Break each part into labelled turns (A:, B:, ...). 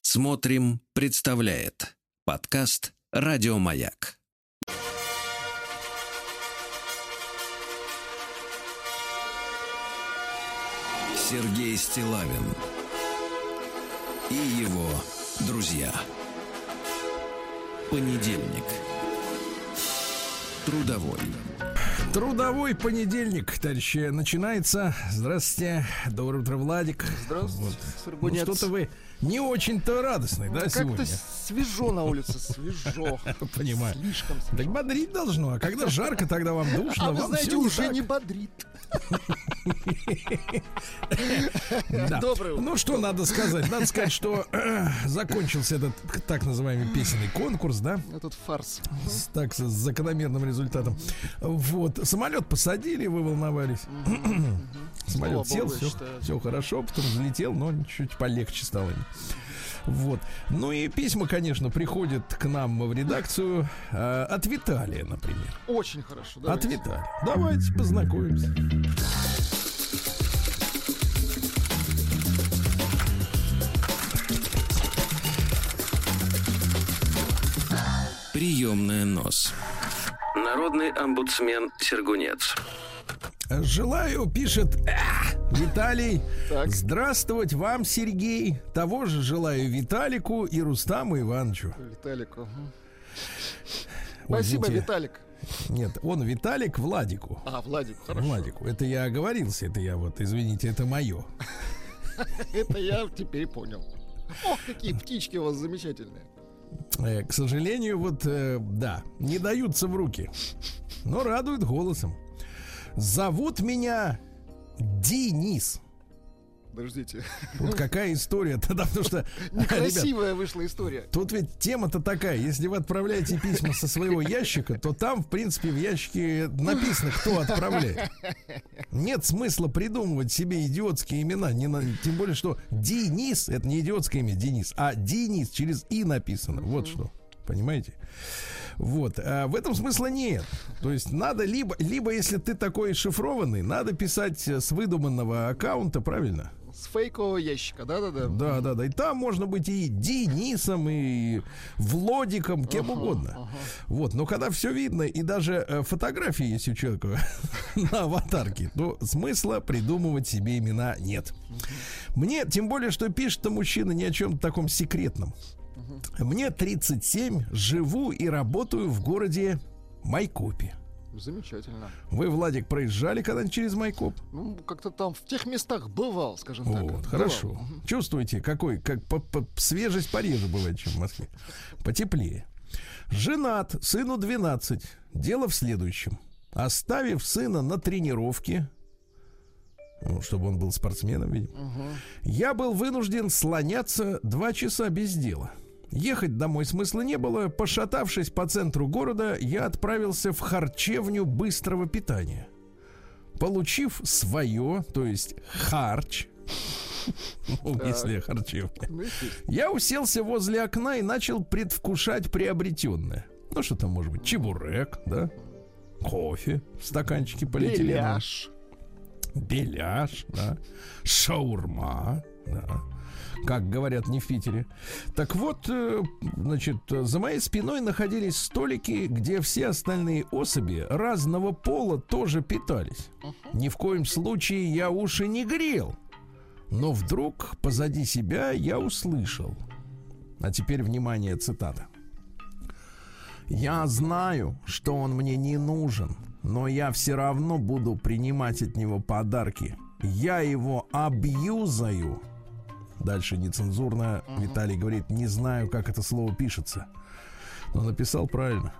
A: Смотрим, представляет подкаст «Радиомаяк». Сергей Стиллавин и его друзья. Понедельник.
B: Трудовой понедельник, товарищи, начинается. Здравствуйте. Доброе утро, Владик.
C: Здравствуйте,
B: вот. Ну, что-то вы не очень-то радостный, да, сегодня?
C: Как-то свежо на улице, свежо.
B: Понимаю.
C: Слишком свежо.
B: Так бодрить должно, а когда жарко, тогда вам душно.
C: А вы знаете, уже не бодрит. Доброе утро.
B: Ну, что надо сказать? Надо сказать, что закончился этот так называемый песенный конкурс, да?
C: Этот фарс.
B: С закономерным результатом. Вот. Самолет посадили, вы волновались. Самолет сел, все хорошо, потом взлетел, но чуть полегче стало. Вот. Ну и письма, конечно, приходят к нам в редакцию от Виталия, например.
C: Очень хорошо.
B: Давайте. От Виталия. Давайте познакомимся.
A: Приемная НОС. Народный омбудсмен Сергунец.
B: Желаю, пишет Виталий.
C: Так.
B: Здравствовать вам, Сергей. Того же желаю Виталику и Рустаму Ивановичу.
C: Виталику.
B: Ой,
C: Спасибо,
B: извините.
C: Виталик.
B: Нет, он Виталик Владику.
C: Владику, хорошо.
B: Владику. Это я оговорился, это я вот, извините, это мое.
C: Это я теперь понял. Ох, какие птички у вас замечательные.
B: К сожалению, вот, да, не даются в руки, но радуют голосом. Зовут меня Денис.
C: Подождите.
B: Вот какая история-то, потому что...
C: Некрасивая
B: ребят,
C: вышла история.
B: тут ведь тема-то такая. Если вы отправляете письма со своего ящика, то там, в принципе, в ящике написано, кто отправляет. Нет смысла придумывать себе идиотские имена. Тем более, что Денис — это не идиотское имя, Денис, а Денис через «и» написано. Вот что. Понимаете? Вот. А в этом смысла нет. То есть надо либо если ты такой шифрованный, надо писать с выдуманного аккаунта, правильно?
C: С фейкового ящика, да-да-да.
B: Да. И там можно быть и Денисом, и Владиком, кем угодно. Вот. Но когда все видно, и даже фотографии есть у человека на аватарке, то смысла придумывать себе имена нет. Мне, тем более, что пишет-то мужчина не о чем таком секретном. Мне 37, живу и работаю в городе Майкопе.
C: Замечательно.
B: Вы, Владик, проезжали когда-нибудь через Майкоп?
C: Ну, как-то там в тех местах бывал, скажем так.
B: Вот, хорошо. Чувствуете, как свежесть пореже бывает, чем в Москве. Потеплее. Женат, сыну 12. Дело в следующем. Оставив сына на тренировке, чтобы он был спортсменом, видимо, я был вынужден слоняться 2 часа без дела. Ехать домой смысла не было. Пошатавшись по центру города, я отправился в харчевню быстрого питания. Получив свое, то есть харч, если харчевня, я уселся возле окна и начал предвкушать приобретенное. Ну, что там может быть? Чебурек, да? Кофе в стаканчике полиэтилена. Беляш, да? Шаурма, да? Как говорят не в Питере. Так вот, значит, за моей спиной находились столики, где все остальные особи разного пола тоже питались. Ни в коем случае я уши не грел. Но вдруг позади себя я услышал. А теперь, внимание, цитата. «Я знаю, что он мне не нужен, но я все равно буду принимать от него подарки. Я его абьюзаю». Дальше нецензурно. Виталий говорит, не знаю, как это слово пишется. Но написал правильно.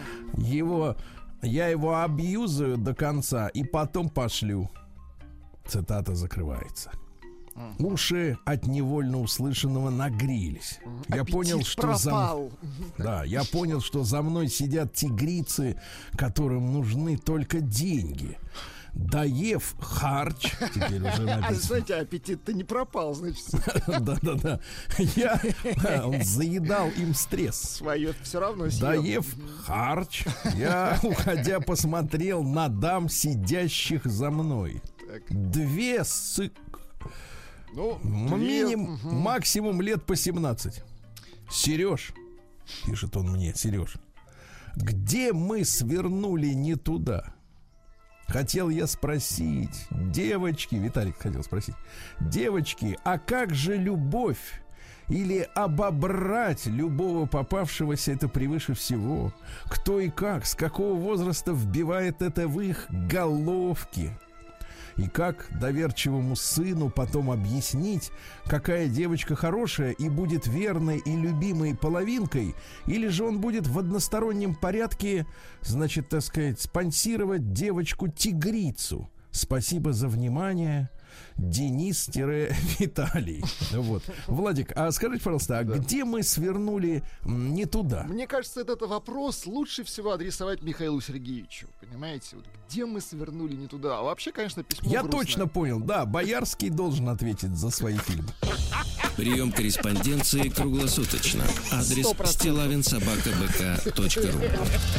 B: Я его абьюзаю до конца и потом пошлю. Цитата закрывается. Уши от невольно услышанного нагрелись. Я понял, что я понял, что за мной сидят тигрицы, которым нужны только деньги. Доев харч, теперь уже написано.
C: Знаете, аппетит-то не пропал, значит.
B: Да. Он заедал им стресс.
C: Свое все равно съел.
B: Доев харч, я, уходя, посмотрел на дам, сидящих за мной. 2
C: Ну,
B: максимум лет по 17. Сереж, пишет он мне, Сереж, где мы свернули не туда? Хотел я спросить, девочки, Виталик хотел спросить, девочки, а как же любовь? Или обобрать любого попавшегося — это превыше всего? Кто и как, с какого возраста вбивает это в их головки? И как доверчивому сыну потом объяснить, какая девочка хорошая и будет верной и любимой половинкой, или же он будет в одностороннем порядке, значит, так сказать, спонсировать девочку-тигрицу? Спасибо за внимание. Денис-Виталий. Вот. Владик, а скажите, пожалуйста, а где мы свернули не туда?
C: Мне кажется, этот вопрос лучше всего адресовать Михаилу Сергеевичу. Понимаете? Вот где мы свернули не туда? А вообще, конечно, письмо
B: Я
C: грустное.
B: точно понял. Да, Боярский должен ответить за свои фильмы.
A: Прием корреспонденции круглосуточно. Адрес
C: 100%.
A: stilavinsobakabk.ru.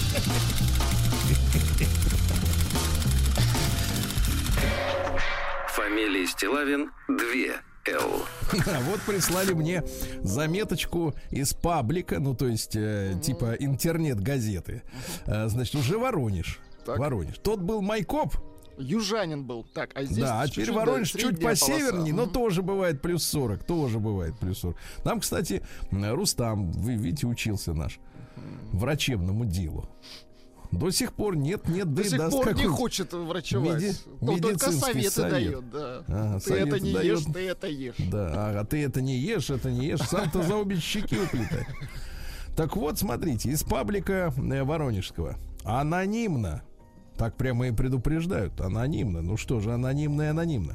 A: Фамилия Стилавин 2 Л.
B: Вот прислали мне заметочку из паблика, ну, то есть, типа интернет-газеты. Значит, уже Воронеж.
C: Так.
B: Воронеж. Тот был Майкоп.
C: Южанин был. Так, а здесь
B: Да, а теперь Воронеж чуть
C: средняя
B: посевернее, но
C: полоса.
B: тоже бывает плюс 40. Тоже бывает плюс 40. Там, кстати, Рустам, вы видите, учился наш врачебному делу. До сих пор нет, да
C: До
B: и
C: сих
B: даст
C: пор не
B: какой-нибудь
C: хочет врачевать. Он только
B: медицинский
C: советы
B: совет.
C: дает, да.
B: Ага,
C: Ты это
B: советы
C: не
B: дает.
C: ешь, ты это ешь.
B: Да, ага, ты это не ешь, сам-то за обе щеки уплетай. Так вот, смотрите, из паблика воронежского. Анонимно. Так прямо и предупреждают. Анонимно. Ну что же, анонимно и анонимно.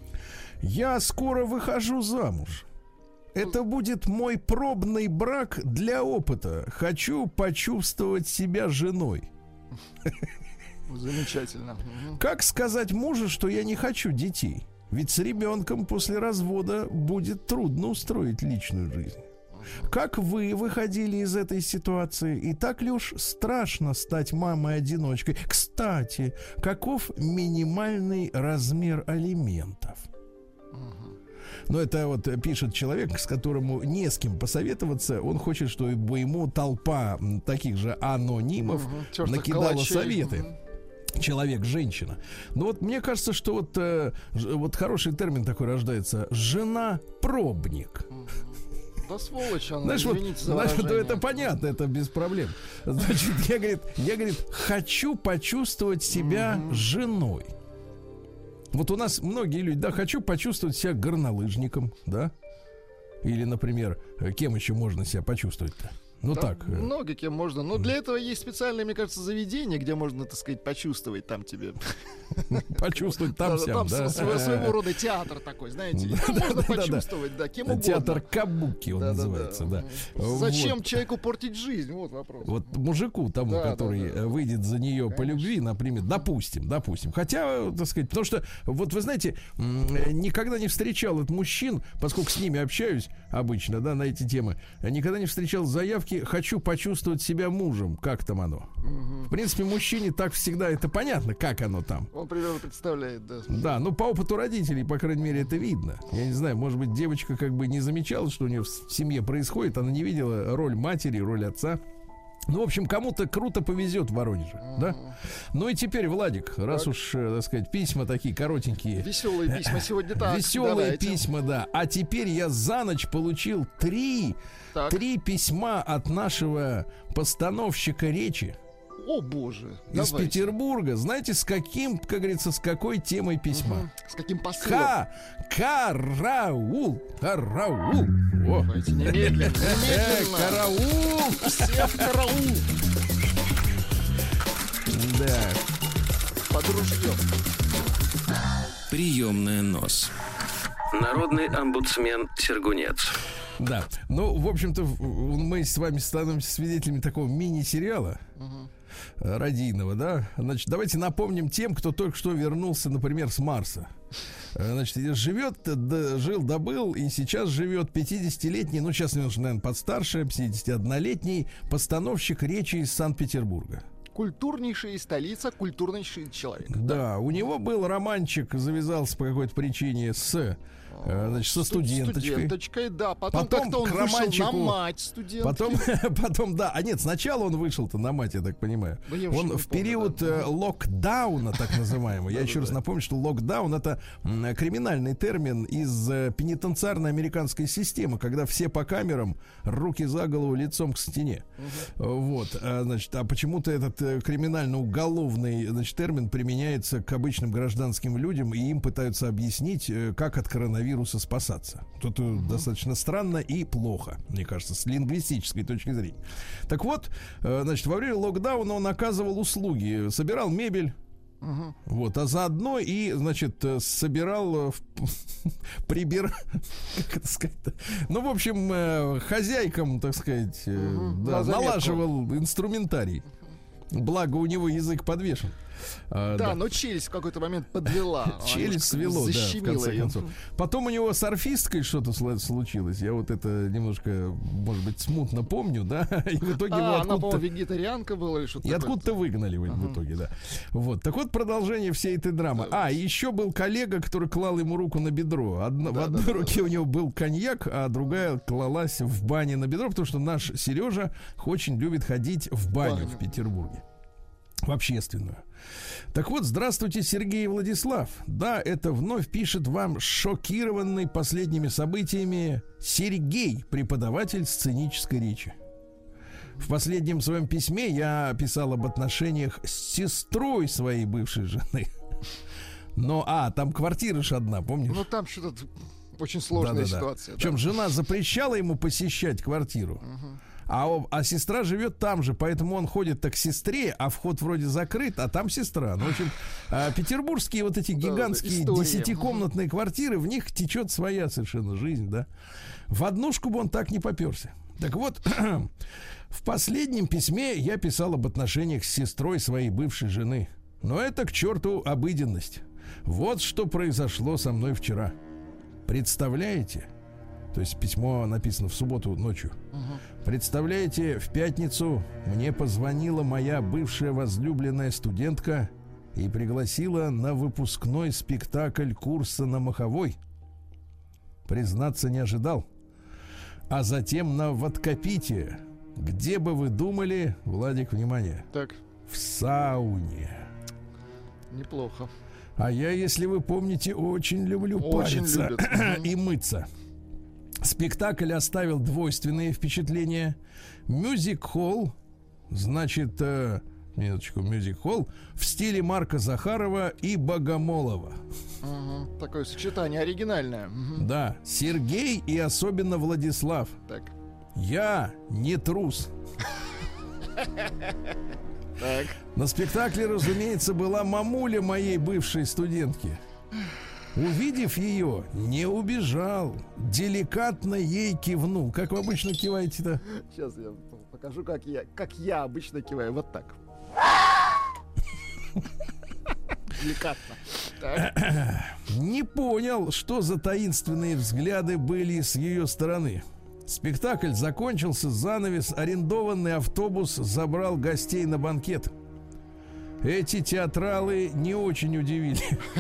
B: Я скоро выхожу замуж. Это будет мой пробный брак для опыта. Хочу почувствовать себя женой.
C: Замечательно. Мгм.
B: Как сказать мужу, что я не хочу детей? Ведь с ребенком после развода будет трудно устроить личную жизнь. Как вы выходили из этой ситуации? И так ли уж страшно стать мамой-одиночкой? Кстати, каков минимальный размер алиментов? Но это вот пишет человек, с которым не с кем посоветоваться. Он хочет, чтобы ему толпа таких же анонимов
C: Чёртов
B: накидала
C: калачей.
B: советы. Человек-женщина. Но вот мне кажется, что вот хороший термин такой рождается. Жена-пробник.
C: Да сволочь она,
B: Знаешь, вот,
C: извините за
B: да,
C: выражение.
B: это понятно, это без проблем. Значит, я говорит, хочу почувствовать себя женой. Вот у нас многие люди, да, хочу почувствовать себя горнолыжником, да? Или, например, кем еще можно себя почувствовать-то? Ну
C: Да,
B: так.
C: много кем можно. Но для этого есть специальное, мне кажется, заведение, где можно, так сказать, почувствовать там тебе.
B: Почувствовать там сям, да?
C: Своего рода театр такой, знаете.
B: Да,
C: Там
B: да,
C: можно
B: да,
C: почувствовать, да, кем угодно.
B: Театр кабуки он
C: Да-да-да.
B: называется, да.
C: Зачем
B: Вот.
C: человеку портить жизнь? Вот вопрос.
B: Вот мужику тому,
C: Да,
B: который
C: да.
B: выйдет за нее по любви, например, допустим. Хотя, так сказать, потому что, вот вы знаете, никогда не встречал от мужчин, поскольку с ними общаюсь обычно, да, на эти темы, никогда не встречал заявки «хочу почувствовать себя мужем». Как там оно? В принципе, мужчине так всегда это понятно, как оно там.
C: Он примерно представляет, да.
B: Да, ну по опыту родителей, по крайней мере, это видно. Я не знаю, может быть, девочка как бы не замечала, что у нее в семье происходит, она не видела роль матери, роль отца. Ну, в общем, кому-то круто повезет в Воронеже, да? Ну и теперь, Владик, раз уж, так сказать, письма такие коротенькие.
C: Веселые письма сегодня так.
B: Веселые
C: давайте.
B: письма, да. А теперь я за ночь получил три письма от нашего постановщика речи.
C: О, боже.
B: Из
C: давайте.
B: Петербурга. Знаете, с каким, как говорится, с какой темой письма?
C: С каким посылом?
B: Караул! Караул! О.
C: Давайте немедленно. Немедленно.
B: Караул!
C: Всем караул.
B: Да.
C: Под ружьем.
A: Приемная нос. Народный омбудсмен Сергунец.
B: Да. Ну, в общем-то, мы с вами становимся свидетелями такого мини-сериала радийного, да. Значит, давайте напомним тем, кто только что вернулся, например, с Марса. Значит, жил-добыл и сейчас живет 50-летний, ну, сейчас он уже, наверное, подстарше, 51-летний постановщик речи из Санкт-Петербурга.
C: Культурнейшая столица, культурнейший человек.
B: Да, у него был романчик, завязался по какой-то причине с значит, со студенточкой.
C: Да. Потом как-то он вышел на мать студентки.
B: Потом, да. А нет, сначала он вышел-то на мать, я так понимаю. Он в период локдауна, так называемый. Я еще раз напомню, что локдаун — это криминальный термин из пенитенциарной американской системы, когда все по камерам, руки за голову, лицом к стене. Вот. Значит, а почему-то этот криминально-уголовный, значит, термин применяется к обычным гражданским людям, и им пытаются объяснить, как от коронавируса спасаться. Тут достаточно странно и плохо, мне кажется, с лингвистической точки зрения. Так вот, значит, во время локдауна он оказывал услуги, собирал мебель, вот, а заодно и, значит, собирал, как это сказать-то? Ну, в общем, хозяйкам, так сказать, налаживал инструментарий. Благо, у него язык подвешен.
C: Да, но челюсть в какой-то момент подвела.
B: Челюсть свело, да, в конце концов. Потом у него с орфисткой что-то случилось. Я вот это немножко, может быть, смутно помню, да. И в итоге его
C: она, по-моему, вегетарианка была или что-то.
B: И откуда-то выгнали в итоге, да. Вот. Так вот, продолжение всей этой драмы. Еще был коллега, который клал ему руку на бедро. В одной руке у него был коньяк, а другая клалась в бане на бедро, потому что наш Сережа очень любит ходить в баню в Петербурге. В общественную. Так вот, здравствуйте, Сергей и Владислав. Да, это вновь пишет вам шокированный последними событиями Сергей, преподаватель сценической речи. В последнем своем письме я писал об отношениях с сестрой своей бывшей жены. Но, там квартира ж одна, помнишь?
C: Ну, там что-то очень сложная ситуация.
B: Причем жена запрещала ему посещать квартиру. А сестра живет там же, поэтому он ходит-то к сестре, а вход вроде закрыт, а там сестра. Ну, в общем, петербургские вот эти гигантские 10-комнатные квартиры, в них течет своя совершенно жизнь, да. В однушку бы он так не поперся. Так вот, в последнем письме я писал об отношениях с сестрой своей бывшей жены. Но это к черту обыденность. Вот что произошло со мной вчера. Представляете? То есть письмо написано в субботу ночью. Представляете, в пятницу мне позвонила моя бывшая возлюбленная студентка и пригласила на выпускной спектакль курса на Маховой. Признаться, не ожидал. А затем на водкопитие. Где бы вы думали, Владик, внимание?
C: Так.
B: В сауне.
C: Неплохо.
B: А я, если вы помните, очень люблю париться и мыться. Спектакль оставил двойственные впечатления. Мюзик-холл, значит, мюзик-холл в стиле Марка Захарова и Богомолова.
C: Такое сочетание оригинальное.
B: Да, Сергей и особенно Владислав.
C: Так.
B: Я не трус.
C: Так.
B: На спектакле, разумеется, была мамуля моей бывшей студентки. Увидев ее, не убежал, деликатно ей кивнул. Как вы обычно киваете-то?
C: Сейчас я покажу, как я обычно киваю. Вот так. Деликатно.
B: Не понял, что за таинственные взгляды были с ее стороны. Спектакль закончился, занавес, арендованный автобус забрал гостей на банкет. Эти театралы не очень удивили.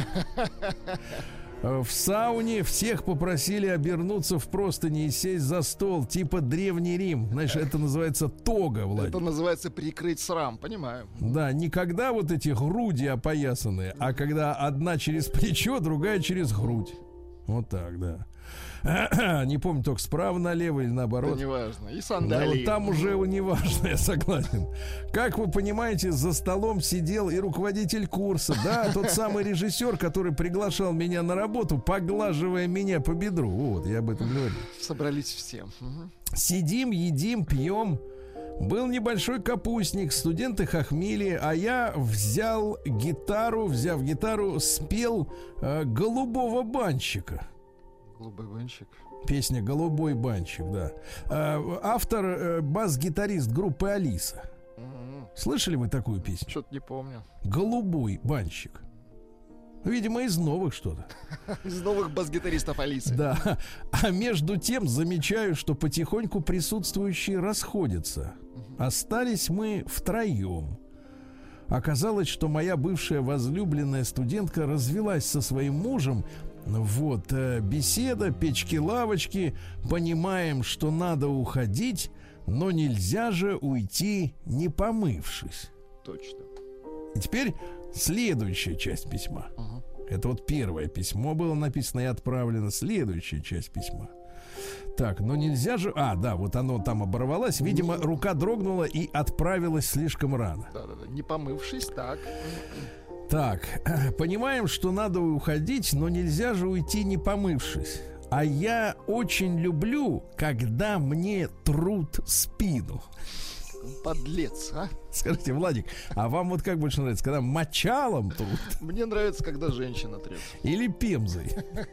B: В сауне всех попросили обернуться в простыни и сесть за стол, типа Древний Рим. Знаешь, это называется тога, Владимир.
C: Это называется прикрыть срам, понимаю.
B: Да, не когда вот эти груди опоясанные, а когда одна через плечо, другая через грудь. Вот так, да. Не помню, только справа налево или наоборот.
C: Да неважно. И сандалии.
B: Да, вот там уже неважно, я согласен. Как вы понимаете, за столом сидел и руководитель курса. Да, тот самый режиссер, который приглашал меня на работу, поглаживая меня по бедру. Вот, я об этом говорю.
C: Собрались все.
B: Сидим, едим, пьем. Был небольшой капустник, студенты хохмели, а я взяв гитару, спел «Голубого банщика».
C: Голубой банщик.
B: Песня «Голубой банщик», да. Автор бас-гитарист группы «Алиса». Слышали вы такую песню?
C: Что-то не помню.
B: «Голубой банщик». Видимо, из новых что-то.
C: Из новых бас-гитаристов Алисы.
B: Да. А между тем замечаю, что потихоньку присутствующие расходятся. Остались мы втроем. Оказалось, что моя бывшая возлюбленная студентка развелась со своим мужем Вот, беседа, печки-лавочки. Понимаем, что надо уходить, но нельзя же уйти, не помывшись.
C: Точно.
B: И теперь следующая часть письма. Это вот первое письмо было написано и отправлено. Следующая часть письма. Так, но нельзя же... да, вот оно там оборвалось. Видимо, рука дрогнула и отправилась слишком рано.
C: Да-да-да, не помывшись, так.
B: Так, понимаем, что надо уходить, но нельзя же уйти, не помывшись. А я очень люблю, когда мне трут спину.
C: Подлец, а?
B: Скажите, Владик, а вам вот как больше нравится, когда мочалом трут?
C: Мне нравится, когда женщина трет.
B: Или пемзой?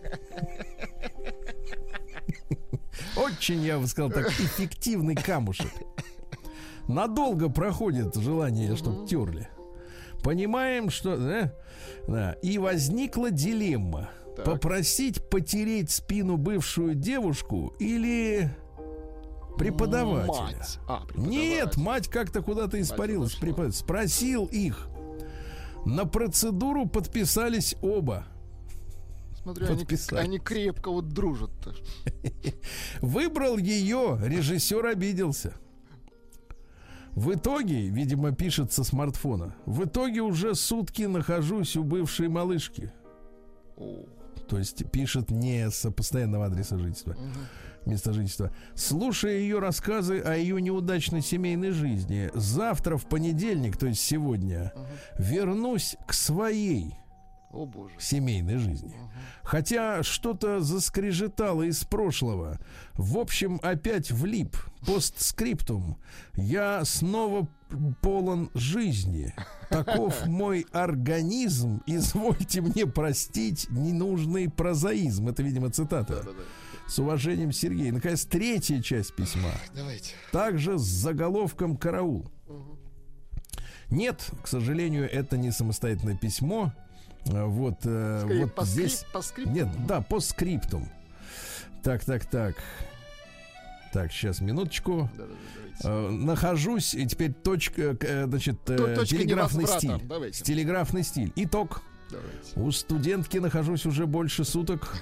B: Очень, я бы сказал, так, эффективный камушек. Надолго проходит желание, чтобы терли. Понимаем, что... Да. И возникла дилемма. Так. Попросить потереть спину бывшую девушку или преподавателя.
C: Мать.
B: Нет, мать как-то куда-то испарилась. Спросил их. На процедуру подписались оба.
C: Смотрю, они крепко вот дружат-то.
B: Выбрал ее, режиссер обиделся. В итоге, видимо, пишет со смартфона. В итоге уже сутки нахожусь у бывшей малышки. То есть пишет не с постоянного адреса жительства, места жительства. Слушая ее рассказы о ее неудачной семейной жизни, завтра в понедельник, то есть сегодня, вернусь к своей семейной жизни. Хотя что-то заскрежетало из прошлого. В общем, опять влип. Постскриптум. Я снова полон жизни. Таков мой организм. Извольте мне простить ненужный прозаизм. Это, видимо, цитата. С уважением, Сергей. Наконец, третья часть письма.
C: Давайте.
B: Также с заголовком «Караул». Нет, к сожалению, это не самостоятельное письмо. Вот,
C: скорее,
B: вот здесь. Нет, да, постскриптум. Так. Так, сейчас, минуточку. Нахожусь, и теперь точка, значит, телеграфный стиль. Телеграфный стиль. Итог. Давайте. У студентки нахожусь уже больше суток.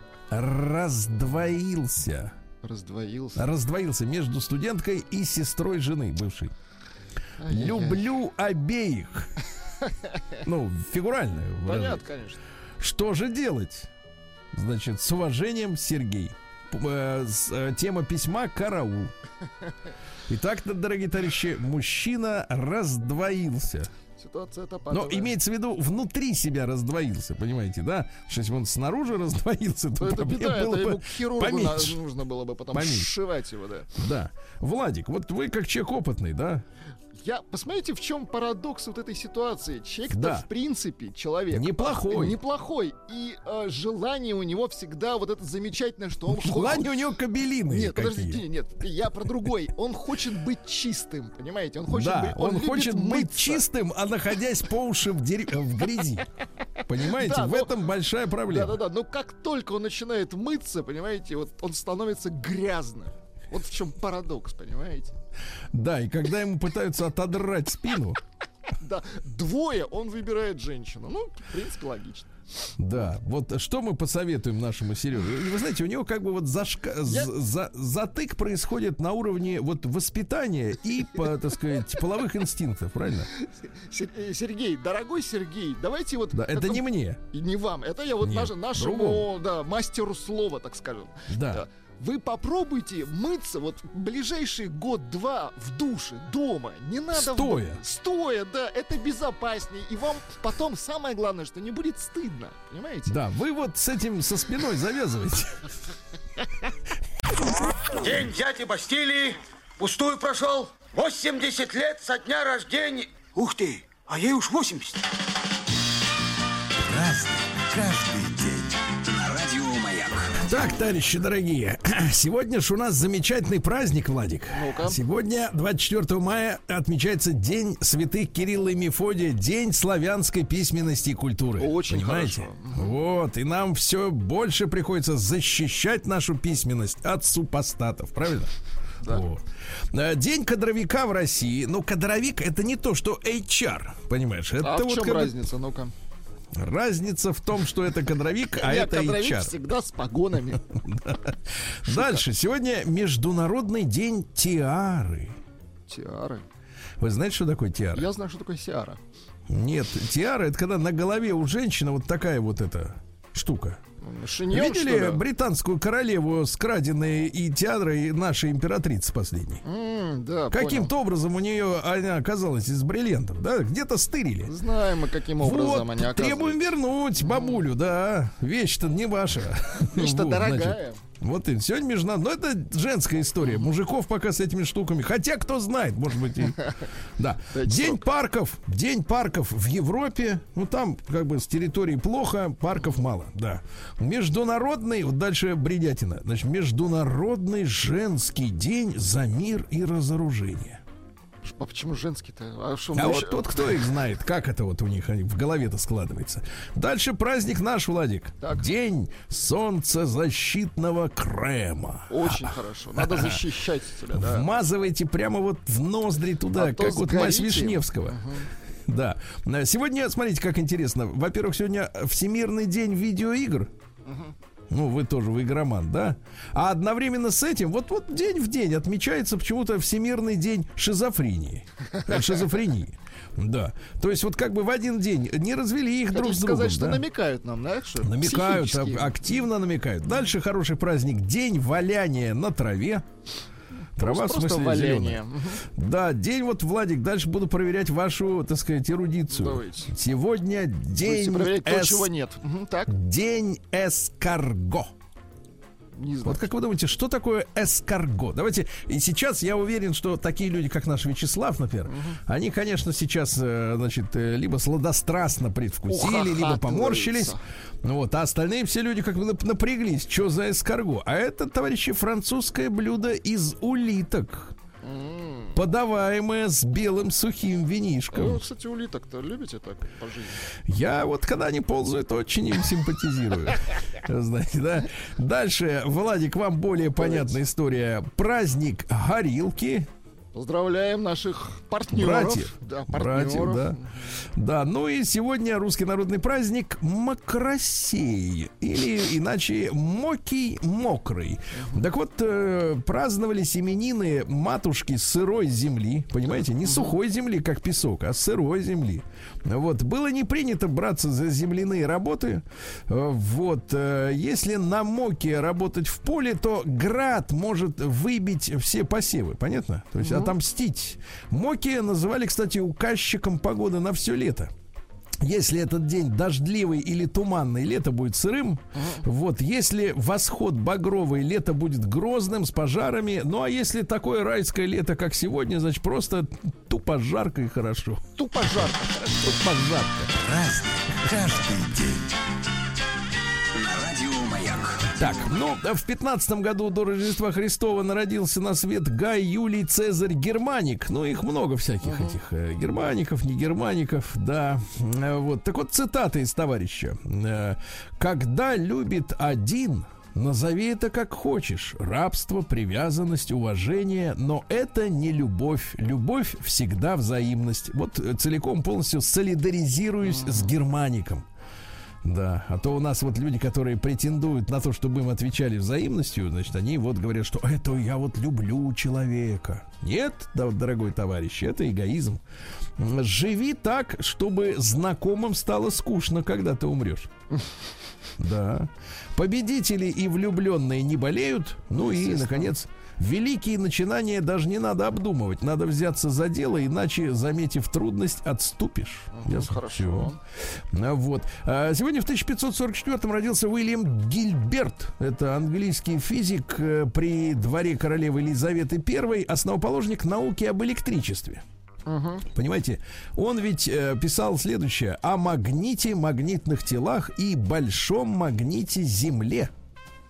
B: Раздвоился между студенткой и сестрой жены бывшей. Люблю обеих. Ну, фигурально.
C: Понятно, конечно.
B: Что же делать? Значит, с уважением, Сергей. Тема письма «Караул». Итак, дорогие товарищи, мужчина раздвоился.
C: Ситуация-то
B: но имеется в виду, внутри себя раздвоился, понимаете, да? Что если он снаружи раздвоился, то
C: это беда,
B: было
C: это
B: бы
C: ему к хирургу
B: поменьше.
C: Нужно было бы потом сшивать его, да.
B: Да. Владик, вот вы как человек опытный, да?
C: Посмотрите, в чем парадокс вот этой ситуации. Человек-то, в принципе, человек неплохой. И желание у него всегда вот это замечательное, что он...
B: Желание у него кабелиные.
C: Нет, подождите, нет, я про другой. Он хочет быть чистым, понимаете? Он
B: хочет быть чистым, а находясь по уши в грязи. Понимаете? В этом большая проблема.
C: Да. Но как только он начинает мыться, понимаете, вот он становится грязным. Вот в чем парадокс, понимаете?
B: Да, и когда ему пытаются отодрать спину...
C: Да, двое он выбирает женщину. Ну, в принципе, логично.
B: Да, вот что мы посоветуем нашему Сереже? Вы знаете, у него как бы вот затык происходит на уровне вот воспитания и, так сказать, половых инстинктов, правильно?
C: Сергей, дорогой Сергей, давайте вот...
B: Да, это не мне.
C: И не вам, это я вот нашему мастеру слова, так скажем.
B: Да.
C: Вы попробуйте мыться вот ближайший год-два в душе, дома. Не надо... Стоя, да, это безопаснее. И вам потом самое главное, что не будет стыдно. Понимаете?
B: Да, вы вот с этим со спиной завязываете.
D: День дяди Бастилии пустую прошел. 80 лет со дня рождения. Ух ты, а ей уж 80.
E: Разный, каждый день.
B: Так, товарищи дорогие, сегодня же у нас замечательный праздник, Владик.
C: Ну-ка.
B: Сегодня, 24 мая, отмечается День святых Кирилла и Мефодия, День славянской письменности и культуры.
C: Очень
B: понимаете?
C: Хорошо.
B: Вот, и нам все больше приходится защищать нашу письменность от супостатов, правильно?
C: Да.
B: Вот. День кадровика в России. Но кадровик — это не то, что HR, понимаешь? Это
C: в чем разница, ну-ка?
B: Разница в том, что это кадровик, а это
C: кадровик
B: HR.
C: всегда с погонами.
B: Дальше. Сегодня Международный день тиары.
C: Тиары.
B: Вы знаете, что такое тиара?
C: Я знаю, что такое тиара.
B: Нет, тиара — это когда на голове у женщины вот такая вот эта штука.
C: Шиньон,
B: Видели британскую королеву с краденной и тиарой нашей императрицы последней?
C: Да,
B: каким-то образом у нее она оказалась из бриллиантов, да? Где-то стырили.
C: Знаем мы, каким образом они оказываются.
B: Требуем вернуть бабулю, да. Вещь-то не ваша.
C: Вещь-то дорогая.
B: Вот и сегодня международный. Но это женская история. Мужиков пока с этими штуками. Хотя, кто знает, может быть, и... Да. День парков. День парков в Европе. Ну, там как бы с территории плохо, парков мало. Да. Международный, вот дальше бредятина. Значит, Международный женский день за мир и разоружение.
C: А почему женский-то?
B: Вот тот, кто их знает, как это вот у них в голове-то складывается. Дальше праздник наш, Владик.
C: Так.
B: День солнцезащитного крема.
C: Очень хорошо. Надо защищать себя, да.
B: Вмазывайте прямо вот в ноздри туда, как вот мазь Вишневского. Да. Сегодня, смотрите, как интересно. Во-первых, сегодня Всемирный день видеоигр. Ну, вы тоже, вы игроман, да? А одновременно с этим, вот день в день отмечается почему-то Всемирный день шизофрении. Шизофрении. Да. То есть вот как бы в один день не развели их друг с другом.
C: Сказать, что намекают нам, да? Что
B: намекают, активно намекают. Дальше хороший праздник. День валяния на траве. Трава, в смысле,
C: валяние.
B: Да, день вот, Владик, дальше буду проверять вашу, так сказать, эрудицию.
C: Давайте.
B: Сегодня день...
C: проверять то, чего нет. Так.
B: День эскарго. Вот как вы думаете, что такое эскарго? Давайте, и сейчас я уверен, что такие люди, как наш Вячеслав, например, они, конечно, сейчас, значит, либо сладострастно предвкусили, либо поморщились. Вот, а остальные все люди как бы напряглись. Что за эскарго? А это, товарищи, французское блюдо из улиток, подаваемое с белым сухим винишком.
C: Вы, кстати, улиток-то любите так по жизни?
B: Я вот, когда они ползают, очень им симпатизирую. Знаете, да? Дальше, Владик, вам более понятная история. Праздник горилки.
C: Поздравляем наших партнеров.
B: Братьев.
C: Да, партнеров.
B: Да. Да, ну и сегодня русский народный праздник Макросей, или иначе Мокий Мокрый. Так вот, праздновались именины матушки сырой земли, понимаете, не сухой земли, как песок, а сырой земли. Вот, было не принято браться за земляные работы. Вот, если на моке работать в поле, то град может выбить все посевы, понятно? То есть отомстить. Моки называли, кстати, указчиком погоды на все лето. Если этот день дождливый или туманный, лето будет сырым. Вот, если восход багровый, лето будет грозным, с пожарами. Ну, а если такое райское лето, как сегодня, значит, просто тупо жарко и хорошо.
C: Тупо жарко.
B: Тупо жарко.
E: Праздник каждый день.
B: Так, ну, в 15-м году до Рождества Христова народился на свет Гай Юлий Цезарь Германик. Ну, их много всяких этих германиков, не германиков, да. Вот, так вот, цитата из товарища. «Когда любит один, назови это как хочешь. Рабство, привязанность, уважение. Но это не любовь. Любовь всегда взаимность». Вот целиком полностью солидаризируюсь с германиком. Да, а то у нас вот люди, которые претендуют на то, чтобы им отвечали взаимностью, значит, они вот говорят, что это я вот люблю человека. Нет, да, дорогой товарищ, это эгоизм. Живи так, чтобы знакомым стало скучно, когда ты умрешь. Да. Победители и влюбленные не болеют. Ну и, наконец, великие начинания даже не надо обдумывать. Надо взяться за дело, иначе, заметив трудность, отступишь.
C: Хорошо.
B: Вот. Сегодня в 1544-м родился Уильям Гильберт. Это английский физик при дворе королевы Елизаветы I, основоположник науки об электричестве. Понимаете, он ведь писал следующее: о магните, магнитных телах и большом магните Земле.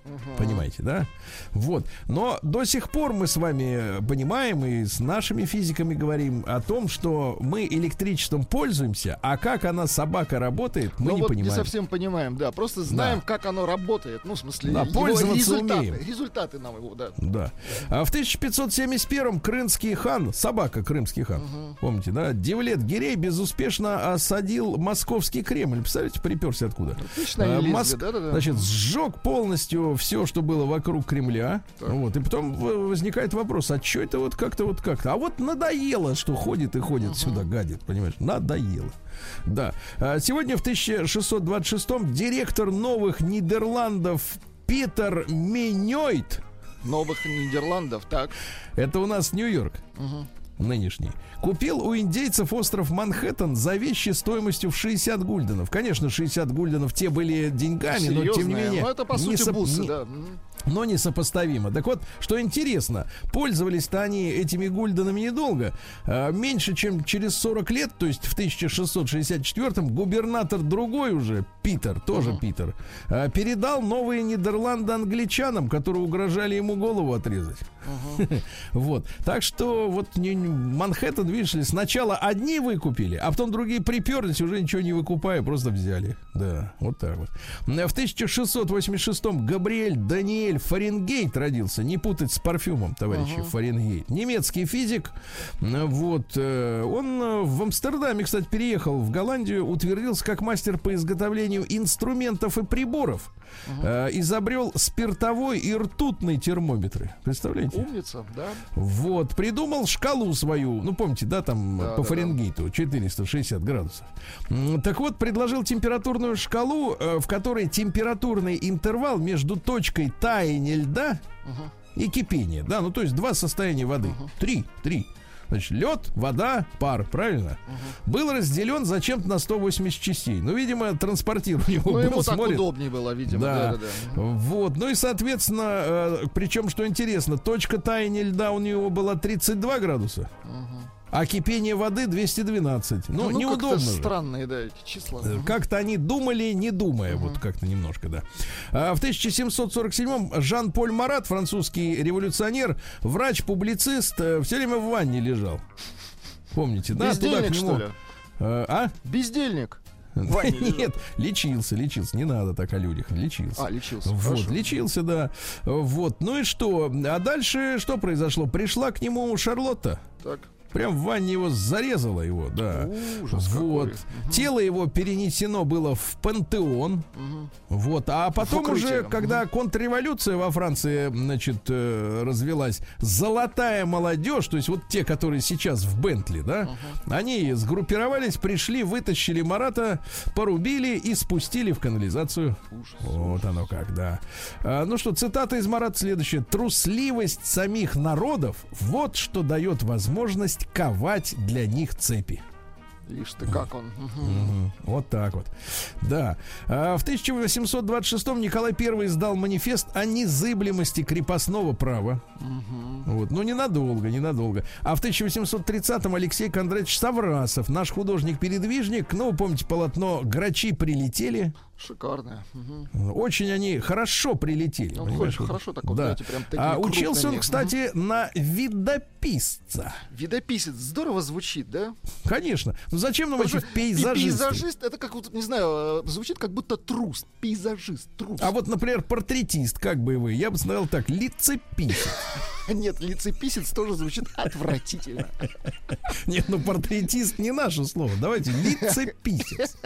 B: Понимаете, да? Вот. Но до сих пор мы с вами понимаем и с нашими физиками говорим о том, что мы электричеством пользуемся, а как она, собака, работает, мы не понимаем.
C: Не совсем понимаем, да. Просто знаем, как оно работает. Ну, в смысле,
B: да, пользоваться умеем.
C: Результаты нам его, да.
B: Да. А в 1571-м крымский хан, собака крымский хан, помните, да? Девлет-Гирей безуспешно осадил московский Кремль. Представляете, приперся откуда? Значит, сжег полностью все, что было вокруг Кремля. Вот. И потом возникает вопрос, а что это вот как-то вот как-то? А вот надоело, что ходит и ходит сюда, гадит, понимаешь? Надоело. Да. Сегодня в 1626-м директор Новых Нидерландов Питер Меньойт.
C: Новых Нидерландов, так.
B: Это у нас Нью-Йорк. Нынешний. Купил у индейцев остров Манхэттен за вещи стоимостью в 60 гульденов. Конечно, 60 гульденов те были деньгами, серьезные, но тем не менее...
C: Ну, это, по сути, бусы, да.
B: Но несопоставимо. Так вот, что интересно, пользовались-то они этими гульденами недолго. Меньше чем через 40 лет, то есть в 1664-м, губернатор другой уже, Питер, тоже Питер, передал Новые Нидерланды англичанам, которые угрожали ему голову отрезать. Вот. Так что вот Манхэттен, видишь ли, сначала одни выкупили, а потом другие приперлись, уже ничего не выкупая, просто взяли. Да, вот так вот. В 1686-м Габриэль Даниэль Фаренгейт родился. Не путать с парфюмом, товарищи, Фаренгейт. Немецкий физик. Вот. Он в Амстердаме, кстати, переехал в Голландию, утвердился как мастер по изготовлению инструментов и приборов. Изобрел спиртовой и ртутный термометры. Представляете?
C: Умница, да.
B: Вот. Придумал шкалу свою. Ну, помните, да, там по Фаренгейту 460 градусов. Так вот, предложил температурную шкалу, в которой температурный интервал между точкой таяния льда и кипения. Да, ну, то есть два состояния воды. Три. Значит, лед, вода, пар, правильно? Был разделен зачем-то на 180 частей. Ну, видимо, транспортирование его было.
C: Ему так удобнее было, видимо.
B: Да. Вот. Ну и, соответственно, причем, что интересно, точка таяния льда у него была 32 градуса. А кипение воды 212. Ну, неудобно.
C: Как-то странные, да, эти числа.
B: Как-то они думали, не думая. Вот как-то немножко, да. В 1747-м Жан-Поль Марат, французский революционер, врач-публицист, все время в ванне лежал. Помните, да?
C: Бездельник, что ли? Бездельник.
B: Нет, лечился. Не надо так о людях. Лечился.
C: Лечился.
B: Вот,
C: хорошо.
B: лечился, да. Вот. Ну и что? А дальше что произошло? Пришла к нему Шарлотта.
C: Так.
B: Прям в ванне его зарезала его, да.
C: Ужас
B: вот. Тело его перенесено было в пантеон. Вот. А потом уже, когда контрреволюция во Франции, значит, развелась, золотая молодежь, то есть вот те, которые сейчас в Бентли, да, они сгруппировались, пришли, вытащили Марата, порубили и спустили в канализацию. Вот оно как, да. Ну что, цитата из Марата следующая. «Трусливость самих народов — вот что дает возможность ковать для них цепи».
C: Видишь ты, как он.
B: Вот так вот. Да. В 1826-м Николай I издал манифест о незыблемости крепостного права. Вот. Но ненадолго. А в 1830-м Алексей Кондратьевич Саврасов, наш художник-передвижник, ну, вы помните полотно «Грачи прилетели».
C: Шикарное.
B: Очень они хорошо прилетели.
C: Он хорошо так вот,
B: да.
C: прям
B: учился он, кстати, на видописца.
C: Видописец. Здорово звучит, да?
B: Конечно. Ну зачем нам эти пейзажисты?
C: Пейзажист, это как вот, не знаю, звучит как будто трус. Пейзажист, трус.
B: А вот, например, портретист, как бы вы, я бы сказал так, лицеписец.
C: Нет, лицеписец тоже звучит отвратительно.
B: Нет, ну портретист не наше слово. Давайте лицеписец.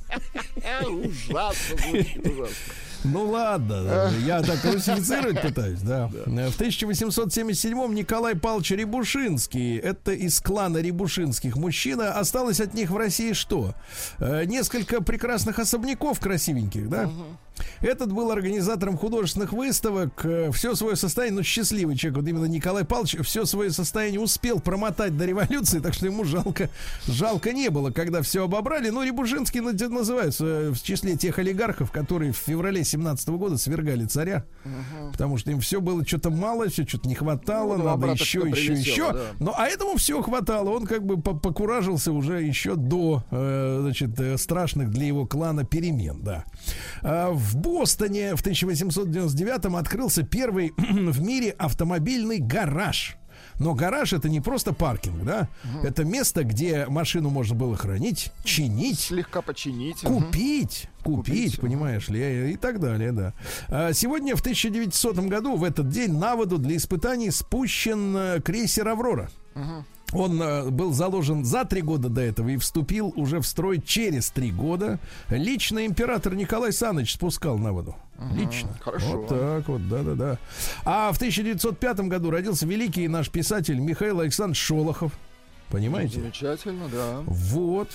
C: Ужасно звучит, ужасно.
B: Ну ладно, я так русифицировать пытаюсь, да. В 1877-м Николай Павлович Рябушинский, это из клана Рябушинских мужчина, осталось от них в России что? Несколько прекрасных особняков красивеньких, да? Этот был организатором художественных выставок. Все свое состояние, ну, счастливый человек, вот именно Николай Павлович, все свое состояние успел промотать до революции, так что ему жалко не было, когда все обобрали. Но Рябушинский называется в числе тех олигархов, которые в феврале 17 года свергали царя, потому что им все было что-то мало, все что-то не хватало, надо еще. Да. Но а этому все хватало. Он как бы покуражился уже еще до, значит, страшных для его клана перемен, да. В В Бостоне в 1899-м открылся первый в мире автомобильный гараж. Но гараж — это не просто паркинг, да? Это место, где машину можно было хранить, чинить,
C: слегка починить,
B: купить, понимаешь ли, и так далее, да. Сегодня в 1900 году, в этот день, на воду для испытаний спущен крейсер «Аврора». Он был заложен за 3 года до этого и вступил уже в строй через 3 года. Лично император Николай Саныч спускал на воду. Лично.
C: Хорошо.
B: Вот так вот, да-да-да. А в 1905 году родился великий наш писатель Михаил Александрович Шолохов. Понимаете?
C: Замечательно, да.
B: Вот.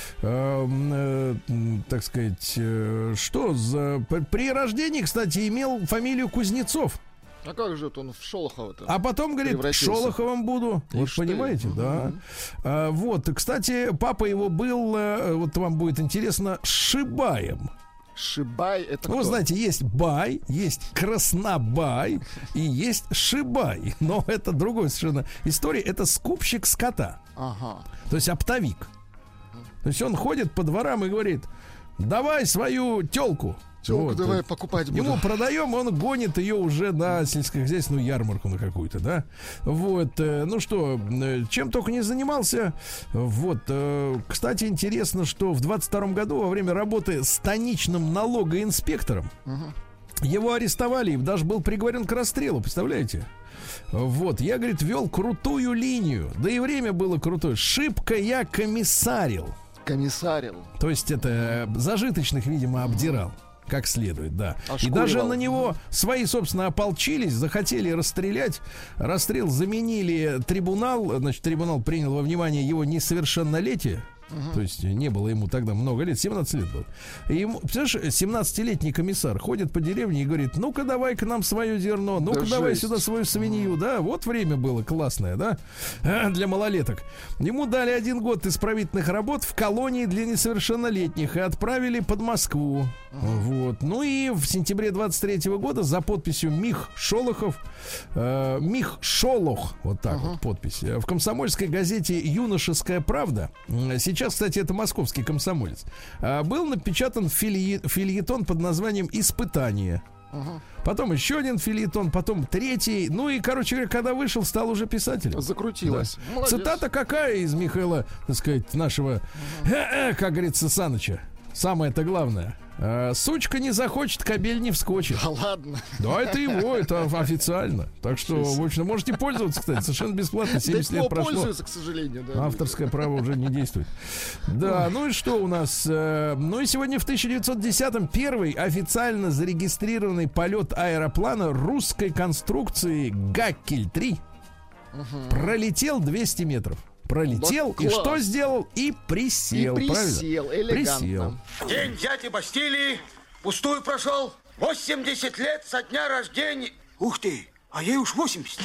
B: Так сказать, что за... При рождении, кстати, имел фамилию Кузнецов.
C: А как же он в Шолохова-то?
B: А потом, говорит, Шолоховым буду. Вот понимаете, да. Вот, кстати, папа его был, вот вам будет интересно, Шибаем.
C: Шибай — это кто?
B: Вы знаете, есть Бай, есть Краснобай и есть Шибай. Но это другая совершенно история. Это скупщик скота.
C: Ага.
B: То есть оптовик. То есть он ходит по дворам и говорит: давай свою тёлку.
C: Вот, давай покупать буду.
B: Ему продаем, он гонит ее уже на сельскохозяйственную ярмарку на какую-то, да. Вот, ну что, чем только не занимался. Вот, кстати, интересно, что в 22-м году во время работы станичным налогоинспектором его арестовали и даже был приговорен к расстрелу, представляете? Вот, я, говорит, вел крутую линию, да и время было крутое. Шибко я комиссарил.
C: Комиссарил.
B: То есть это зажиточных, видимо, обдирал. Как следует, да. И даже на него свои, собственно, ополчились, захотели расстрелять. Расстрел заменили трибунал. Значит, трибунал принял во внимание его несовершеннолетие. То есть не было ему тогда много лет, 17 лет было. И ему, представляешь, 17-летний комиссар ходит по деревне и говорит: ну-ка давай к нам свое зерно, ну-ка да давай сюда свою свинью, да, вот время было классное, да, для малолеток. Ему дали 1 год исправительных работ в колонии для несовершеннолетних и отправили под Москву. Вот. Ну и в сентябре 23-го года за подписью Мих Шолохов, Мих Шолох, вот так вот подпись, в комсомольской газете «Юношеская правда», сейчас, кстати, это московский комсомолец, был напечатан фельетон под названием «Испытание». Потом еще один фельетон, потом 3-й. Ну и, короче говоря, когда вышел, стал уже писателем.
C: Закрутилось.
B: Да. Цитата какая из Михаила, так сказать, нашего, как говорится, Саныча? Самое-то главное: сучка не захочет, кобель не вскочит.
C: Да ладно.
B: Да, это его, это официально. Так что, в общем, можете пользоваться, кстати, совершенно бесплатно. 70 лет прошло.
C: Пользуются, к сожалению, да.
B: Авторское право уже не действует. Да, ну и что у нас? Ну и сегодня в 1910-м первый официально зарегистрированный полет аэроплана русской конструкции Гаккель-3 пролетел 200 метров. Пролетел, и что сделал? И присел.
C: И присел, элегантно.
D: День дяди Бастилии пустую прошел. 80 лет со дня рождения. Ух ты, а ей уж 80.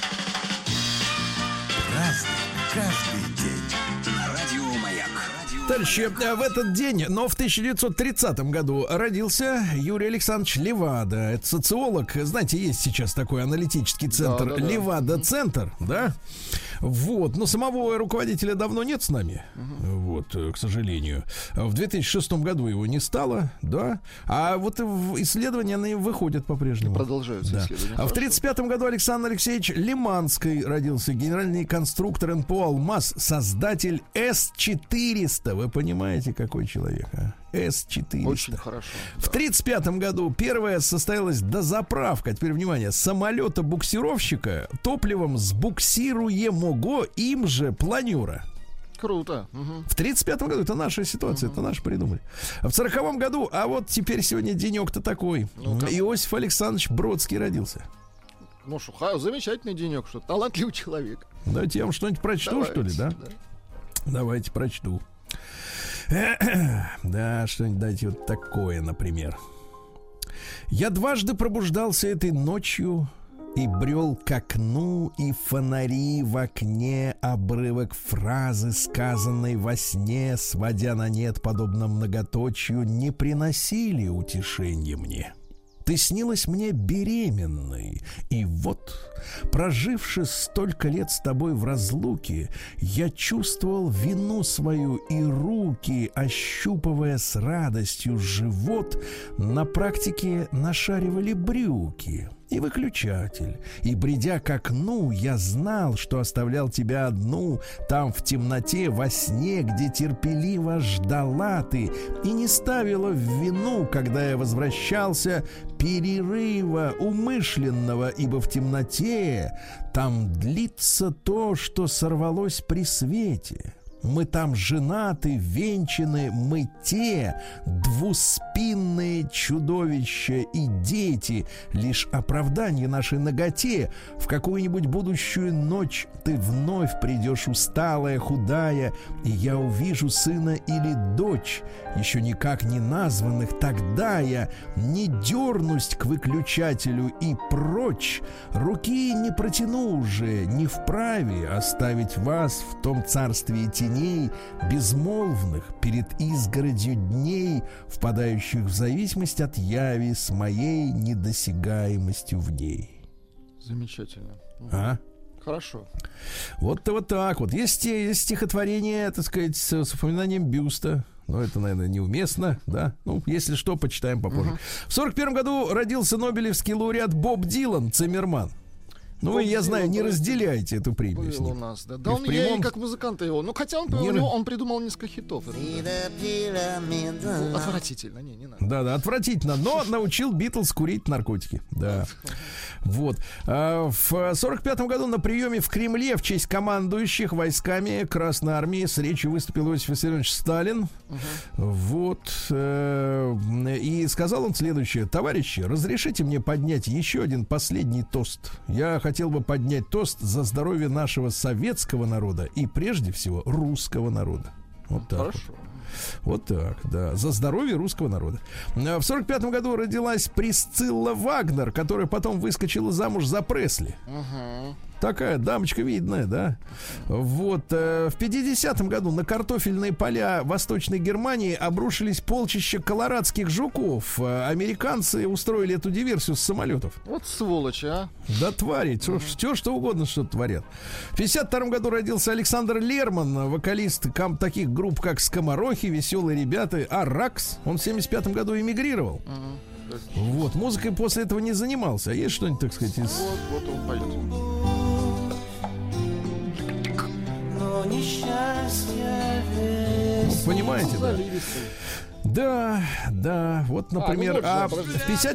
E: Разный, каждый день. Радио Маяк.
B: Товарищи, в этот день, но в 1930 году родился Юрий Александрович Левада. Это социолог. Знаете, есть сейчас такой аналитический центр, Левада-центр, да? Вот, но самого руководителя давно нет с нами, вот, к сожалению. В 2006 году его не стало, да, а вот исследования, они выходят по-прежнему.
C: Продолжаются исследования.
B: А в 1935 году Александр Алексеевич Лиманский родился, генеральный конструктор НПО «Алмаз», создатель С-400. Вы понимаете, какой человек, а? С-400.
C: Очень хорошо.
B: В 1935 году первая состоялась дозаправка, теперь внимание, самолета-буксировщика топливом с буксируемого им же планера.
C: Круто.
B: В 1935 году, это наша ситуация, это наши придумали. В 1940 году, а вот теперь сегодня денек-то такой. Иосиф Александрович Бродский родился.
C: Ну, замечательный денек, что талантливый человек.
B: Давайте я вам что-нибудь прочту, что ли, да? Давайте прочту. Да, что-нибудь дайте вот такое, например. Я дважды пробуждался этой ночью и брел к окну, и фонари в окне, обрывок фразы, сказанной во сне, сводя на нет, подобно многоточию, не приносили утешения мне. Ты снилась мне беременной, и вот, проживши столько лет с тобой в разлуке, я чувствовал вину свою и руки, ощупывая с радостью живот, на практике нашаривали брюки и выключатель. И, бредя к окну, я знал, что оставлял тебя одну там в темноте, во сне, где терпеливо ждала ты, и не ставила в вину, когда я возвращался, перерыва умышленного, ибо в темноте там длится то, что сорвалось при свете. Мы там женаты, венчаны, мы те двуспинные чудовища и дети, лишь оправдание нашей наготе. В какую-нибудь будущую ночь ты вновь придешь усталая, худая, и я увижу сына или дочь, еще никак не названных. Тогда я не дернусь к выключателю и прочь, руки не протяну уже, не вправе оставить вас в том царстве теней, безмолвных перед изгородью дней, впадающих в зависимость от яви с моей недосягаемостью в ней.
C: Замечательно.
B: А?
C: Хорошо.
B: Вот так вот. Есть стихотворение, так сказать, с упоминанием бюста. Но это, наверное, неуместно, да? Ну, если что, почитаем попозже. В 1941 году родился нобелевский лауреат Боб Дилан, Циммерман. Ну, вы, я знаю, не разделяете эту премию с ним.
C: У нас, да. Да, он, я и как музыканта его. Ну, хотя он придумал несколько хитов. Отвратительно, не надо.
B: Да, отвратительно, но научил Битлз курить наркотики. Да. Вот. В 1945 году на приеме в Кремле в честь командующих войсками Красной Армии с речью выступил Иосиф Виссарионович Сталин. Вот. И сказал он следующее: товарищи, разрешите мне поднять еще один последний тост. Я хотел бы поднять тост за здоровье нашего советского народа и прежде всего русского народа. Вот так.
C: Хорошо.
B: Вот так, да. За здоровье русского народа. В 1945 году родилась Присцилла Вагнер, которая потом выскочила замуж за Пресли. Такая дамочка видная, да. Вот. В 50-м году на картофельные поля Восточной Германии обрушились полчища колорадских жуков. Американцы устроили эту диверсию с самолетов.
C: Вот сволочи, а.
B: Да твари, что угодно что творят. В 52-м году родился Александр Лерман, вокалист таких групп, как Скоморохи, Веселые ребята, Аракс. Он в 75-м году эмигрировал. Вот, музыкой после этого не занимался. А есть что-нибудь, так сказать, из...
C: Вот он поет.
B: Ну, понимаете, да? Да, вот, например, в 50...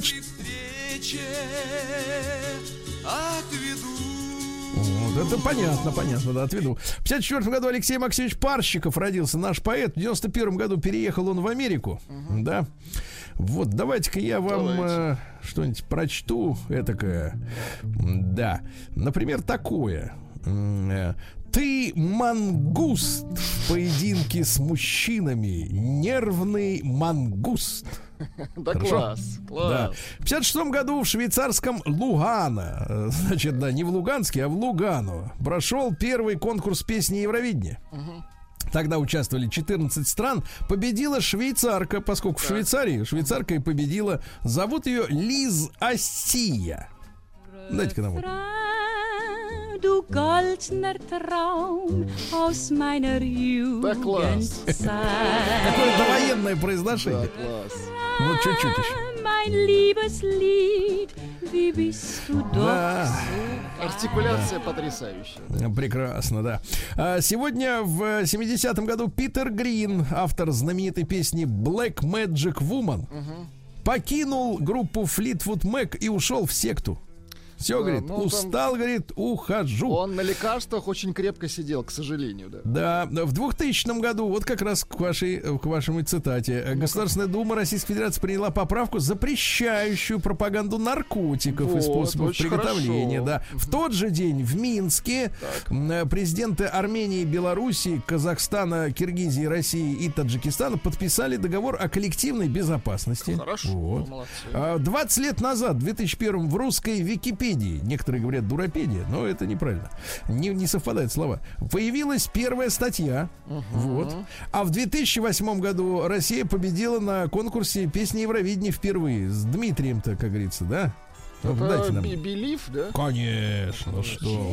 B: Вот это понятно, да, отведу. В 1954 году Алексей Максимович Парщиков родился, наш поэт. В 1991 году переехал он в Америку, да. Вот, давайте-ка я вам что-нибудь прочту этакое. Да, например, такое. Ты мангуст в поединке с мужчинами, нервный мангуст.
C: Да, класс.
B: Да. В 1956 году в швейцарском Лугано, значит, да, не в Луганске, а в Лугано, прошел первый конкурс песни Евровидения. Тогда участвовали 14 стран. Победила швейцарка, поскольку в Швейцарии швейцарка и победила. Зовут ее Лиз Ассия. Дайте-ка нам вот.
F: Du goldner Traum aus meiner Jugendzeit.
B: Какое довоенное произношение.
C: Да, класс.
B: Вот чуть-чуть еще.
F: Mein Liebeslied, wie bist du doch.
B: Да.
C: Артикуляция потрясающая.
B: Прекрасно, да. Сегодня в 70-м году Питер Грин, автор знаменитой песни Black Magic Woman, покинул группу Fleetwood Mac и ушел в секту. Все, да, говорит, устал, говорит, ухожу.
C: Он на лекарствах очень крепко сидел, к сожалению, да.
B: Да, в 2000 году, вот как раз к вашей цитате, Государственная Дума Российской Федерации приняла поправку, запрещающую пропаганду наркотиков и способов приготовления. Да. В тот же день в Минске президенты Армении, Белоруссии, Казахстана, Киргизии, России и Таджикистана подписали договор о коллективной безопасности.
C: Хорошо,
B: вот.
C: молодцы.
B: 20 лет назад, в 2001 в русской Википедии Википедии, некоторые говорят дуропедия, но это неправильно, не совпадают слова, появилась первая статья. Вот. А в 2008 году Россия победила на конкурсе песни Евровидения впервые. С Дмитрием-то, как говорится, да?
C: Это Белив, да?
B: Конечно, что.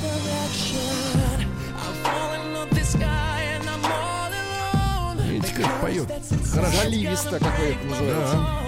B: Видите, как поет.
C: Хорошо. Заливисто, какой это называется.
B: Да.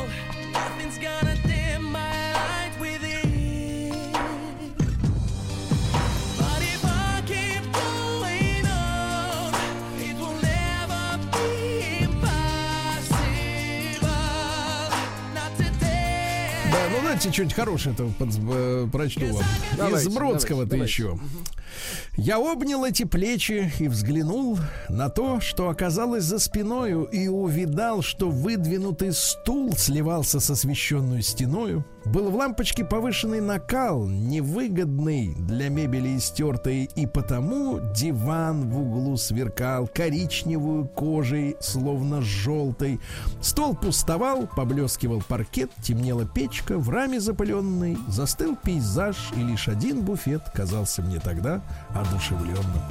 B: Давайте что-нибудь хорошее-то прочту вам.
C: Давайте,
B: из Бродского-то еще. Я обнял эти плечи и взглянул на то, что оказалось за спиною, и увидал, что выдвинутый стул сливался с освещенную стеною. Был в лампочке повышенный накал, невыгодный для мебели истертой, и потому диван в углу сверкал коричневую кожей, словно желтой. Стол пустовал, поблескивал паркет, темнела печка, в раме запыленной застыл пейзаж, и лишь один буфет казался мне тогда одушевленным.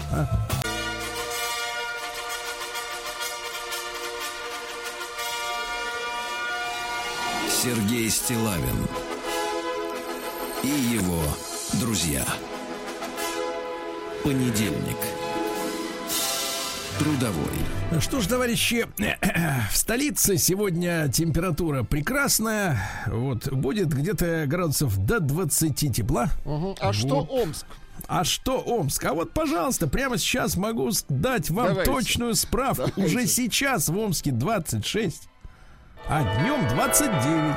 A: Сергей Стиллавин и его друзья. Понедельник. Трудовой.
B: Что ж, товарищи, в столице сегодня температура прекрасная. Вот, будет где-то градусов до 20 тепла.
C: А что Омск?
B: А что Омск? А вот, пожалуйста, прямо сейчас могу дать вам точную справку. Уже сейчас в Омске 26, а днем 29.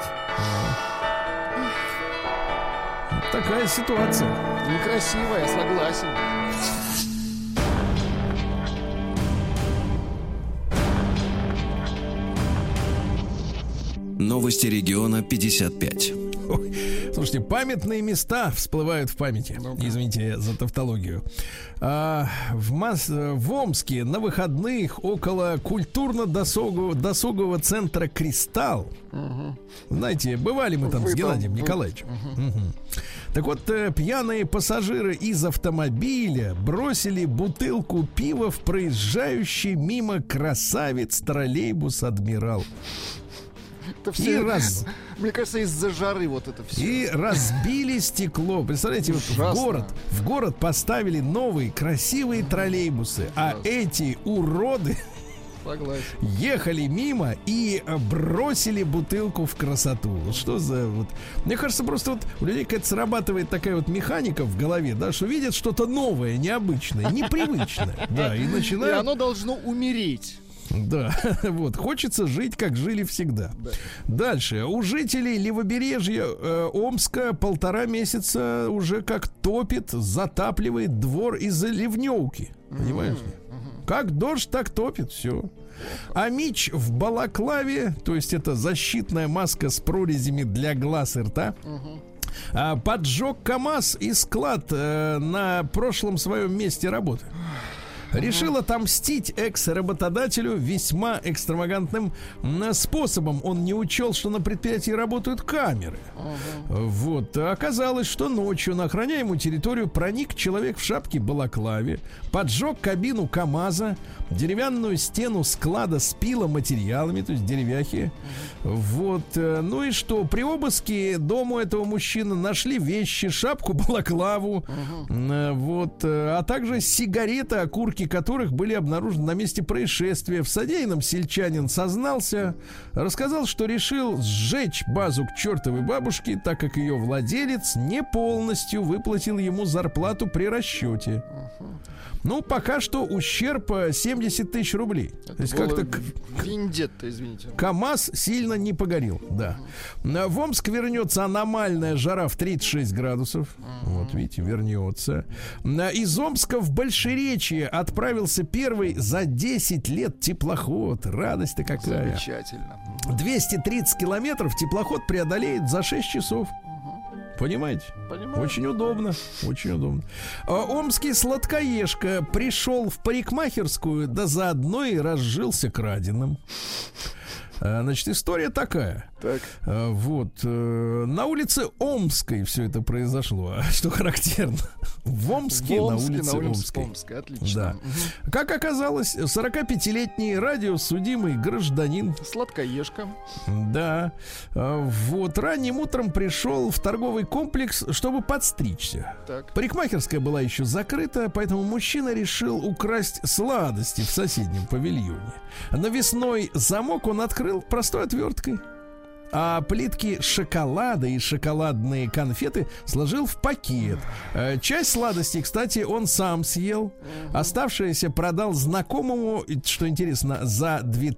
B: Вот такая ситуация.
C: Некрасивая, согласен.
A: Новости региона 55.
B: Ой, слушайте, памятные места всплывают в памяти. Извините за тавтологию. В Омске на выходных около культурно-досугового центра «Кристалл». Знаете, бывали мы там с Геннадием Николаевичем. Так вот, пьяные пассажиры из автомобиля бросили бутылку пива в проезжающий мимо красавец троллейбус «Адмирал».
C: Это все, мне кажется, из-за жары вот это все.
B: И разбили стекло. Представляете, вот в город поставили новые красивые троллейбусы, а эти уроды ехали мимо и бросили бутылку в красоту. Вот что за вот. Мне кажется, просто вот у людей какая-то срабатывает такая вот механика в голове, да, что видят что-то новое, необычное, непривычное. Да, и начинают.
C: И оно должно умереть.
B: Да, вот, хочется жить, как жили всегда. Да. Дальше. У жителей левобережья Омска 1,5 месяца уже как топит, затапливает двор из-за ливневки. Понимаешь? Как дождь, так топит, все. А МИЧ в балаклаве, то есть это защитная маска с прорезями для глаз и рта, поджег КамАЗ и склад на прошлом своем месте работы. Решил отомстить экс-работодателю весьма экстравагантным способом. Он не учел, что на предприятии работают камеры. Вот. Оказалось, что ночью на охраняемую территорию проник человек в шапке-балаклаве, поджег кабину КамАЗа, деревянную стену склада с пиломатериалами, то есть деревяхи. Вот. Ну и что? При обыске дома этого мужчины нашли вещи, шапку-балаклаву, вот, а также сигареты, окурки которых были обнаружены на месте происшествия. В содеянном сельчанин сознался, рассказал, что решил сжечь базу к чертовой бабушке, так как ее владелец не полностью выплатил ему зарплату при расчете. Ну, пока что ущерб 70 тысяч рублей.
C: Это
B: то есть как-то
C: вендетта, извините.
B: КамАЗ сильно не погорел, да. В Омск вернется аномальная жара в 36 градусов. Вот, видите, вернется. Из Омска в Большеречье отправился первый за 10 лет теплоход. Радость-то какая.
C: Замечательно.
B: 230 километров теплоход преодолеет за 6 часов. Понимаете?
C: Понимаю.
B: Очень удобно. Очень удобно. Омский сладкоежка пришел в парикмахерскую, да заодно и разжился краденым. Значит, история такая.
C: Так.
B: Вот. На улице Омской все это произошло. Что характерно. В Омске, на улице Омской.
C: Отлично.
B: Да. Как оказалось, 45-летний радиосудимый гражданин.
C: Сладкоежка.
B: Да. Вот. Ранним утром пришел в торговый комплекс, чтобы подстричься.
C: Так.
B: Парикмахерская была еще закрыта, поэтому мужчина решил украсть сладости в соседнем павильоне. Навесной замок он открыл простой отверткой, а плитки шоколада и шоколадные конфеты сложил в пакет. Часть сладостей, кстати, он сам съел. Оставшееся продал знакомому, что интересно, за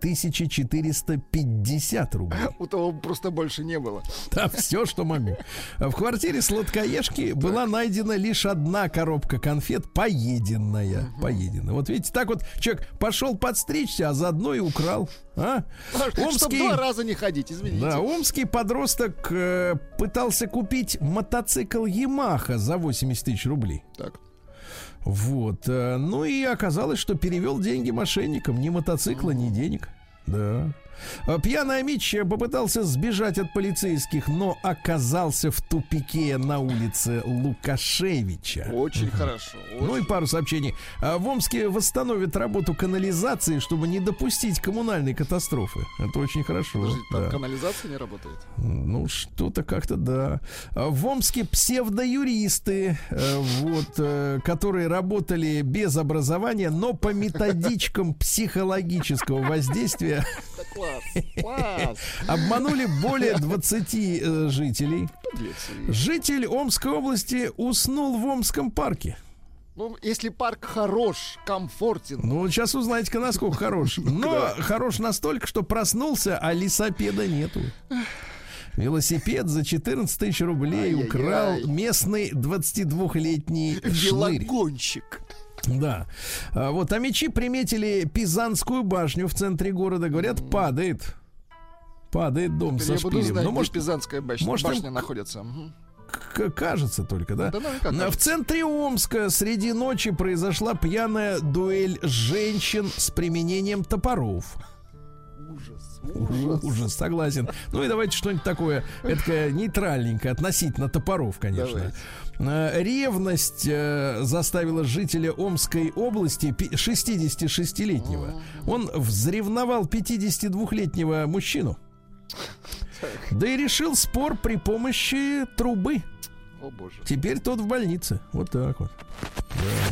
B: 2450 рублей.
C: У того просто больше не было.
B: Да, все, что могу. В квартире сладкоежки была найдена лишь одна коробка конфет, поеденная. Вот видите, так вот человек пошел подстричься, а заодно и украл.
C: Чтобы 2 раза не ходить, извините.
B: Да, омский подросток пытался купить мотоцикл Ямаха за 80 тысяч рублей.
C: Так.
B: Вот. Ну и оказалось, что перевел деньги мошенникам. Ни мотоцикла, ни денег. Да. Пьяный Амич попытался сбежать от полицейских, но оказался в тупике на улице Лукашевича.
C: Очень хорошо.
B: Ну и пару сообщений. В Омске восстановят работу канализации, чтобы не допустить коммунальной катастрофы. Это очень хорошо.
C: Подождите, там
B: да.
C: канализация не работает?
B: Ну, что-то как-то, да. В Омске псевдоюристы, которые работали без образования, но по методичкам психологического воздействия
C: Класс.
B: обманули более 20 жителей. Житель Омской области уснул в Омском парке.
C: Ну, если парк хорош, комфортен.
B: Ну, сейчас узнаете, насколько хорош. Но хорош настолько, что проснулся, а лесопеда нету. Велосипед за 14 тысяч рублей украл местный 22-летний шнырь.
C: Велогонщик.
B: Да. Вот амичи приметили Пизанскую башню в центре города. Говорят, падает дом со шпилем.
C: Я буду знать,
B: ну,
C: может, Пизанская башня находится.
B: кажется только, да?
C: Да,
B: в центре Омска среди ночи произошла пьяная дуэль женщин с применением топоров. Ужас, согласен. Ну и давайте что-нибудь такое, эдакое нейтральненькое, относительно топоров, конечно. Ревность заставила жителя Омской области 66-летнего. Он взревновал 52-летнего мужчину. Да и решил спор при помощи трубы.
C: О, боже.
B: Теперь тот в больнице. Вот так вот. Да.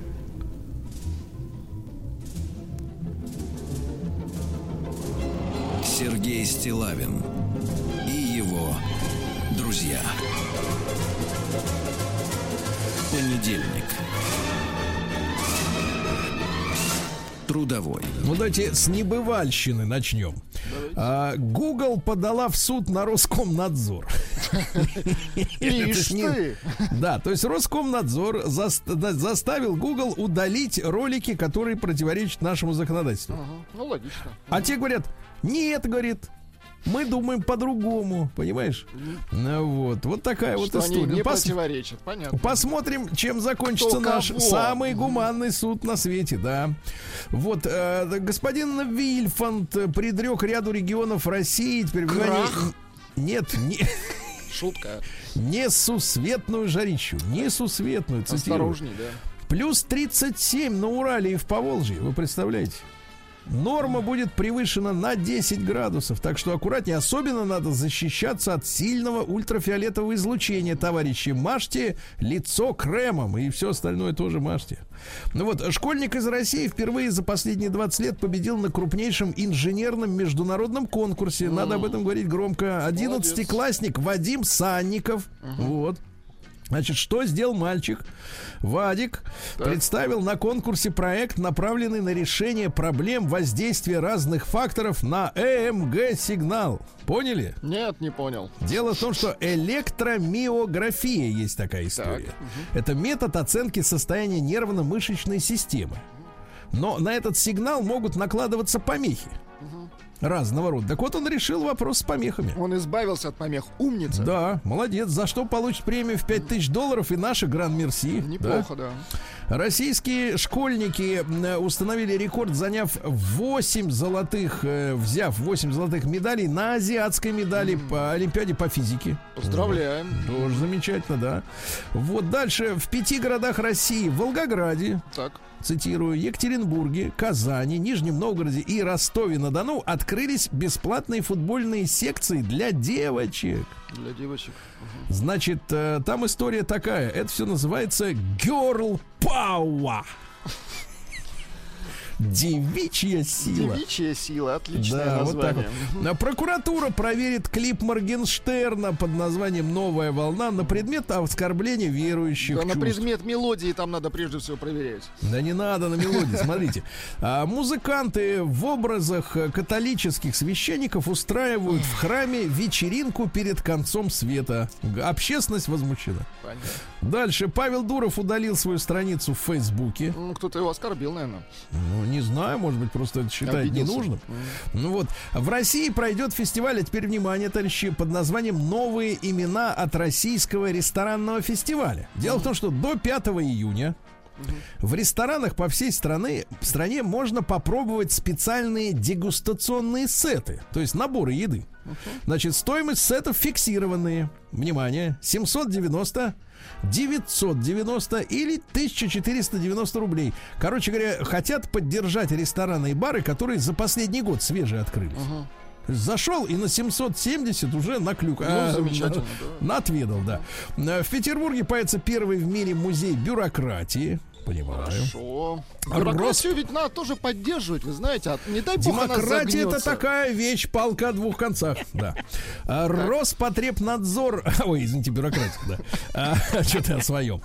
A: Сергей Стиллавин и его друзья. Понедельник. Трудовой.
B: Ну давайте с небывальщины начнем. Google подала в суд на Роскомнадзор.
C: Ишь ты!
B: Да, то есть Роскомнадзор заставил Google удалить ролики, которые противоречат нашему законодательству.
C: Ну, логично.
B: А те говорят, нет, говорит, мы думаем по-другому, понимаешь? Вот такая
C: что
B: вот история.
C: Они не противоречат, понятно.
B: Посмотрим, чем закончится наш самый гуманный суд на свете, да. Вот, господин Вильфанд предрек ряду регионов России. Теперь,
C: крах?
B: Нет,
C: шутка.
B: Несусветную жарищу. Несусветную, цитирую.
C: Осторожней, да.
B: Плюс 37 на Урале и в Поволжье, вы представляете? Норма будет превышена на 10 градусов, так что аккуратнее. Особенно надо защищаться от сильного ультрафиолетового излучения, товарищи. Мажьте лицо кремом и все остальное тоже мажьте. Ну вот, школьник из России впервые за последние 20 лет победил на крупнейшем инженерном международном конкурсе. Надо об этом говорить громко. 11-классник Вадим Санников. Вот. Значит, что сделал мальчик? Вадик представил на конкурсе проект, направленный на решение проблем воздействия разных факторов на ЭМГ-сигнал. Поняли?
C: Нет, не понял.
B: Дело в том, что электромиография есть такая история. Это метод оценки состояния нервно-мышечной системы. Но на этот сигнал могут накладываться помехи. Разного рода. Так вот он решил вопрос с помехами.
C: Он избавился от помех. Умница.
B: Да, молодец. За что получит премию в $5000 и наша Гран-Мерси.
C: Неплохо, да.
B: Российские школьники установили рекорд, взяв 8 золотых медалей на азиатской медали по Олимпиаде по физике.
C: Поздравляем.
B: Тоже замечательно, да. Вот дальше. В 5 городах России: в Волгограде,
C: так,
B: цитирую, Екатеринбурге, Казани, Нижнем Новгороде и Ростове-на-Дону открылись бесплатные футбольные секции для девочек.
C: Для девочек.
B: Значит, там история такая. Это все называется Girl Power. Девичья сила.
C: Девичья сила, отличное
B: да,
C: название.
B: Вот так вот. Прокуратура проверит клип Моргенштерна под названием «Новая волна» на предмет оскорбления верующих
C: Да,
B: чувств.
C: на предмет мелодии там надо прежде всего проверять.
B: Да не надо на мелодии, смотрите. Музыканты в образах католических священников устраивают в храме вечеринку перед концом света. Общественность возмущена.
C: Понятно.
B: Дальше. Павел Дуров удалил свою страницу в Фейсбуке.
C: Ну, кто-то его оскорбил, наверное.
B: Ну, не знаю, может быть, просто это считает
C: Обиделся.
B: ненужным. Ну вот. В России пройдет фестиваль, а теперь внимание, товарищи, под названием «Новые имена от российского ресторанного фестиваля». Дело в том, что до 5 июня в ресторанах по всей стране можно попробовать специальные дегустационные сеты, то есть наборы еды. Значит, стоимость сетов фиксированные. Внимание, 790, 990 или 1490 рублей. Короче говоря, хотят поддержать рестораны и бары, которые за последний год свежие открылись. Зашел и на 770 уже наклюк.
C: Замечательно, да.
B: Отведал, да. В Петербурге появится первый в мире музей бюрократии. Понимаю.
C: Хорошо. Бюрократию ведь надо тоже поддерживать, вы знаете. Не дай бог она
B: Демократия — это
C: загнется.
B: такая вещь, палка о двух концах. Да. Роспотребнадзор... Ой, извините, бюрократия, да. Что-то о своем.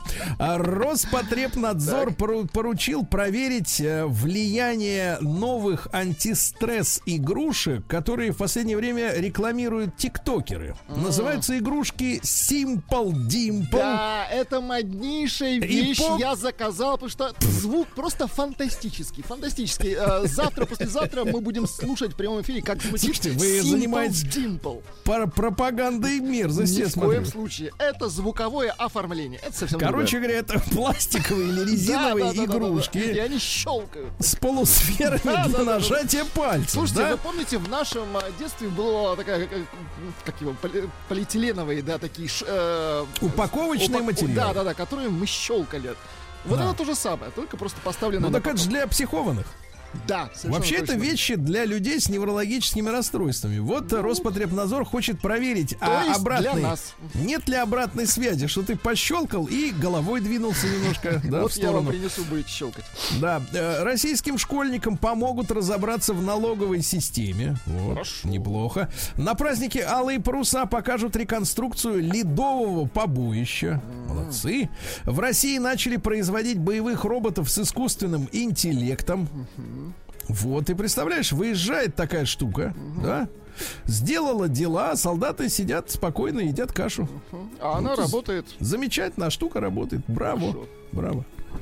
B: Роспотребнадзор поручил проверить влияние новых антистресс-игрушек, которые в последнее время рекламируют тиктокеры. Называются игрушки Simple Dimple.
C: Да, это моднейшая вещь. Я заказал, потому что звук просто фантастический. Фантастический. Завтра, послезавтра мы будем слушать в прямом эфире, как звучит
B: Слушайте, вы
C: Simple
B: занимаетесь
C: Dimple.
B: Пропагандой мерзости.
C: Ни в коем случае. Это звуковое оформление. Это совсем
B: Короче говоря, это пластиковые или резиновые игрушки.
C: И они щелкают.
B: С полусферами для нажатия пальцев.
C: Слушайте,
B: да?
C: вы помните, в нашем детстве была такая, как его, полиэтиленовые, да, такие...
B: упаковочные материалы.
C: Да, которые мы щелкали. Вот это то же самое, только просто поставлено.
B: Ну так это же для психованных.
C: Да,
B: вообще
C: точно.
B: это вещи для людей с неврологическими расстройствами. Вот Роспотребнадзор хочет проверить, нет ли обратной связи, что ты пощелкал и головой двинулся немножко. Да,
C: вот
B: в сторону.
C: Я вам принесу, будете щелкать.
B: Да, российским школьникам помогут разобраться в налоговой системе. Вот, хорошо. Неплохо. На празднике Алые паруса покажут реконструкцию ледового побоища. Молодцы. В России начали производить боевых роботов с искусственным интеллектом. Вот, ты представляешь, выезжает такая штука, да? Сделала дела, солдаты сидят спокойно, едят кашу.
C: А она работает.
B: Замечательно, а штука работает. Браво, хорошо. Браво.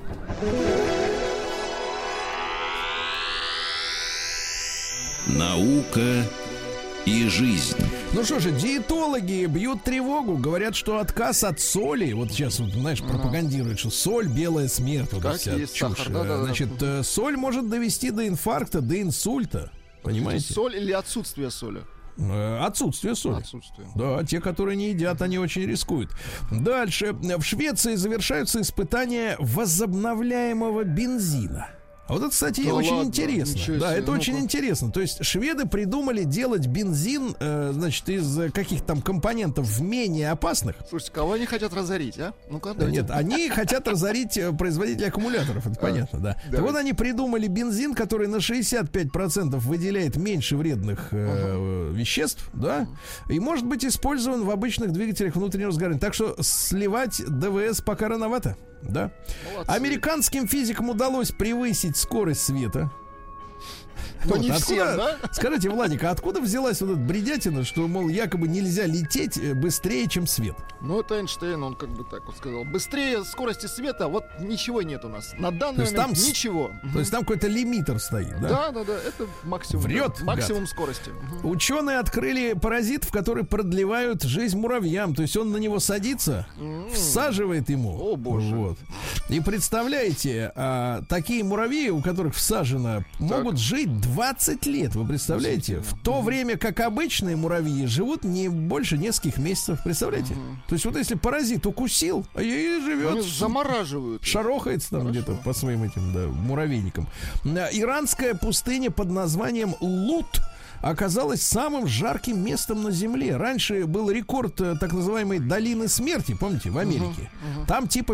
A: Наука и жизнь.
B: Ну что же, диетологи бьют тревогу, говорят, что отказ от соли, вот сейчас, вот, знаешь, пропагандируют, что соль — белая смерть. Вот
C: как есть чушь. Сахар,
B: значит, соль может довести до инфаркта, до инсульта. Понимаете?
C: Соль или отсутствие соли?
B: Отсутствие соли. Да, те, которые не едят, они очень рискуют. Дальше. В Швеции завершаются испытания возобновляемого бензина. А вот это, кстати, очень интересно. Да, это очень интересно. То есть шведы придумали делать бензин, значит, из каких-то там компонентов менее опасных.
C: Слушайте, кого они хотят разорить, а? Ну-ка,
B: нет, они хотят разорить производителей аккумуляторов, это понятно, да. Так вот, они придумали бензин, который на 65% выделяет меньше вредных веществ, да, и может быть использован в обычных двигателях внутреннего сгорания. Так что сливать ДВС пока рановато. Да. Молодцы. Американским физикам удалось превысить скорость света.
C: Но не всем, да?
B: Скажите, Владик, а откуда взялась вот эта бредятина, что, мол, якобы нельзя лететь быстрее, чем свет?
C: Ну, это Эйнштейн, он как бы так вот сказал. Быстрее скорости света вот ничего нет у нас. На данный момент
B: там
C: ничего.
B: То есть там какой-то лимитер стоит, да?
C: Да, это максимум.
B: Врет,
C: да, максимум скорости.
B: Ученые открыли паразитов, которые продлевают жизнь муравьям. То есть он на него садится, всаживает ему.
C: О, боже.
B: Вот. И представляете, такие муравьи, у которых всажено, могут жить 20 лет. Вы представляете? В то время как обычные муравьи живут не больше нескольких месяцев. Представляете? То есть вот если паразит укусил, и живет.
C: Они замораживают.
B: Шарохается там где-то по своим этим муравейникам. Иранская пустыня под названием Лут оказалась самым жарким местом на Земле. Раньше был рекорд так называемой долины смерти, помните, в Америке. Там типа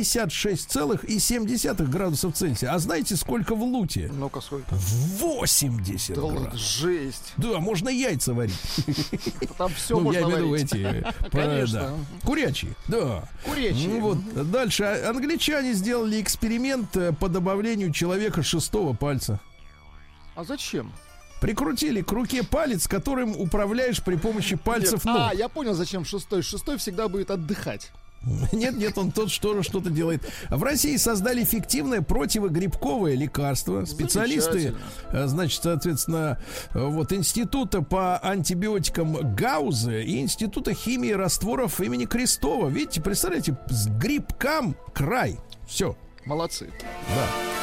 B: 56,7 градусов Цельсия. А знаете, сколько в Луте?
C: Ну-ка, сколько?
B: 80 градусов.
C: Жесть.
B: Да, можно яйца варить.
C: Там все можно варить.
B: Я имею в виду эти.
C: Конечно.
B: Курячие. Да.
C: Курячие.
B: Вот. Дальше. Англичане сделали эксперимент по добавлению человека 6-го пальца.
C: А зачем?
B: Прикрутили к руке палец, которым управляешь при помощи пальцев ног.
C: Я понял, зачем 6-й. 6-й всегда будет отдыхать.
B: Нет, он тот что-то делает. В России создали эффективное противогрибковое лекарство. Специалисты, значит, соответственно, вот Института по антибиотикам Гауза и Института химии растворов имени Крестова. Видите, представляете, с грибкам край. Все.
C: Молодцы.
B: Да.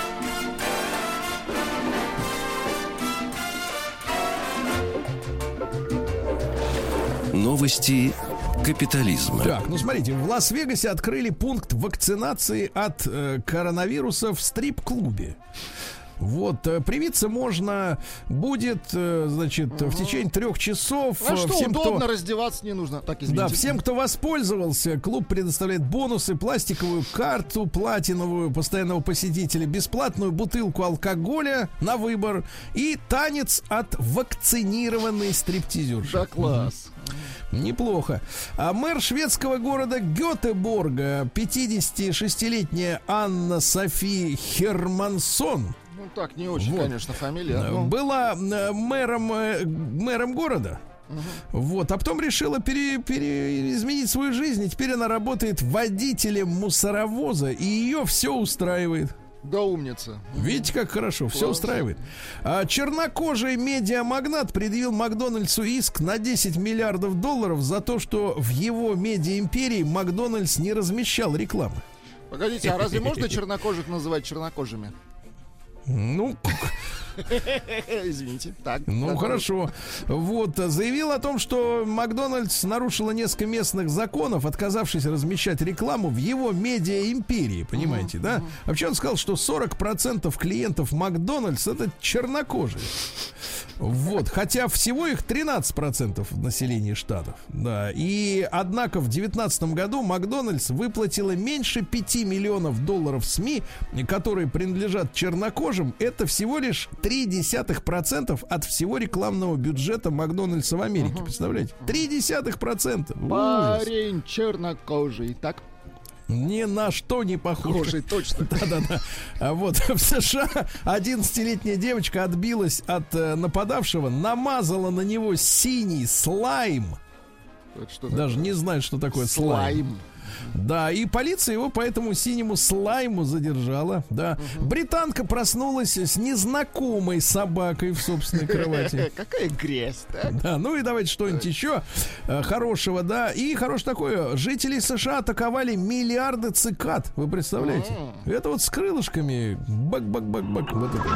A: Новости капитализма.
B: Так, ну смотрите, в Лас-Вегасе открыли пункт вакцинации от коронавируса в стрип-клубе. Вот, привиться можно будет, значит, в течение 3 часов.
C: А что,
B: всем,
C: удобно, раздеваться не нужно. Так, извините.
B: Да, всем, кто воспользовался, клуб предоставляет бонусы, пластиковую карту платиновую постоянного посетителя, бесплатную бутылку алкоголя на выбор и танец от вакцинированной стриптизерши.
C: Да, класс.
B: Неплохо. А мэр шведского города Гетеборга, 56-летняя Анна Софи Хермансон.
C: Ну так, не очень, конечно, фамилия.
B: Была мэром города. Вот, а потом решила изменить свою жизнь. И теперь она работает водителем мусоровоза, и ее все устраивает.
C: Да, умница.
B: Видите, как хорошо, все устраивает. Чернокожий медиамагнат предъявил Макдональдсу иск на $10 миллиардов за то, что в его медиаимперии Макдональдс не размещал рекламы.
C: Погодите, а разве можно чернокожих называть чернокожими?
B: Ну,
C: извините. Так.
B: Ну, хорошо. Вот, заявил о том, что Макдональдс нарушила несколько местных законов, отказавшись размещать рекламу в его медиа-империи, понимаете, да? Вообще он сказал, что 40% клиентов Макдональдс — это чернокожие. Вот, хотя всего их 13% в населении штатов. Да, и однако в 2019 году Макдональдс выплатила меньше $5 миллионов СМИ, которые принадлежат чернокожим. Это всего лишь 0,3% от всего рекламного бюджета Макдональдса в Америке. Представляете? 0,3%.
C: Парень чернокожий. Так.
B: Ни на что не похожий.
C: Точно.
B: Да. А вот в США 11-летняя девочка отбилась от нападавшего, намазала на него синий слайм. Даже не знает, что такое слайм. Да, и полиция его по этому синему слайму задержала. Да. Британка проснулась с незнакомой собакой в собственной кровати.
C: Какая грязь, так?
B: Да, ну и давайте что-нибудь еще хорошего, да. И хорошее такое. Жители США атаковали миллиарды цикад. Вы представляете? Это вот с крылышками. Бак-бак-бак-бак. Вот это.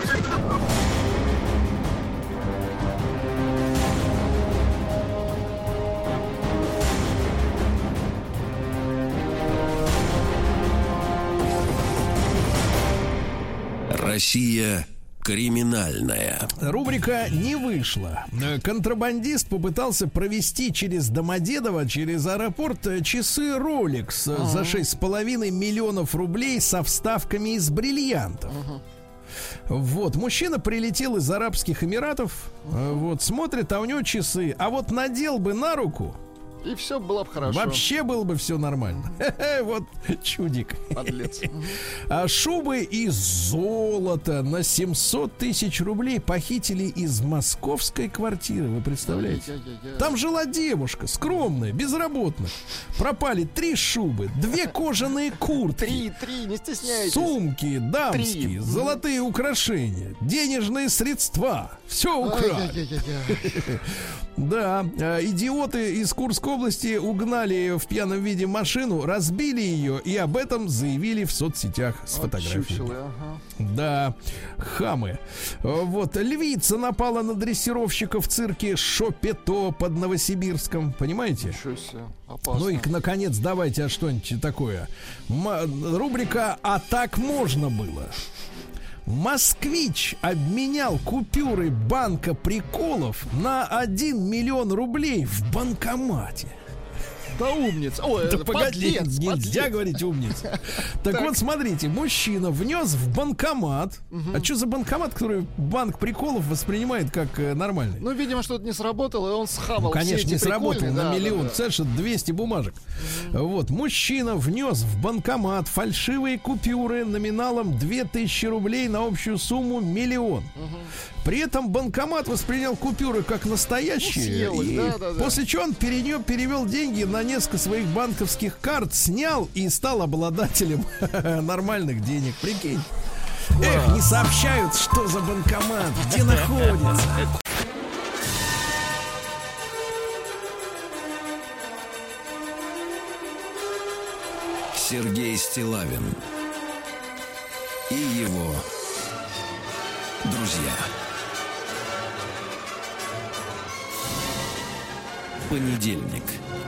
A: Россия криминальная.
B: Рубрика не вышла. Контрабандист попытался провести через Домодедово, через аэропорт, часы Rolex за 6,5 миллионов рублей со вставками из бриллиантов. Вот, мужчина прилетел из Арабских Эмиратов, вот, смотрит, а у него часы. А вот надел бы на руку,
C: И все было бы хорошо.
B: Вообще было бы все нормально. Вот чудик.
C: Подлец.
B: А шубы из золота на 700 тысяч рублей похитили из московской квартиры. Вы представляете? Там жила девушка, скромная, безработная. Пропали 3 шубы, 2 кожаные куртки.
C: 3, не стесняйтесь.
B: Сумки дамские,
C: 3.
B: золотые украшения, денежные средства. Все украли. Да, идиоты из Курской области угнали в пьяном виде машину, разбили ее и об этом заявили в соцсетях с фотографией. Да, хамы. Вот, львица напала на дрессировщика в цирке Шопето под Новосибирском. Понимаете?
C: Ничего себе, опасно.
B: Ну и, наконец, давайте что-нибудь такое. Рубрика «А так можно было». Москвич обменял купюры банка приколов на 1 миллион рублей в банкомате.
C: Да умница. Ой,
B: да погоди, нельзя
C: подлец.
B: говорить умница. Так вот, смотрите, мужчина внес в банкомат. А что за банкомат, который банк приколов воспринимает как нормальный?
C: Ну, видимо, что-то не сработало, и он схавал.
B: Ну, конечно,
C: все эти
B: не сработал
C: прикольные,
B: на
C: да,
B: миллион.
C: да.
B: Представляешь, 200 бумажек. Вот, мужчина внес в банкомат фальшивые купюры номиналом 2000 рублей на общую сумму 1 миллион. При этом банкомат воспринял купюры как настоящие.
C: Ну, съелось, да.
B: После чего он перевел деньги на несколько своих банковских карт, снял и стал обладателем нормальных денег. Прикинь. Эх, не сообщают, что за банкомат, где находится.
A: Сергей Стиллавин и его друзья. Понедельник.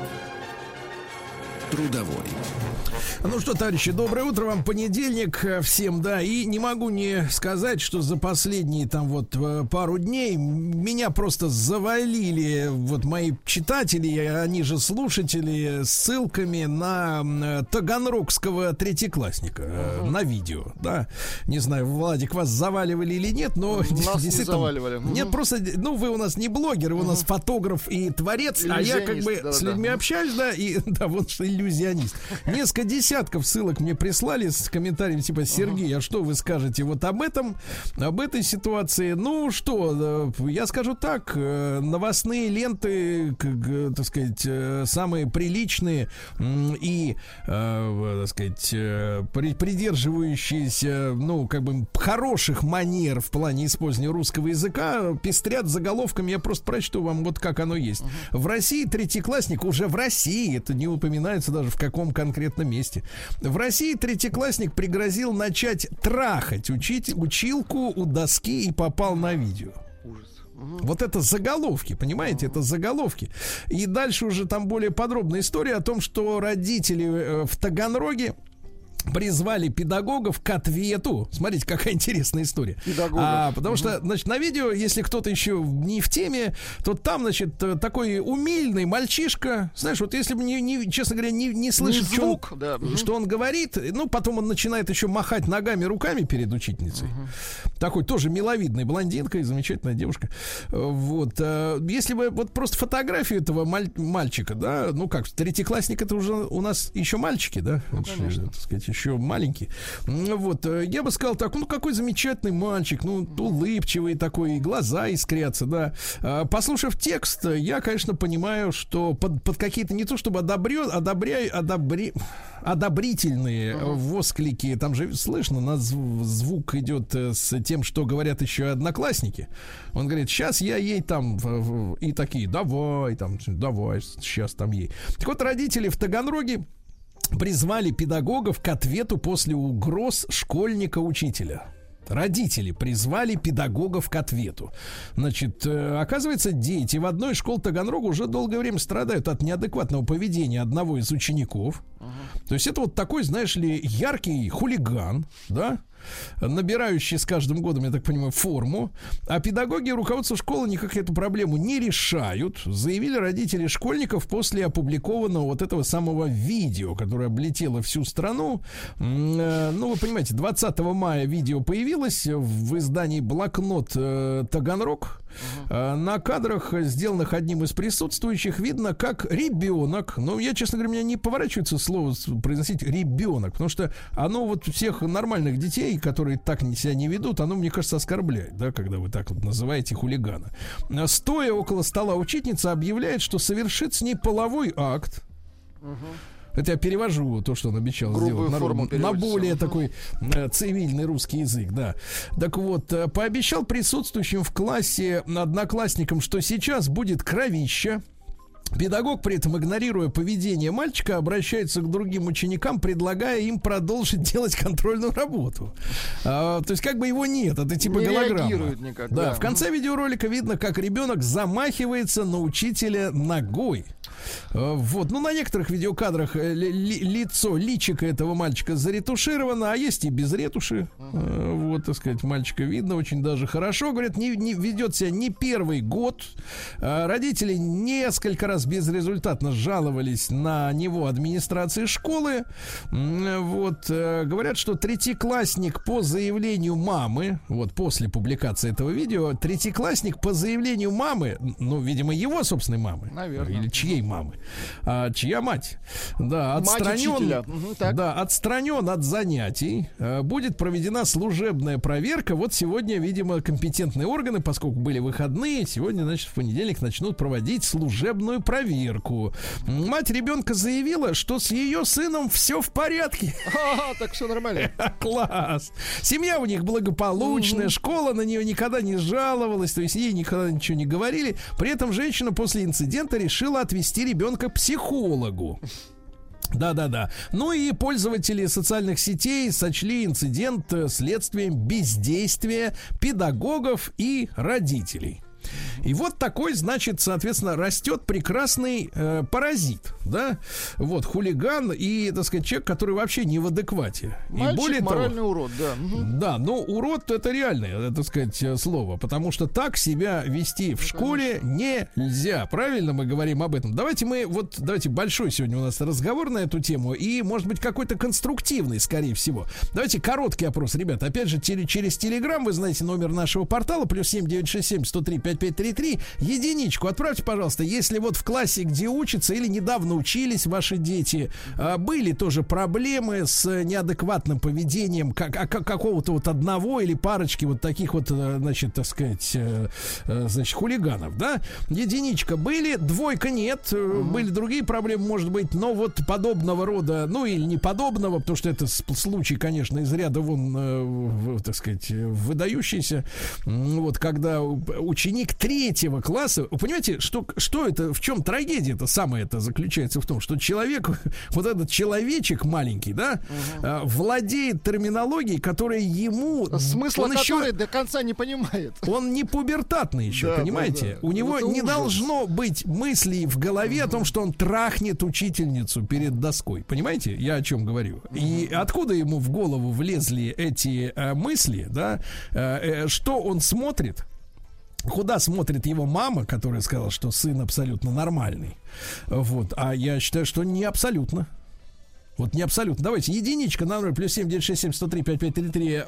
A: Трудовой.
B: Ну что, товарищи, доброе утро вам. Понедельник всем, да. И не могу не сказать, что за последние там вот пару дней меня просто завалили вот мои читатели, они же слушатели, ссылками на таганрогского третьеклассника на видео, да. Не знаю, Владик, вас заваливали или нет, но
C: нас
B: действительно...
C: не заваливали.
B: Нет, просто, ну, вы у нас не блогер, вы у нас фотограф и творец, а я как бы с людьми общаюсь, да, и да, вот что иллюзионист. Несколько десятков ссылок мне прислали с комментарием типа: Сергей, а что вы скажете вот об этой ситуации? Ну что, я скажу так, новостные ленты, так сказать, самые приличные и, так сказать, придерживающиеся, ну, как бы хороших манер в плане использования русского языка, пестрят заголовками. Я просто прочту вам вот как оно есть. В России третьеклассник, уже в России, это не упоминается даже в каком конкретном месте. В России третьеклассник пригрозил начать трахать училку у доски и попал на видео.
C: Ужас.
B: Вот это заголовки, понимаете, это заголовки. И дальше уже там более подробная история о том, что родители в Таганроге призвали педагогов к ответу. Смотрите, какая интересная история. Потому что, значит, на видео, если кто-то еще не в теме, то там, значит, такой умильный мальчишка. Знаешь, вот если бы, честно говоря, не слышит,
C: звук,
B: что он говорит, ну, потом он начинает еще махать ногами, руками перед учительницей. Такой тоже миловидный блондинка, замечательная девушка. Вот. Если бы вот просто фотографию этого мальчика, да, ну как, третьеклассник, это уже у нас еще мальчики, да?
C: Ну, конечно.
B: Так сказать, еще маленький. Вот, я бы сказал так, ну какой замечательный мальчик, ну улыбчивый такой, глаза искрятся, да. Послушав текст, я, конечно, понимаю, что под какие-то не то чтобы одобрительные восклики, там же слышно, звук идет с тем, что говорят еще одноклассники. Он говорит: сейчас я ей там, и такие: давай, сейчас там ей. Так вот, родители в Таганроге призвали педагогов к ответу после угроз школьника-учителя. Родители призвали педагогов к ответу. Значит, оказывается, дети в одной из школ Таганрога уже долгое время страдают от неадекватного поведения одного из учеников. То есть это вот такой, знаешь ли, яркий хулиган, да? набирающий с каждым годом, я так понимаю, форму. А педагоги и руководство школы никак эту проблему не решают, заявили родители школьников после опубликованного вот этого самого видео, которое облетело всю страну. Ну, вы понимаете, 20 мая видео появилось в издании «Блокнот Таганрог». На кадрах, сделанных одним из присутствующих, видно, как ребенок, ну, я, честно говоря, меня не поворачивается слово произносить ребенок, потому что оно вот всех нормальных детей, которые так себя не ведут, оно, мне кажется, оскорбляет, да, когда вы так вот называете хулигана. Стоя около стола, учительница объявляет, что совершит с ней половой акт. Это я перевожу то, что он обещал сделать на более такой цивильный русский язык, да. Так вот, пообещал присутствующим в классе одноклассникам, что сейчас будет кровища. Педагог, при этом игнорируя поведение мальчика, обращается к другим ученикам, предлагая им продолжить делать контрольную работу. То есть как бы его нет, это типа не голограмма. Никак, да. В конце видеоролика видно, как ребенок замахивается на учителя ногой. Вот, ну на некоторых видеокадрах личико этого мальчика заретушировано, а есть и без ретуши. Вот, так сказать, мальчика видно очень даже хорошо. Говорят, не ведет себя не первый год. Родители несколько раз безрезультатно жаловались на него администрации школы. Вот, говорят, что третьеклассник по заявлению мамы, вот после публикации этого видео, третьеклассник по заявлению мамы, ну, видимо, его собственной мамы, наверное, или чьей мамы, чья мать, да, отстранен от занятий, будет проведена служебная проверка. Вот сегодня, видимо, компетентные органы, поскольку были выходные, сегодня, значит, в понедельник начнут проводить служебную проверку. Мать ребенка заявила, что с ее сыном все в порядке.
C: Так все нормально.
B: Класс. Семья у них благополучная, школа на нее никогда не жаловалась, то есть ей никогда ничего не говорили. При этом женщина после инцидента решила отвезти ребенка к психологу. Да. Ну и пользователи социальных сетей сочли инцидент следствием бездействия педагогов и родителей. И вот такой, значит, соответственно, растет прекрасный паразит, да, вот, хулиган и, так сказать, человек, который вообще не в адеквате.
C: Мальчик, и более моральный того, урод, да.
B: Да, но урод — это реальное, так сказать, слово, потому что так себя вести в школе нельзя. Правильно мы говорим об этом? Давайте большой сегодня у нас разговор на эту тему и, может быть, какой-то конструктивный, скорее всего. Давайте короткий опрос, ребята. Опять же, через Телеграм, вы знаете номер нашего портала, +7 967 103 5533. Единичку отправьте, пожалуйста, если вот в классе, где учатся или недавно учились ваши дети, были тоже проблемы с неадекватным поведением какого-то вот одного или парочки вот таких вот, значит, так сказать, хулиганов, да? Единичка были, двойка нет, были другие проблемы, может быть, но вот подобного рода, ну или не подобного, потому что это случай, конечно, из ряда вон, так сказать, выдающийся, вот, когда ученик 3 класса, вы понимаете, что это, в чем трагедия-то самая это заключается в том, что человек, вот этот человечек маленький, да, владеет терминологией, которая ему...
C: Смысла которой до конца не понимает.
B: Он не пубертатный еще, да, понимаете? Да. У него это не должно быть мыслей в голове о том, что он трахнет учительницу перед доской. Понимаете, я о чем говорю? И откуда ему в голову влезли эти мысли, да? Что он смотрит? Куда смотрит его мама, которая сказала, что сын абсолютно нормальный. Вот. А я считаю, что не абсолютно. Вот не абсолютно. Давайте, единичка на номер +7 967 103 5533.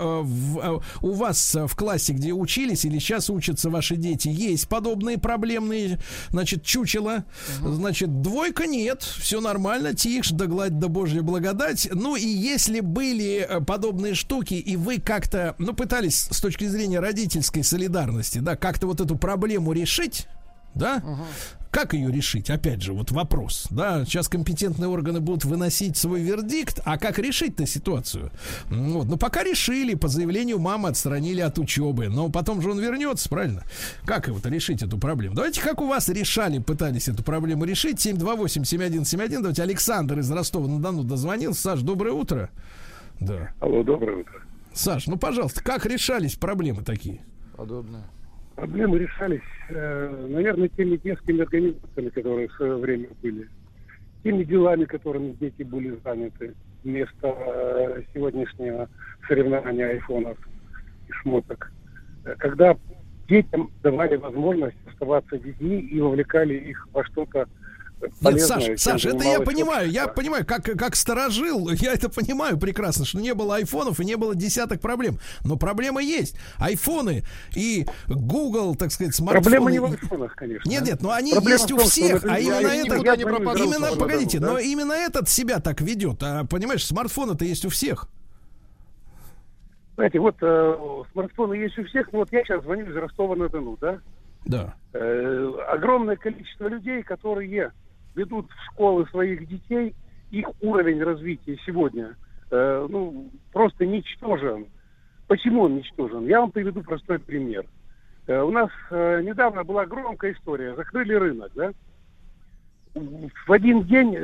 B: У вас в классе, где учились или сейчас учатся ваши дети, есть подобные проблемные, значит, чучела. Значит, двойка нет, все нормально, тишь, да гладь, да божья благодать. Ну и если были подобные штуки, и вы как-то, ну, пытались с точки зрения родительской солидарности, да, как-то вот эту проблему решить, да, как ее решить? Опять же, вот вопрос. Да, сейчас компетентные органы будут выносить свой вердикт. А как решить-то ситуацию? Вот. Ну, пока решили, по заявлению мамы отстранили от учебы. Но потом же он вернется, правильно? Как его-то решить, эту проблему? Давайте, как у вас решали, пытались эту проблему решить. 728-7171. Давайте, Александр из Ростова-на-Дону дозвонился. Саш, доброе утро. Да.
G: Алло, доброе утро.
B: Саш, ну, пожалуйста, как решались проблемы такие?
C: Подобные.
G: Проблемы решались, наверное, теми детскими организациями, которые в свое время были, теми делами, которыми дети были заняты. вместо сегодняшнего соревнования айфонов и шмоток. Когда детям давали возможность оставаться детьми и вовлекали их во что-то полезное.
B: Нет, Саш, это я понимаю, как сторожил, я это понимаю прекрасно, что не было айфонов и не было десяток проблем. Но проблема есть. Айфоны и Google, так сказать, смартфоны.
G: Проблема не в айфонах, конечно.
B: Нет, но они
G: проблема
B: есть у всех, а
C: пропадут.
B: но именно этот себя так ведет. А понимаешь, смартфоны-то есть у всех.
G: Знаете, вот смартфоны есть у всех, но вот я сейчас звоню из Ростова-на-Дону, да?
B: Да.
G: Огромное количество людей, которые ведут в школы своих детей, их уровень развития сегодня просто ничтожен. Почему он ничтожен? Я вам приведу простой пример. У нас недавно была громкая история. Закрыли рынок, да? В один день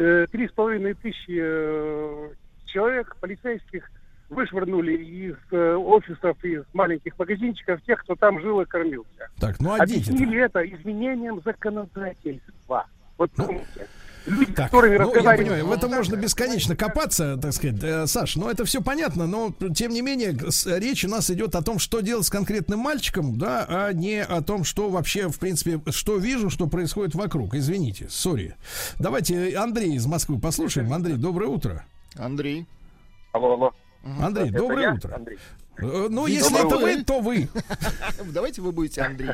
G: 3500 человек, полицейских, вышвырнули из офисов, из маленьких магазинчиков тех, кто там жил и кормился.
B: Так, ну
G: объяснили это изменением законодательства. Вот помните. Люди,
B: так,
G: которыми
B: я
G: разговаривали...
B: понимаю, в этом можно бесконечно копаться, так сказать, Саш, но это все понятно, но тем не менее речь у нас идет о том, что делать с конкретным мальчиком, да, а не о том, что вообще, в принципе, что вижу, что происходит вокруг. Извините, сори. Давайте Андрей из Москвы послушаем. Андрей, доброе утро.
C: Андрей.
H: Алло.
B: Андрей, доброе утро.
H: Андрей.
B: Ну, если это вы, то вы.
C: Давайте вы будете Андрей.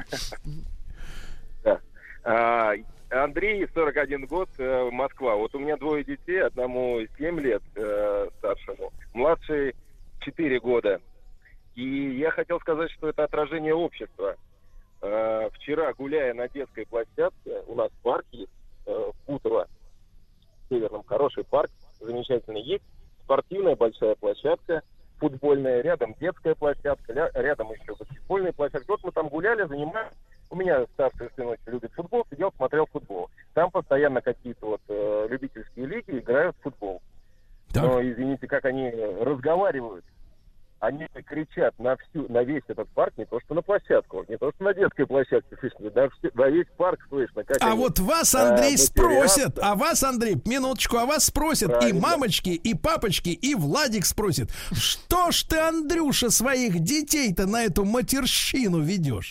H: Андрей, 41 год, Москва. Вот у меня 2 детей, одному 7 лет, старшему, младший 4 года. И я хотел сказать, что это отражение общества. Вчера, гуляя на детской площадке, у нас в парке, в Путово, в Северном, хороший парк, замечательный, есть спортивная большая площадка, футбольная, рядом детская площадка, рядом еще баскетбольная площадка. Вот мы там гуляли, занимались. У меня старший сын очень любит футбол, сидел, смотрел футбол. Там постоянно какие-то любительские лиги играют в футбол.
B: Так.
H: Но, извините, как они разговаривают. Они кричат на весь этот парк, не то что на площадку, не то что на детской площадке, слышно, на весь парк слышно. Как
B: а
H: они,
B: вот вас, Андрей, спросят, минуточку, а вас спросят правильно. И мамочки, и папочки, и Владик спросит, что ж ты, Андрюша, своих детей-то на эту матерщину ведешь?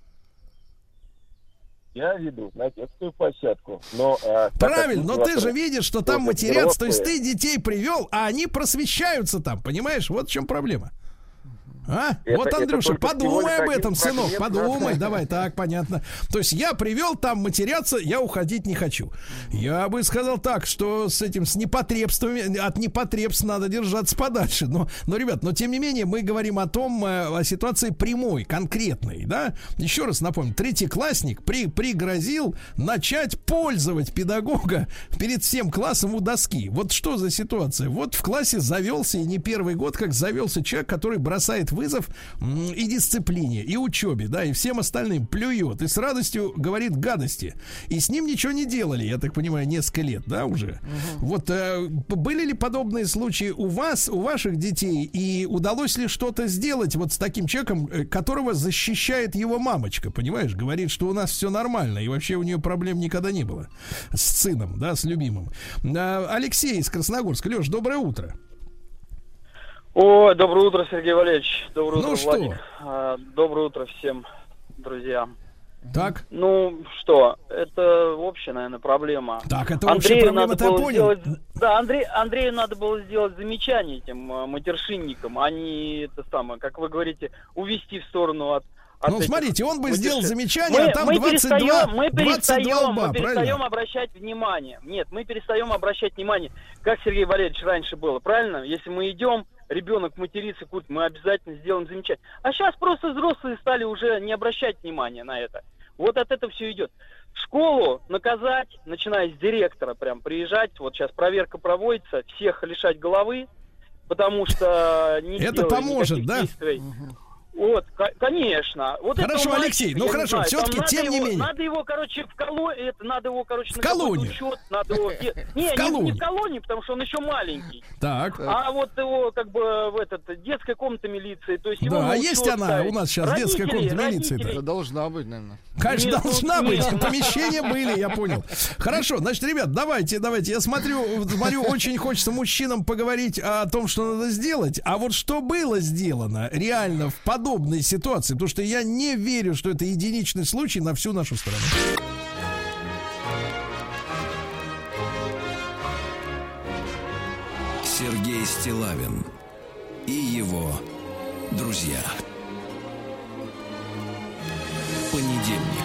H: Я веду на детскую площадку. Но,
B: правильно, но ты же видишь, что там матерятся, то есть ты детей привел, а они просвещаются там, понимаешь? Вот в чем проблема. Вот, Андрюша, подумай об этом, сынок, подумай, давай, так, понятно. То есть я привел там матеряться, я уходить не хочу. Я бы сказал так, что с непотребствами, от непотребств надо держаться подальше. Но, ребят, тем не менее, мы говорим о ситуации прямой, конкретной, да? Еще раз напомню, третьеклассник пригрозил начать пользовать педагога перед всем классом у доски. Вот что за ситуация? Вот в классе завелся, и не первый год, как завелся человек, который бросает вызов и дисциплине, и учебе, да, и всем остальным плюет, и с радостью говорит гадости. И с ним ничего не делали, я так понимаю, несколько лет, да, уже. Вот были ли подобные случаи у вас, у ваших детей, и удалось ли что-то сделать вот с таким человеком, которого защищает его мамочка, понимаешь, говорит, что у нас все нормально, и вообще у нее проблем никогда не было с сыном, да, с любимым. Алексей из Красногорска. Леш, доброе утро.
I: Доброе утро, Сергей Валерьевич. Доброе утро, Владик. Доброе утро всем друзьям.
B: Так.
I: Это общая, наверное, проблема.
B: Так, это общая проблема, ты понял.
I: Андрею надо было сделать замечание этим матершинникам, а не как вы говорите, увести в сторону от
B: смотрите, он бы сделал замечание, а там 22 лба,
I: мы перестаем обращать внимание. Нет, мы перестаем обращать внимание, как Сергей Валерьевич раньше было, правильно? Если мы идем, ребенок матерится, мы обязательно сделаем замечание. А сейчас просто взрослые стали уже не обращать внимания на это. Вот от этого все идет. В школу наказать, начиная с директора, прям приезжать, вот сейчас проверка проводится, всех лишать головы, потому что не
B: это поможет, да?
I: Действий. Вот, конечно. Вот
B: хорошо,
I: мальчик,
B: Алексей, ну хорошо,
I: знаю,
B: все-таки, тем не менее.
I: Надо его, короче, надо его, короче,
B: в колонию.
I: Учет, надо его... Не в колонию, потому что он еще маленький.
B: Так.
I: А вот его, как бы, в детская комната милиции. То есть
B: да, а есть она ставить. У нас сейчас детская комната милиции?
C: Это должна быть, наверное.
B: Конечно, должна быть. Помещения были, я понял. Хорошо, значит, ребят, давайте. Я смотрю, очень хочется мужчинам поговорить о том, что надо сделать. А вот что было сделано реально в подобной ситуации, потому что я не верю, что это единичный случай на всю нашу страну.
A: Сергей Стиллавин и его друзья. Понедельник.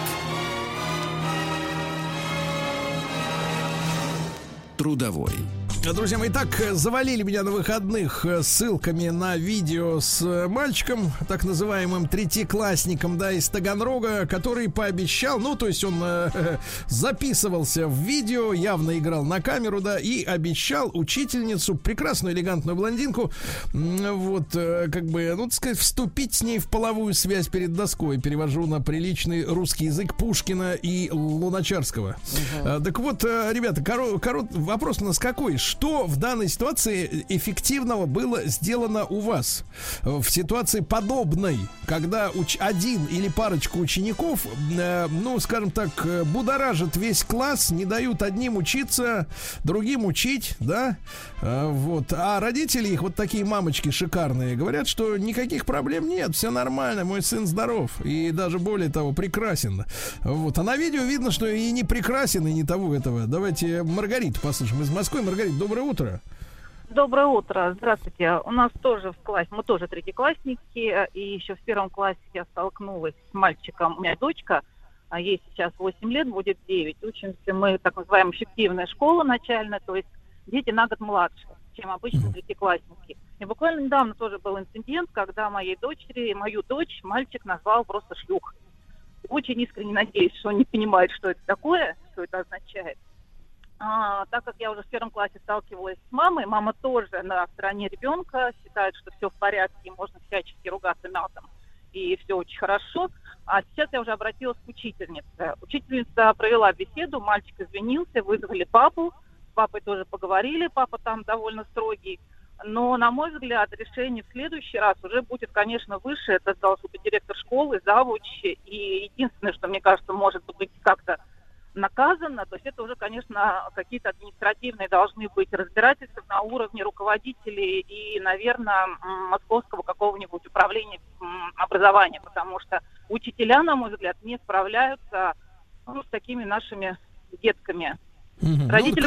A: Трудовой.
B: Друзья мои, так завалили меня на выходных ссылками на видео с мальчиком, так называемым третьеклассником, да, из Таганрога, который пообещал, ну, то есть он записывался в видео, явно играл на камеру, да, и обещал учительницу, прекрасную элегантную блондинку, вот, как бы, ну, так сказать, вступить с ней в половую связь перед доской. Перевожу на приличный русский язык Пушкина и Луначарского. Так вот, ребята, вопрос у нас какой? Что в данной ситуации эффективного было сделано у вас? В ситуации подобной, когда один или парочка учеников, ну, скажем так, будоражат весь класс, не дают одним учиться, другим учить, да? Вот. А родители их, вот такие мамочки шикарные, говорят, что никаких проблем нет, все нормально, мой сын здоров и даже более того прекрасен. Вот. А на видео видно, что и не прекрасен, и не того этого. Давайте Маргариту послушаем из Москвы. Маргарита, доброе утро.
J: Доброе утро. Здравствуйте. У нас тоже в классе, мы тоже третьеклассники, и еще в первом классе я столкнулась с мальчиком. У меня дочка, ей сейчас 8 лет, будет 9. Учимся мы, так называемая, фиктивная школа начальная, то есть дети на год младше, чем обычные третьеклассники. И буквально недавно тоже был инцидент, когда мою дочь мальчик назвал просто шлюхой. Очень искренне надеюсь, что он не понимает, что это такое, что это означает. Так как я уже в первом классе сталкивалась с мамой, мама тоже на стороне ребенка, считает, что все в порядке, можно всячески ругаться матом, и все очень хорошо. А сейчас я уже обратилась к учительнице. Учительница провела беседу, мальчик извинился, вызвали папу, с папой тоже поговорили, папа там довольно строгий. Но, на мой взгляд, решение в следующий раз уже будет, конечно, выше. Это должен быть директор школы, завуч. И единственное, что, мне кажется, может быть как-то наказано, то есть это уже, конечно, какие-то административные должны быть разбирательства на уровне руководителей и, наверное, московского какого-нибудь управления образования, потому что учителя, на мой взгляд, не справляются с такими нашими детками.
B: Родители,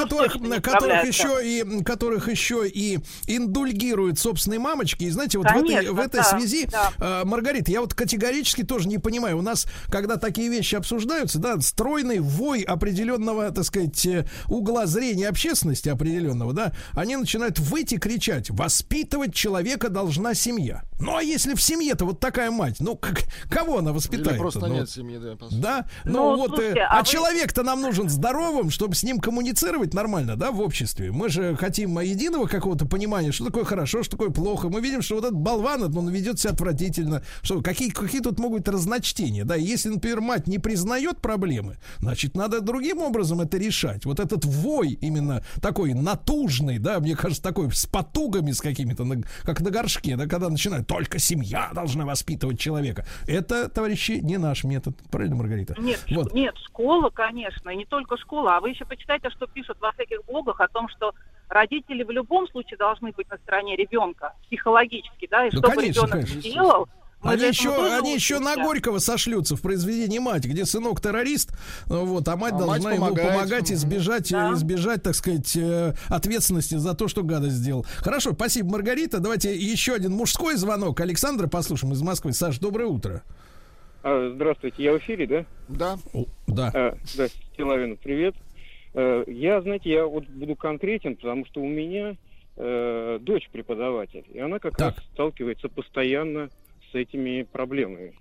B: которых еще и индульгируют собственные мамочки. И знаете, вот в этой связи, Маргарита, я вот категорически тоже не понимаю. У нас, когда такие вещи обсуждаются, да, стройный вой определенного, так сказать, угла зрения общественности определенного, да, они начинают выть и кричать: воспитывать человека должна семья. Ну, а если в семье-то вот такая мать, ну, кого она воспитает?
C: Или просто нет семьи, да.
B: Да? Ну, вот, слушайте, человек-то нам нужен здоровым, чтобы с ним коммуницировать нормально, да, в обществе. Мы же хотим единого какого-то понимания, что такое хорошо, что такое плохо. Мы видим, что вот этот болван, он ведет себя отвратительно. Что, какие тут могут быть разночтения, да? И если, например, мать не признает проблемы, значит, надо другим образом это решать. Вот этот вой именно такой натужный, да, мне кажется, такой с потугами, с какими-то, как на горшке, да, когда начинают: только семья должна воспитывать человека. Это, товарищи, не наш метод. Правильно, Маргарита?
J: Нет, школа, конечно, и не только школа. А вы еще почитайте, что пишут во всяких блогах о том, что родители в любом случае должны быть на стороне ребенка психологически, да, и что бы ребенок сделал.
B: Они еще на Горького сошлются в произведении «Мать», где сынок террорист, вот, а мать должна ему помогать избежать, так сказать, ответственности за то, что гадость сделал. Хорошо, спасибо, Маргарита. Давайте еще один мужской звонок. Александра послушаем из Москвы. Саш, доброе утро.
K: Здравствуйте, я в эфире, да?
C: Да.
K: Да, Стиллавин, привет. Я вот буду конкретен, потому что у меня дочь преподаватель, и она как раз сталкивается постоянно с этими проблемами.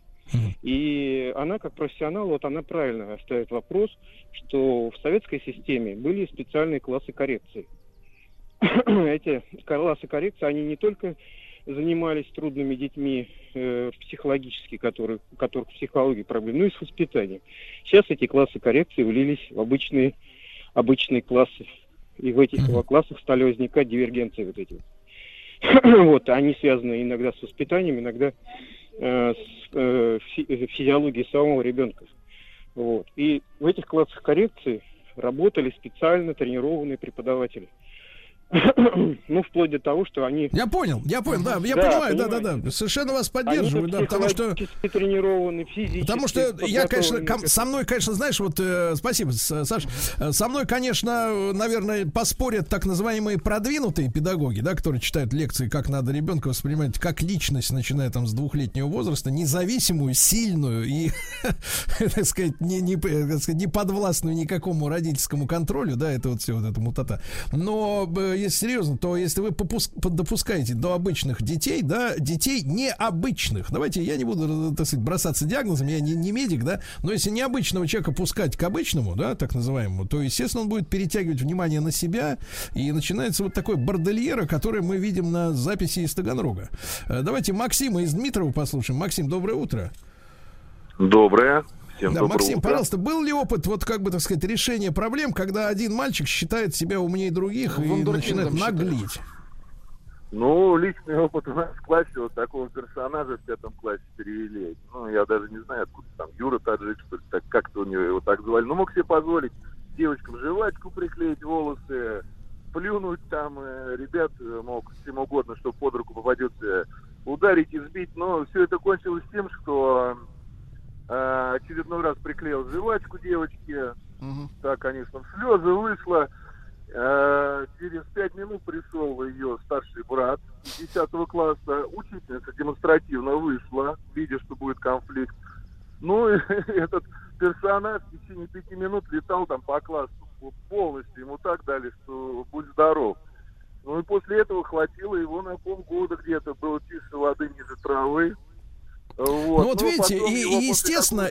K: И она, как профессионал, вот она правильно ставит вопрос, что в советской системе были специальные классы коррекции. Эти классы коррекции, они не только занимались трудными детьми психологически, у которых в психологии проблемы, ну и с воспитанием. Сейчас эти классы коррекции влились в обычные классы. И в этих классах стали возникать дивергенции вот эти. Вот, они связаны иногда с воспитанием, иногда с физиологией самого ребенка. Вот. И в этих классах коррекции работали специально тренированные преподаватели. Ну, вплоть до того, что они...
B: Я понял, да, я понимаю, да, совершенно вас поддерживаю, да, потому что...
K: тренированы, физически...
B: Потому что я, конечно, со мной, конечно, знаешь, вот, спасибо, Саш, со мной, конечно, наверное, поспорят так называемые продвинутые педагоги, да, которые читают лекции, как надо ребенка воспринимать как личность, начиная там с 2-летнего возраста, независимую, сильную и, так сказать, не подвластную никакому родительскому контролю, да, это вот все, вот это мутата. Но... Если серьезно, то если вы допускаете до обычных детей, да, детей необычных, давайте я не буду, так сказать, бросаться диагнозом, я не медик, да, но если необычного человека пускать к обычному, да, так называемому, то, естественно, он будет перетягивать внимание на себя, и начинается вот такой бордельера, который мы видим на записи из Таганрога. Давайте Максима из Дмитрова послушаем. Максим, доброе утро.
L: Доброе.
B: Да, Максим, пожалуйста, был ли опыт, вот как бы, так сказать, решения проблем, когда один мальчик считает себя умнее других и начинает наглеть?
L: Ну, личный опыт у нас в классе, вот такого персонажа в 5 классе перевели. Ну, я даже не знаю, откуда там, Юра Таджик, что ли, так, как-то у него его так звали. Ну, мог себе позволить девочкам жвачку приклеить волосы, плюнуть там, ребят мог всем угодно, что под руку попадется, ударить и сбить. Но все это кончилось тем, что... очередной раз приклеил жвачку девочке. Так, конечно, слезы вышло. Через 5 минут пришел ее старший брат 10 класса. Учительница демонстративно вышла, видя, что будет конфликт. Ну, и этот персонаж в течение 5 минут летал там по классу полностью. Ему так дали, что будь здоров. Ну, и после этого хватило его на полгода где-то. Было тише воды, ниже травы.
B: Вот видите, и естественно,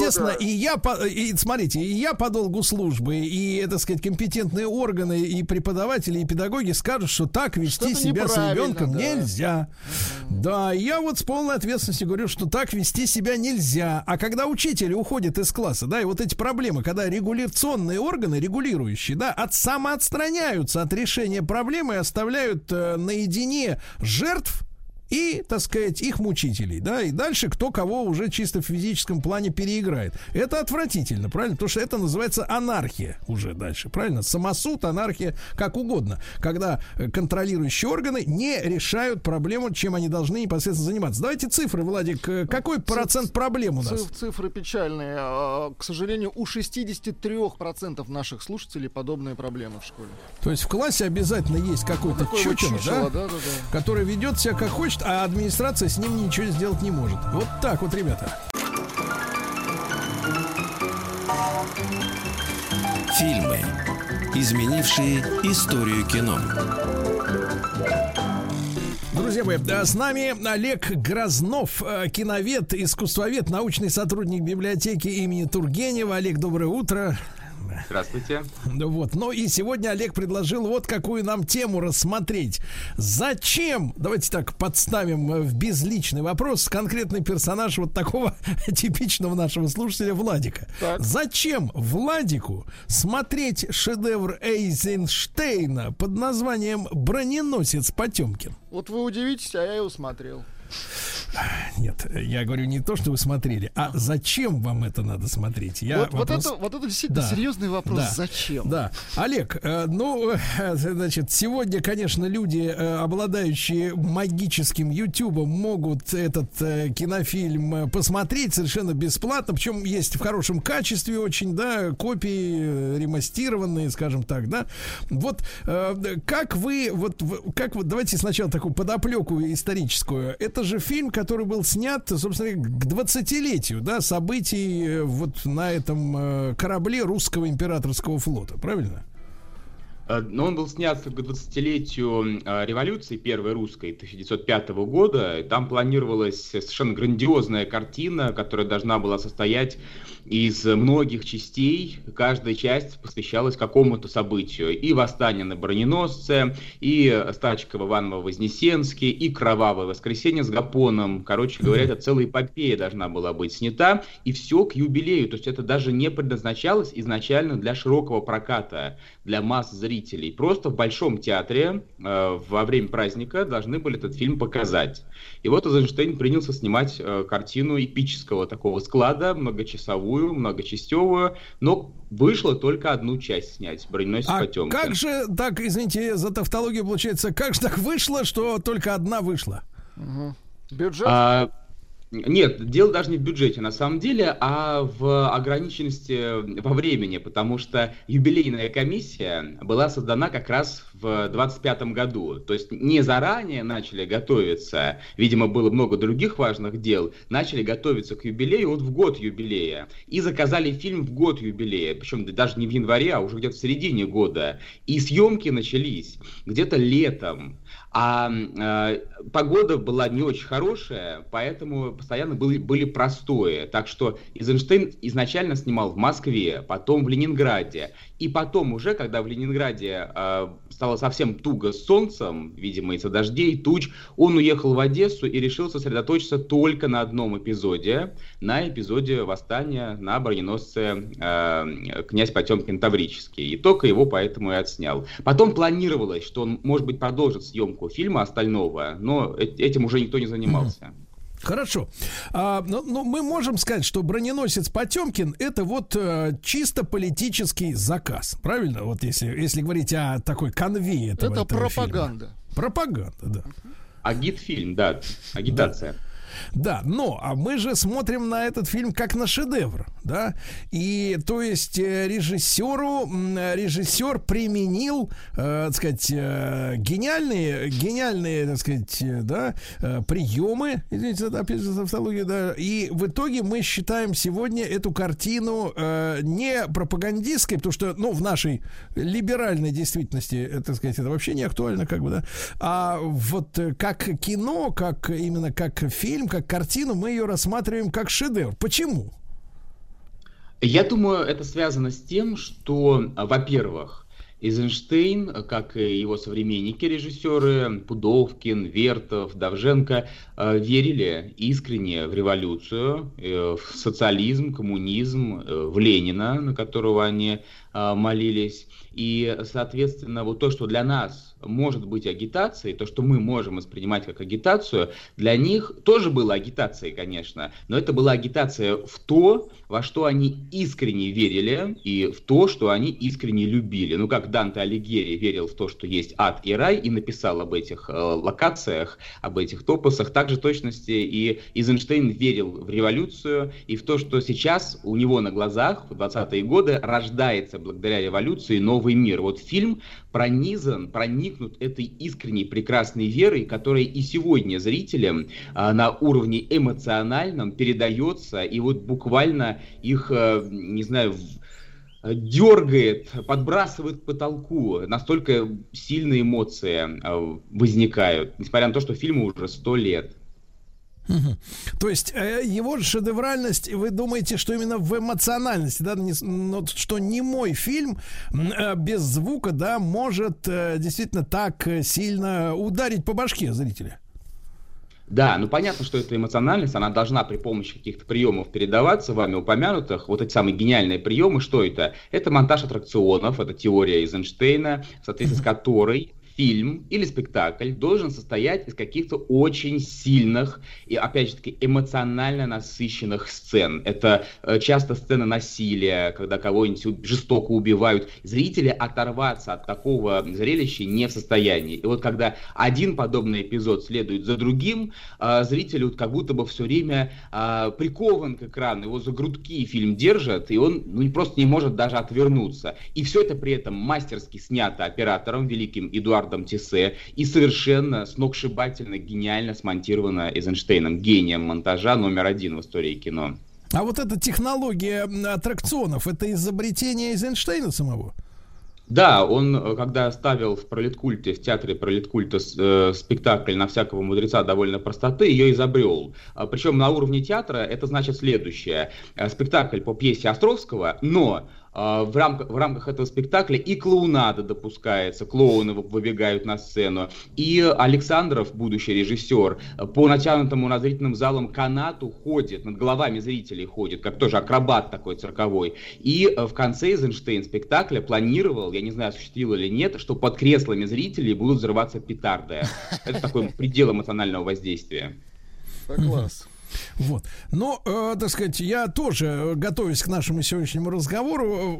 B: смотрите, и я по долгу службы, и, так сказать, компетентные органы, и преподаватели, и педагоги скажут, что так вести себя с ребенком нельзя. Да, я вот с полной ответственностью говорю, что так вести себя нельзя. А когда учитель уходит из класса, да, и вот эти проблемы, когда регуляционные органы, регулирующие, да, самоотстраняются от решения проблемы и оставляют наедине жертв и, так сказать, их мучителей, да, и дальше кто кого уже чисто в физическом плане переиграет. Это отвратительно, правильно? Потому что это называется анархия уже дальше, правильно? Самосуд, анархия, как угодно. Когда контролирующие органы не решают проблему, чем они должны непосредственно заниматься. Давайте цифры, Владик. Какой процент проблем у нас?
C: Цифры печальные. К сожалению, у 63% наших слушателей подобные проблемы в школе.
B: То есть в классе обязательно есть какой-то чучело, да? Который ведет себя как хочет, а администрация с ним ничего сделать не может. Вот так вот, ребята.
A: Фильмы, изменившие историю кино.
B: Друзья мои, с нами Олег Грознов, киновед, искусствовед, научный сотрудник библиотеки имени Тургенева. Олег, доброе утро.
M: Здравствуйте.
B: Вот. Ну и сегодня Олег предложил вот какую нам тему рассмотреть. Зачем, давайте так подставим в безличный вопрос, конкретный персонаж вот такого типичного нашего слушателя Владика. Так. Зачем Владику смотреть шедевр Эйзенштейна под названием «Броненосец Потемкин»?
C: Вот вы удивитесь, а я его смотрел.
B: Нет, я говорю не то, что вы смотрели, а зачем вам это надо смотреть?
C: Вот это действительно серьезный вопрос. Да, зачем?
B: Да. Олег, значит, сегодня, конечно, люди, обладающие магическим ютубом, могут этот кинофильм посмотреть совершенно бесплатно, причем есть в хорошем качестве очень, да, копии ремастированные, скажем так, да. Вот как вы, давайте сначала такую подоплеку историческую. Это же фильм, который был снят, собственно, к 20-летию, да, событий вот на этом корабле русского императорского флота, правильно?
M: Но он был снят к 20-летию революции первой русской 1905 года. Там планировалась совершенно грандиозная картина, которая должна была состоять из многих частей. Каждая часть посвящалась какому-то событию. И восстание на броненосце, и стачка в Иваново-Вознесенске, и кровавое воскресенье с Гапоном. Короче говоря, это целая эпопея должна была быть снята. И все к юбилею. То есть это даже не предназначалось изначально для широкого проката, для масс зрителей. Просто в Большом театре во время праздника должны были этот фильм показать. И вот Эйзенштейн принялся снимать картину эпического такого склада, многочасовую, многочастевую, но вышло только одну часть снять, «Броненосец Потемкин».
B: Как же так, извините за тавтологию, получается, как же так вышло, что только одна вышла?
C: Бюджет?
M: Нет, дело даже не в бюджете на самом деле, а в ограниченности во времени, потому что юбилейная комиссия была создана как раз в 25-м году. То есть не заранее начали готовиться, видимо, было много других важных дел, начали готовиться к юбилею вот в год юбилея. И заказали фильм в год юбилея, причем даже не в январе, а уже где-то в середине года. И съемки начались где-то летом. А погода была не очень хорошая, поэтому постоянно были простои. Так что Эйзенштейн изначально снимал в Москве, потом в Ленинграде. И потом уже, когда в Ленинграде стало совсем туго с солнцем, видимо, из-за дождей, туч, он уехал в Одессу и решил сосредоточиться только на одном эпизоде, на эпизоде восстания на броненосце князь Потемкин Таврический. И только его поэтому и отснял. Потом планировалось, что он, может быть, продолжит съемку фильма остального, но этим уже никто не занимался.
B: Хорошо. Ну, мы можем сказать, что «Броненосец Потемкин» — это вот чисто политический заказ. Правильно? Вот если говорить о такой канве этого
C: Это пропаганда.
B: Фильма. Пропаганда, да.
M: Агитфильм, да. Агитация.
B: Да, но мы же смотрим на этот фильм как на шедевр, да, и то есть режиссер применил, так сказать, гениальные, так сказать, да, приемы, извините, опять же, тавтология, да, и в итоге мы считаем сегодня эту картину не пропагандистской, потому что, ну, в нашей либеральной действительности, так сказать, это вообще не актуально, как бы, да, а вот как кино, как именно как фильм, как картину, мы ее рассматриваем как шедевр. Почему?
M: Я думаю, это связано с тем, что, во-первых, Эйзенштейн, как и его современники, режиссеры Пудовкин, Вертов, Довженко, верили искренне в революцию, в социализм, коммунизм, в Ленина, на которого они молились. И, соответственно, вот то, что для нас может быть агитацией, то, что мы можем воспринимать как агитацию, для них тоже было агитацией, конечно, но это была агитация в то, во что они искренне верили, и в то, что они искренне любили. Ну, как Данте Алигьери верил в то, что есть ад и рай, и написал об этих локациях, об этих топосах, также в точности и Эйзенштейн верил в революцию, и в то, что сейчас у него на глазах в 20-е годы рождается благодаря революции новый мир. Вот фильм проникнут этой искренней прекрасной верой, которая и сегодня зрителям на уровне эмоциональном передается, и вот буквально их, не знаю, дергает, подбрасывает к потолку. Настолько сильные эмоции возникают, несмотря на то, что фильму уже 100 лет.
B: То есть его шедевральность, вы думаете, что именно в эмоциональности, да, что немой фильм без звука, да, может действительно так сильно ударить по башке зрителя?
M: Да, ну понятно, что эта эмоциональность, она должна при помощи каких-то приемов передаваться, вами упомянутых. Вот эти самые гениальные приемы, что это? Это монтаж аттракционов, это теория Эйзенштейна, в соответствии с которой фильм или спектакль должен состоять из каких-то очень сильных и, опять же таки, эмоционально насыщенных сцен. Это часто сцены насилия, когда кого-нибудь жестоко убивают. Зрители оторваться от такого зрелища не в состоянии. И вот когда один подобный эпизод следует за другим, зритель вот как будто бы все время прикован к экрану, его за грудки фильм держит, и он просто не может даже отвернуться. И все это при этом мастерски снято оператором, великим Эдуардом Тиссе, и совершенно сногсшибательно, гениально смонтировано Эйзенштейном, гением монтажа номер 1 в истории кино.
B: А вот эта технология аттракционов, это изобретение Эйзенштейна самого?
M: Да, он, когда ставил в Пролеткульте, в театре Пролеткульта спектакль «На всякого мудреца довольно простоты», ее изобрел. Причем на уровне театра это значит следующее. Спектакль по пьесе Островского, но в рамках этого спектакля и клоунада допускается, клоуны выбегают на сцену, и Александров, будущий режиссер, по натянутому над зрительным залом канату ходит, над головами зрителей ходит, как тоже акробат такой цирковой. И в конце Эйзенштейн спектакля планировал, я не знаю, осуществил или нет, что под креслами зрителей будут взрываться петарды. Это такой предел эмоционального воздействия.
C: Класс.
B: Вот. Но, так сказать, я тоже, готовясь к нашему сегодняшнему разговору,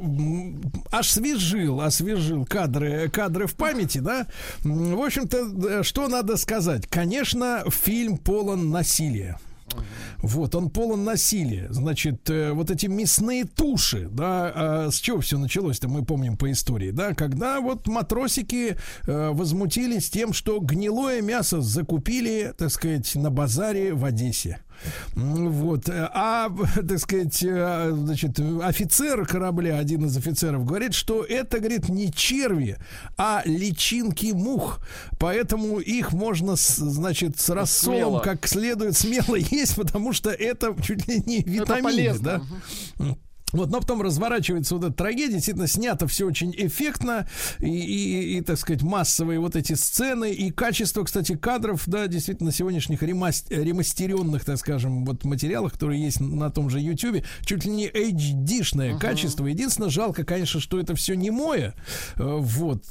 B: освежил кадры в памяти, да. В общем-то, что надо сказать? Конечно, фильм полон насилия. Вот, он полон насилия. Значит, вот эти мясные туши, да, с чего все началось-то, мы помним по истории, да, когда вот матросики возмутились тем, что гнилое мясо закупили, так сказать, на базаре в Одессе. Вот, так сказать, значит, офицер корабля, один из офицеров, говорит, что это, говорит, не черви, а личинки мух, поэтому их можно, значит, с рассолом как следует смело есть, потому что это чуть ли не витамины, да? Вот, но потом разворачивается вот эта трагедия, действительно, снято все очень эффектно, и, так сказать, массовые вот эти сцены, и качество, кстати, кадров, да, действительно, сегодняшних ремастеренных, так скажем, вот материалах, которые есть на том же Ютубе, чуть ли не HD-шное качество. Единственное, жалко, конечно, что это все немое. Вот.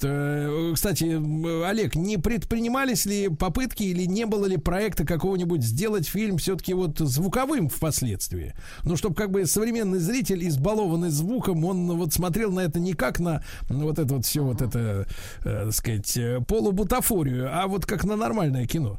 B: Кстати, Олег, не предпринимались ли попытки или не было ли проекта какого-нибудь сделать фильм все-таки вот звуковым впоследствии? Ну, чтобы как бы современный зритель, избалованный звуком, он вот смотрел на это не как на вот это вот все вот это, так сказать, полубутафорию, а вот как на нормальное кино.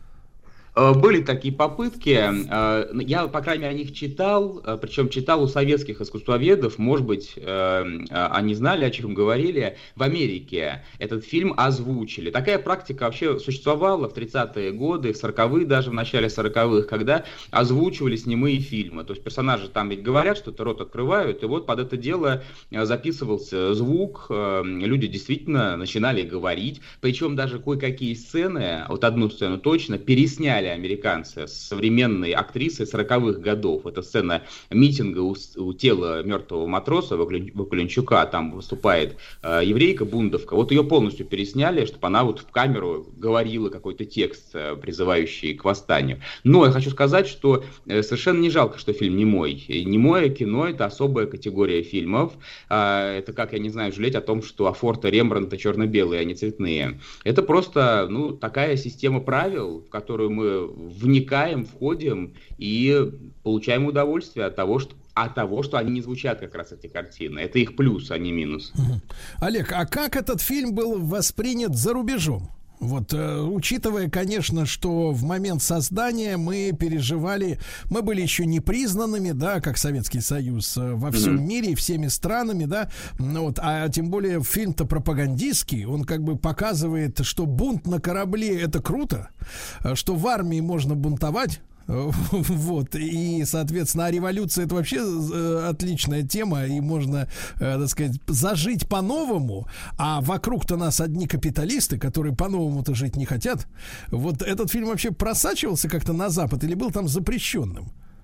M: Были такие попытки, я, по крайней мере, о них читал, причем читал у советских искусствоведов, может быть, они знали, о чем говорили. В Америке этот фильм озвучили. Такая практика вообще существовала в 30-е годы, в 40-е, даже в начале 40-х, когда озвучивались немые фильмы. То есть персонажи там ведь говорят, что-то рот открывают, и вот под это дело записывался звук, люди действительно начинали говорить, причем даже кое-какие сцены, вот одну сцену точно, пересняли американцы с современной актрисой 40-х годов. Это сцена митинга у тела мертвого матроса Вакуленчука. Там выступает еврейка, бундовка. Вот ее полностью пересняли, чтобы она вот в камеру говорила какой-то текст, призывающий к восстанию. Но я хочу сказать, что совершенно не жалко, что фильм немой. Немое кино — это особая категория фильмов. Это как, я не знаю, жалеть о том, что афорты Рембрандта черно-белые, а не цветные. Это просто, ну, такая система правил, в которую мы вникаем, входим и получаем удовольствие от того, что они не звучат как раз эти картины. Это их плюс, а не минус.
B: Олег, а как этот фильм был воспринят за рубежом? Вот, учитывая, конечно, что в момент создания мы переживали, мы были еще не признанными, да, как Советский Союз во всем мире, всеми странами, да, вот, а тем более фильм-то пропагандистский, он как бы показывает, что бунт на корабле — это круто, что в армии можно бунтовать. Вот, и, соответственно, революция — это вообще отличная тема, и можно, так сказать, зажить по-новому, а вокруг-то нас одни капиталисты, которые по-новому-то жить не хотят. Вот этот фильм вообще просачивался как-то на Запад или был там запрещенным?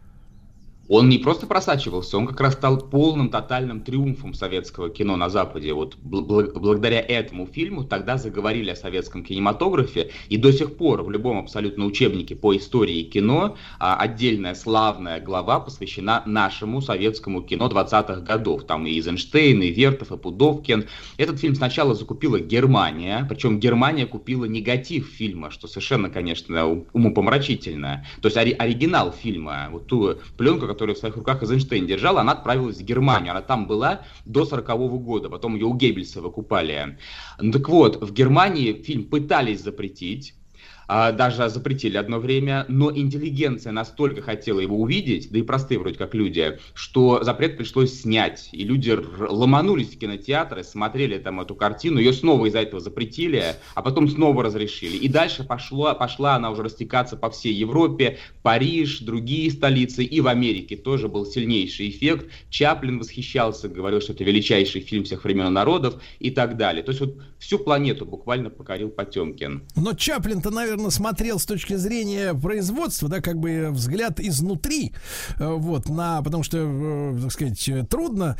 M: Он не просто просачивался, он как раз стал полным, тотальным триумфом советского кино на Западе. Вот благодаря этому фильму тогда заговорили о советском кинематографе, и до сих пор в любом абсолютно учебнике по истории кино отдельная славная глава посвящена нашему советскому кино 20-х годов. Там и Эйзенштейн, и Вертов, и Пудовкин. Этот фильм сначала закупила Германия, причем Германия купила негатив фильма, что совершенно, конечно, умопомрачительно. То есть оригинал фильма, вот ту пленку, которую в своих руках Эйзенштейн держал, она отправилась в Германию. Она там была до 40-го года. Потом ее у Геббельса выкупали. Так вот, в Германии фильм пытались запретить. даже запретили одно время, но интеллигенция настолько хотела его увидеть, да и простые вроде как люди, что запрет пришлось снять, и люди ломанулись в кинотеатры, смотрели там эту картину, ее снова из-за этого запретили, а потом снова разрешили, и дальше пошла она уже растекаться по всей Европе, Париж, другие столицы, и в Америке тоже был сильнейший эффект, Чаплин восхищался, говорил, что это величайший фильм всех времен и народов, и так далее, то есть вот всю планету буквально покорил Потемкин.
B: Но Чаплин-то, наверное, смотрел с точки зрения производства, да, как бы взгляд изнутри, вот, потому что, так сказать, трудно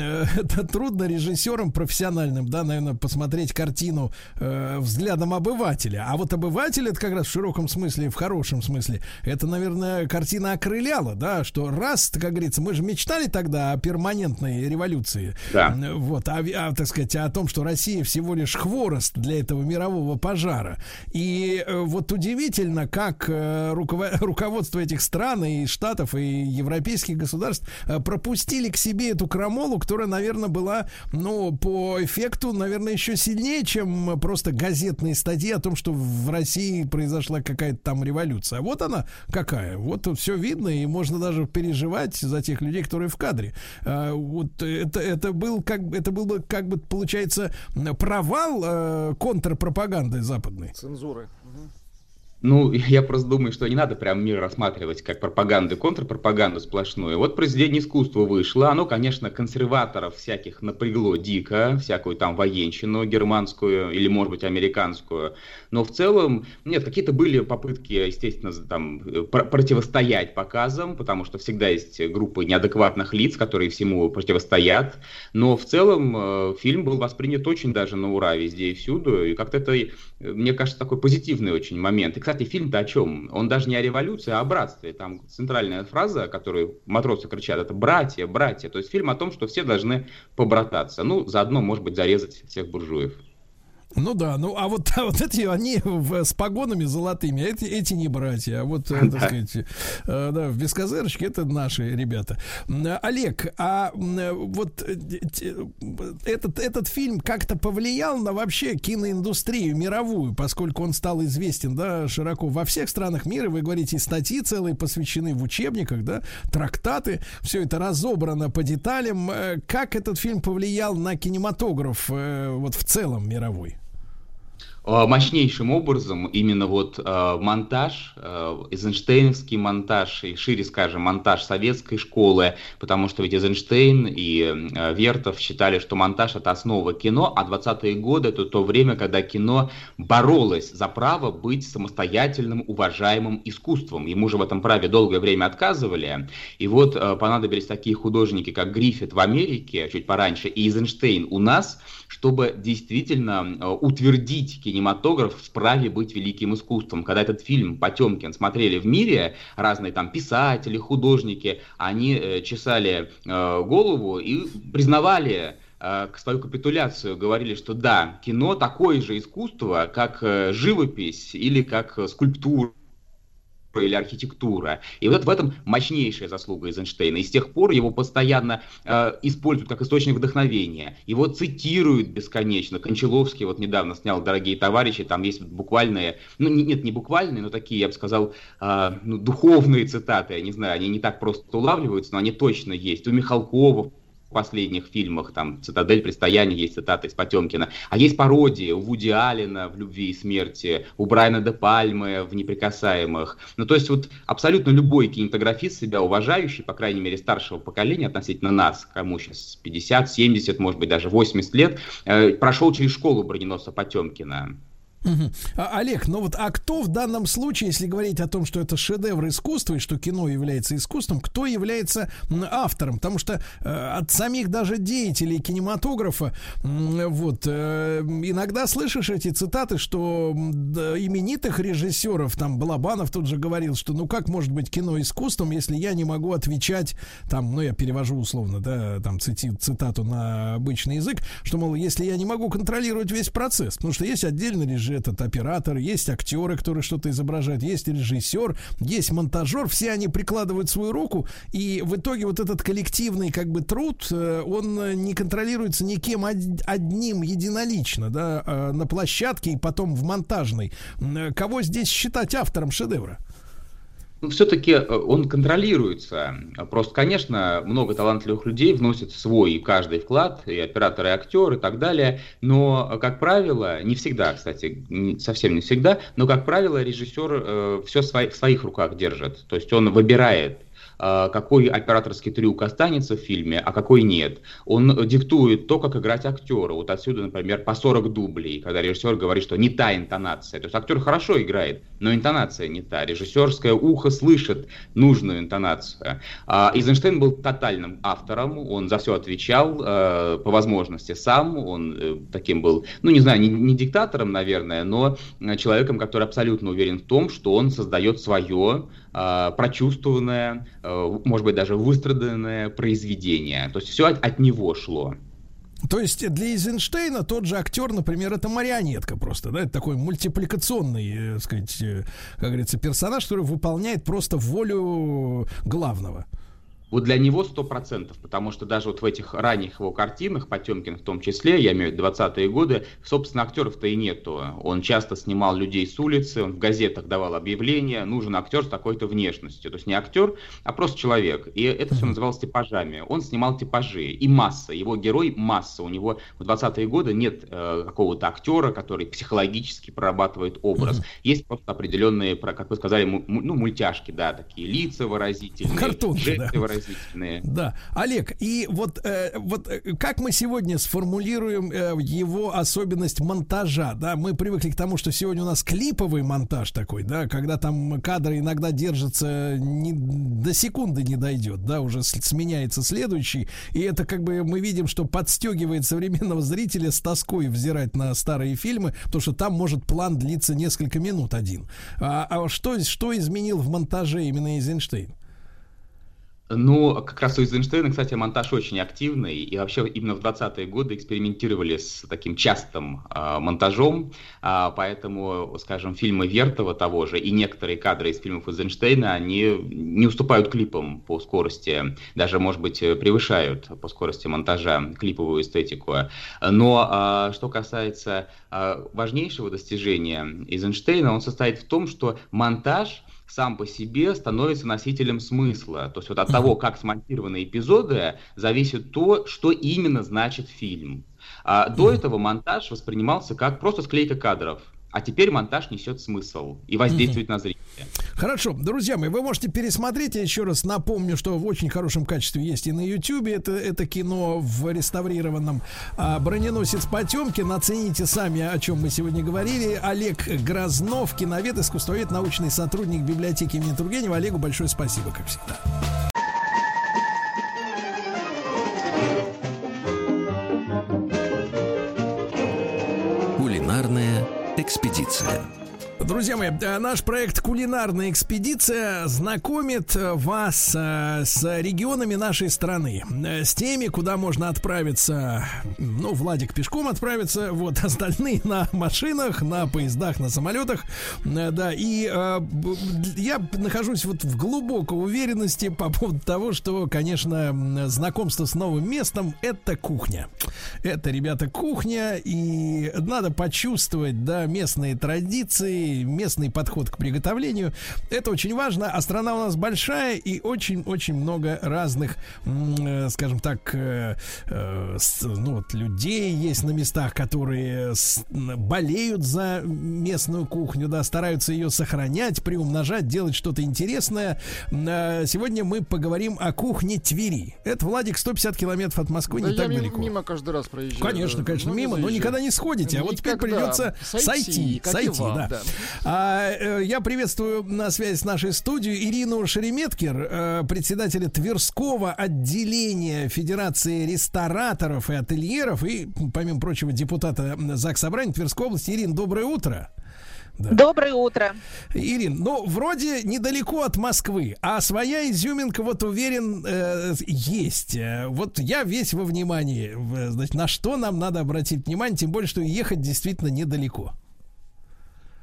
B: режиссерам профессиональным, да, наверное, посмотреть картину взглядом обывателя, а вот обыватель, это как раз в широком смысле, в хорошем смысле, это, наверное, картина окрыляла, да, что раз, как говорится, мы же мечтали тогда о перманентной революции, да. Вот, так сказать, о том, что Россия всего лишь хворост для этого мирового пожара, и вот удивительно, как руководство этих стран и штатов, и европейских государств пропустили к себе эту крамолу, которая, наверное, была, ну, по эффекту, наверное, еще сильнее, чем просто газетные статьи о том, что в России произошла какая-то там революция. А вот она какая. Вот тут все видно, и можно даже переживать за тех людей, которые в кадре. Вот это был бы, как бы, получается, провал контрпропаганды западной.
C: Цензуры.
M: Ну, я просто думаю, что не надо прям мир рассматривать как пропаганду и контрпропаганду сплошную. Вот произведение искусства вышло, оно, конечно, консерваторов всяких напрягло дико, всякую там военщину германскую или, может быть, американскую. Но в целом, нет, какие-то были попытки, естественно, там противостоять показам, потому что всегда есть группы неадекватных лиц, которые всему противостоят. Но в целом фильм был воспринят очень даже на ура везде и всюду. И как-то это, мне кажется, такой позитивный очень момент. И, кстати, фильм-то о чем? Он даже не о революции, а о братстве. Там центральная фраза, которую матросы кричат, это «братья, братья». То есть фильм о том, что все должны побрататься. Ну, заодно, может быть, зарезать всех буржуев.
B: Ну да, ну а вот эти, они с погонами золотыми, эти не братья, а вот, так сказать, да, в бескозырочке это наши ребята. Олег, а вот этот фильм как-то повлиял на вообще киноиндустрию мировую, поскольку он стал известен, да, широко во всех странах мира, вы говорите, статьи целые посвящены в учебниках, да, трактаты, все это разобрано по деталям. Как этот фильм повлиял на кинематограф вот в целом мировой?
M: Мощнейшим образом именно вот монтаж, эйзенштейновский монтаж, и шире скажем, монтаж советской школы, потому что ведь Эйзенштейн и Вертов считали, что монтаж — это основа кино, а 20-е годы — это то время, когда кино боролось за право быть самостоятельным, уважаемым искусством. Ему же в этом праве долгое время отказывали, и вот понадобились такие художники, как Гриффит в Америке, чуть пораньше, и Эйзенштейн у нас, чтобы действительно утвердить кинематограф в праве быть великим искусством. Когда этот фильм Потемкин смотрели в мире, разные там писатели, художники, они чесали голову и признавали свою капитуляцию, говорили, что да, кино такое же искусство, как живопись или как скульптура или архитектура. И вот в этом мощнейшая заслуга Эйзенштейна. И с тех пор его постоянно используют как источник вдохновения. Его цитируют бесконечно. Кончаловский вот недавно снял «Дорогие товарищи», там есть буквальные, ну нет, не буквальные, но такие, я бы сказал, духовные цитаты. Я не знаю, они не так просто улавливаются, но они точно есть. У Михалкова в последних фильмах, там, «Цитадель», «Предстояние», есть цитаты из Потемкина. А есть пародии у Вуди Аллена в «Любви и смерти», у Брайана де Пальмы в «Неприкасаемых». Ну, то есть вот абсолютно любой кинематографист, себя уважающий, по крайней мере, старшего поколения относительно нас, кому сейчас 50, 70, может быть, даже 80 лет, прошел через школу броненосца Потемкина.
B: Олег, ну вот, а кто в данном случае, если говорить о том, что это шедевр искусства и что кино является искусством, кто является автором? Потому что от самих даже деятелей кинематографа вот иногда слышишь эти цитаты, что именитых режиссеров, там Балабанов тут же говорил, что ну как может быть кино искусством, если я не могу отвечать, там, ну я перевожу условно, да, там цитату на обычный язык, что, мол, если я не могу контролировать весь процесс, потому что есть отдельный режиссер, же этот оператор, есть актеры, которые что-то изображают, есть режиссер, есть монтажер, все они прикладывают свою руку, и в итоге вот этот коллективный как бы труд, он не контролируется никем одним единолично, да, на площадке и потом в монтажной. Кого здесь считать автором шедевра?
M: Ну, все-таки он контролируется. Просто, конечно, много талантливых людей вносят свой каждый вклад, и операторы, и актеры, и так далее. Но, как правило, не всегда, кстати, совсем не всегда, но, как правило, режиссер все в своих руках держит. То есть он выбирает, какой операторский трюк останется в фильме, а какой нет. Он диктует то, как играть актера. Вот отсюда, например, по 40 дублей, когда режиссер говорит, что не та интонация. То есть актер хорошо играет, но интонация не та. Режиссерское ухо слышит нужную интонацию. Эйзенштейн был тотальным автором, он за все отвечал, по возможности сам. Он таким был, ну не знаю, не диктатором, наверное, но человеком, который абсолютно уверен в том, что он создает свое прочувствованное, может быть, даже выстраданное произведение. То есть все от него шло.
B: То есть для Эйзенштейна тот же актер, например, это марионетка просто, да, это такой мультипликационный, так сказать, как говорится, персонаж, который выполняет просто волю главного.
M: Вот для него 100%, потому что даже вот в этих ранних его картинах, Потемкин в том числе, я имею в виду 20-е годы, собственно, актеров-то и нету. Он часто снимал людей с улицы, он в газетах давал объявления, нужен актер с такой-то внешностью. То есть не актер, а просто человек. И это все называлось типажами. Он снимал типажи. И масса, его герой масса. У него в 20-е годы нет какого-то актера, который психологически прорабатывает образ. Есть просто определенные, как вы сказали, мультяшки, да, такие лица выразительные,
B: картонки, да.
M: Выразительные.
B: Да, Олег, и вот как мы сегодня сформулируем его особенность монтажа, да, мы привыкли к тому, что сегодня у нас клиповый монтаж такой, да, когда там кадры иногда держатся, до секунды не дойдет, да, уже сменяется следующий, и это как бы мы видим, что подстегивает современного зрителя с тоской взирать на старые фильмы, потому что там может план длиться несколько минут один. Что изменил в монтаже именно Эйзенштейн?
M: Ну, как раз у Эйзенштейна, кстати, монтаж очень активный, и вообще именно в 20-е годы экспериментировали с таким частым монтажом, поэтому, скажем, фильмы Вертова того же и некоторые кадры из фильмов Эйзенштейна, они не уступают клипам по скорости, даже, может быть, превышают по скорости монтажа клиповую эстетику. Но что касается важнейшего достижения Эйзенштейна, он состоит в том, что монтаж сам по себе становится носителем смысла. То есть вот от того, как смонтированы эпизоды, зависит то, что именно значит фильм. До этого монтаж воспринимался как просто склейка кадров. А теперь монтаж несет смысл и воздействует на зрителя.
B: Хорошо, друзья мои, вы можете пересмотреть. Я еще раз напомню, что в очень хорошем качестве есть и на Ютьюбе. Это кино в реставрированном. «Броненосец Потемкин». Оцените сами, о чем мы сегодня говорили. Олег Грознов, киновед, искусствовед, научный сотрудник библиотеки имени Тургенева. Олегу большое спасибо, как всегда.
A: Кулинарная экспедиция.
B: Друзья мои, наш проект «Кулинарная экспедиция» знакомит вас с регионами нашей страны, с теми, куда можно отправиться. Ну, Владик пешком отправится, вот, остальные на машинах, на поездах, на самолетах. Да, и я нахожусь вот в глубокой уверенности по поводу того, что, конечно, знакомство с новым местом — это кухня. Это, ребята, кухня, и надо почувствовать, да, местные традиции, местный подход к приготовлению. Это очень важно. А страна у нас большая, и очень-очень много разных, скажем так, людей есть на местах, которые болеют за местную кухню, да, стараются ее сохранять, приумножать, делать что-то интересное. Сегодня мы поговорим о кухне Твери. Это, Владик, 150 километров от Москвы, не так далеко.
C: Мимо каждый раз проезжаю.
B: Конечно, мимо, но никогда не сходите. А вот теперь придется сойти, да. Я приветствую на связи с нашей студией Ирину Шереметкер, председателя Тверского отделения Федерации рестораторов и ательеров и, помимо прочего, депутата Заксобрания Тверской области. Ирина, доброе утро.
N: Да. Доброе утро.
B: Ирин, ну, вроде недалеко от Москвы, а своя изюминка, вот уверен, есть. Вот я весь во внимании. Значит, на что нам надо обратить внимание, тем более, что ехать действительно недалеко.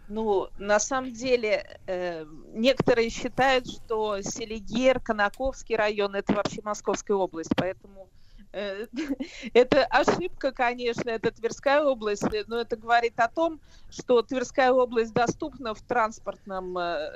N: Ну, на самом деле, некоторые считают, что Селигер, Конаковский район – это вообще Московская область, поэтому это ошибка, конечно, это Тверская область, но это говорит о том, что Тверская область доступна в транспортном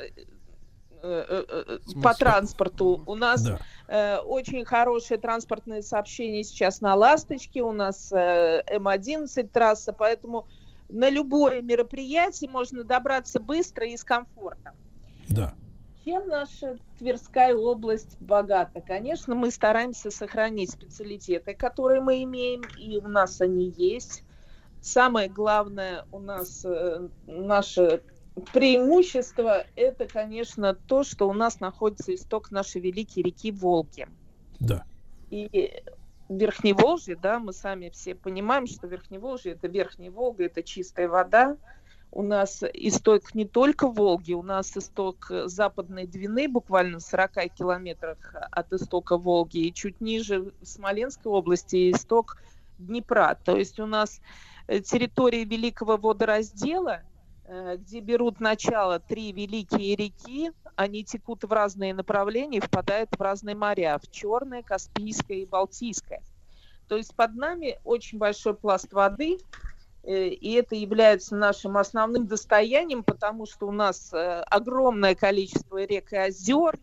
N: по транспорту. У нас очень хорошее транспортное сообщение сейчас на «Ласточке», у нас М11 трасса, поэтому на любое мероприятие можно добраться быстро и с комфортом.
B: Да.
N: Чем наша Тверская область богата? Конечно, мы стараемся сохранить специалитеты, которые мы имеем, и у нас они есть. Самое главное у нас, наше преимущество, это, конечно, то, что у нас находится исток нашей великой реки Волги.
B: Да.
N: И Верхневолжье, да, мы сами все понимаем, что Верхневолжье – это Верхняя Волга, это чистая вода. У нас исток не только Волги, у нас исток Западной Двины, буквально в 40 километрах от истока Волги, и чуть ниже в Смоленской области исток Днепра. То есть у нас территория Великого водораздела, где берут начало 3 великие реки, они текут в разные направления, впадают в разные моря, в Черное, Каспийское и Балтийское. То есть под нами очень большой пласт воды, и это является нашим основным достоянием, потому что у нас огромное количество рек и озер,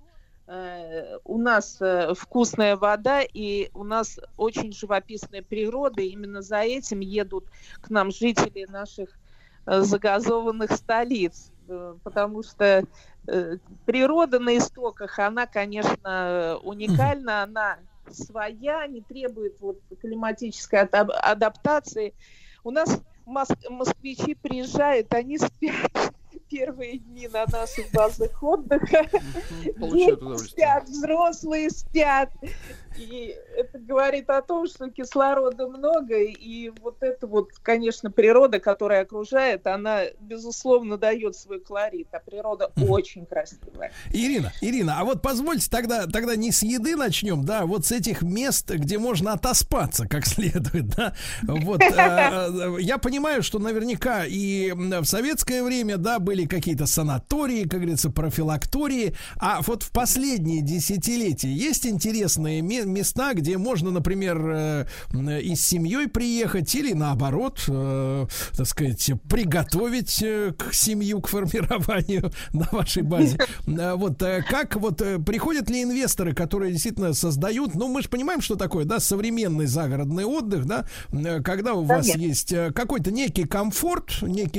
N: у нас вкусная вода, и у нас очень живописная природа, и именно за этим едут к нам жители наших загазованных столиц, потому что природа на истоках, она, конечно, уникальна, она своя, не требует климатической адаптации. У нас москвичи приезжают, они спят первые дни на наших базах отдыха. Дети спят, взрослые спят. И это говорит о том, что кислорода много, и вот эта вот, конечно, природа, которая окружает, она, безусловно, дает свой колорит, а природа очень красивая.
B: Ирина, а вот позвольте тогда не с еды начнем, да, вот с этих мест, где можно отоспаться как следует, да. Вот, я понимаю, что наверняка и в советское время, да, были какие-то санатории, как говорится, профилактории, а вот в последние десятилетия есть интересные места, где можно, например, и с семьей приехать или наоборот, так сказать, приготовить к семью, к формированию на вашей базе. Вот как вот приходят ли инвесторы, которые действительно создают, ну мы же понимаем, что такое, да, современный загородный отдых, да, когда у вас есть какой-то некий комфорт,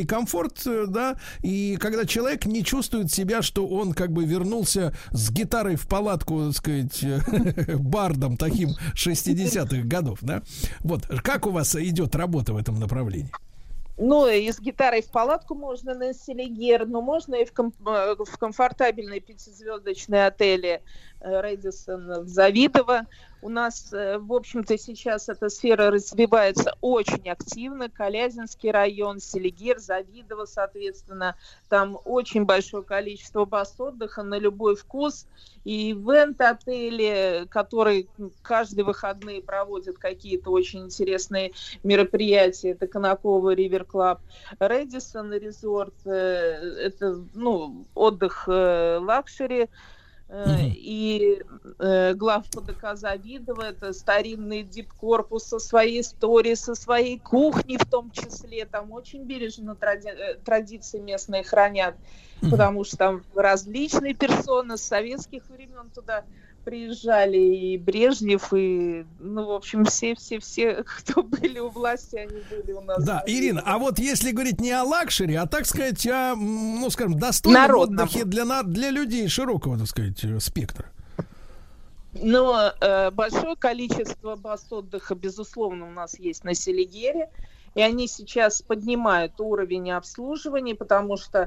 B: да, и когда человек не чувствует себя, что он как бы вернулся с гитарой в палатку, так сказать, бардом таким 60-х годов, да? Вот, как у вас идет работа в этом направлении?
N: Ну, и с гитарой в палатку можно на Селигер, но можно и в комфортабельные 5-звездочные отели Рэдиссон в Завидово. У нас, в общем-то, сейчас эта сфера развивается очень активно. Калязинский район, Селигер, Завидово, соответственно. Там очень большое количество баз отдыха на любой вкус. И ивент-отели, которые каждые выходные проводят какие-то очень интересные мероприятия. Это Конаково Ривер Клаб, Рэдиссон Резорт. Это, ну, отдых лакшери. И глав ПДК Завидово, это старинный дипкорпус со своей историей, со своей кухней в том числе. Там очень бережно традиции местные хранят, потому что там различные персоны с советских времен туда приезжали, и Брежнев, и, ну, в общем, все, кто были у власти, они были у нас.
B: Да, Ирина, а вот если говорить не о лакшери, а, так сказать, о, ну, скажем, достойном отдыхе для людей широкого, так сказать, спектра.
N: Но большое количество баз отдыха, безусловно, у нас есть на Селигере, и они сейчас поднимают уровень обслуживания, потому что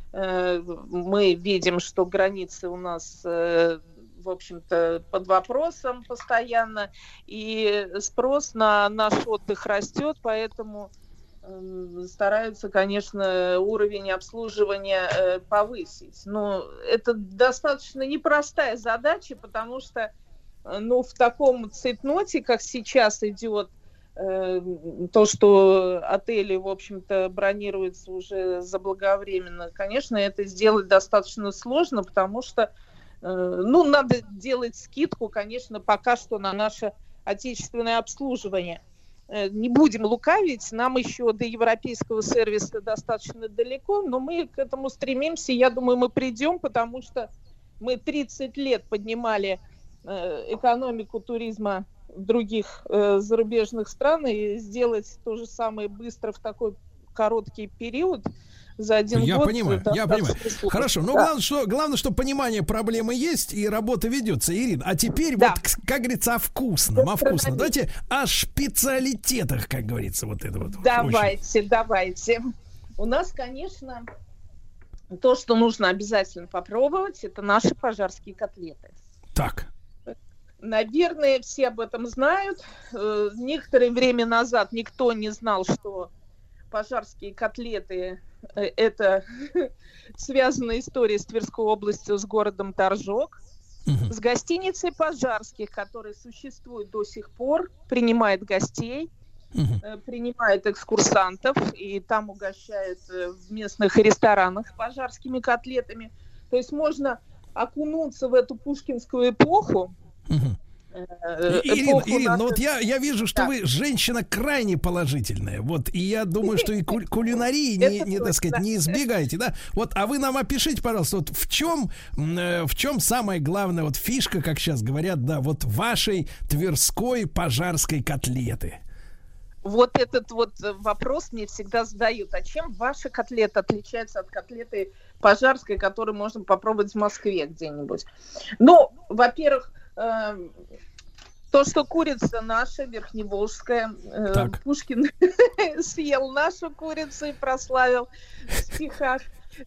N: мы видим, что границы у нас в общем-то, под вопросом постоянно, и спрос на наш отдых растет, поэтому стараются, конечно, уровень обслуживания повысить. Но это достаточно непростая задача, потому что, ну, в таком цейтноте, как сейчас идет то, что отели, в общем-то, бронируются уже заблаговременно, конечно, это сделать достаточно сложно, потому что, надо делать скидку, конечно, пока что на наше отечественное обслуживание. Не будем лукавить, нам еще до европейского сервиса достаточно далеко, но мы к этому стремимся, я думаю, мы придем, потому что мы 30 лет поднимали экономику туризма других зарубежных стран, и сделать то же самое быстро в такой короткий период за один год.
B: Я понимаю. Хорошо, но главное, что понимание проблемы есть и работа ведется, Ирина. А теперь вот, как говорится, о вкусном. Давайте о специалитетах, как говорится, вот это вот.
N: Давайте. У нас, конечно, то, что нужно обязательно попробовать, это наши пожарские котлеты.
B: Так.
N: Наверное, все об этом знают. Некоторое время назад никто не знал, что пожарские котлеты – это связанная история с Тверской областью, с городом Торжок, с гостиницей Пожарских, которая существует до сих пор, принимает гостей, принимает экскурсантов, и там угощает в местных ресторанах пожарскими котлетами. То есть можно окунуться в эту пушкинскую эпоху.
B: Ирина, вот я вижу, что вы женщина крайне положительная. Вот, и я думаю, что и кулинарии не избегаете, да? Вот, а вы нам опишите, пожалуйста, вот в чем самая главная вот фишка, как сейчас говорят, да, вот вашей тверской пожарской котлеты?
N: Вот этот вот вопрос мне всегда задают. А чем ваша котлета отличается от котлеты пожарской, которую можно попробовать в Москве где-нибудь? Ну, во-первых, то, что курица наша, верхневолжская, Пушкин съел нашу курицу и прославил в стихах.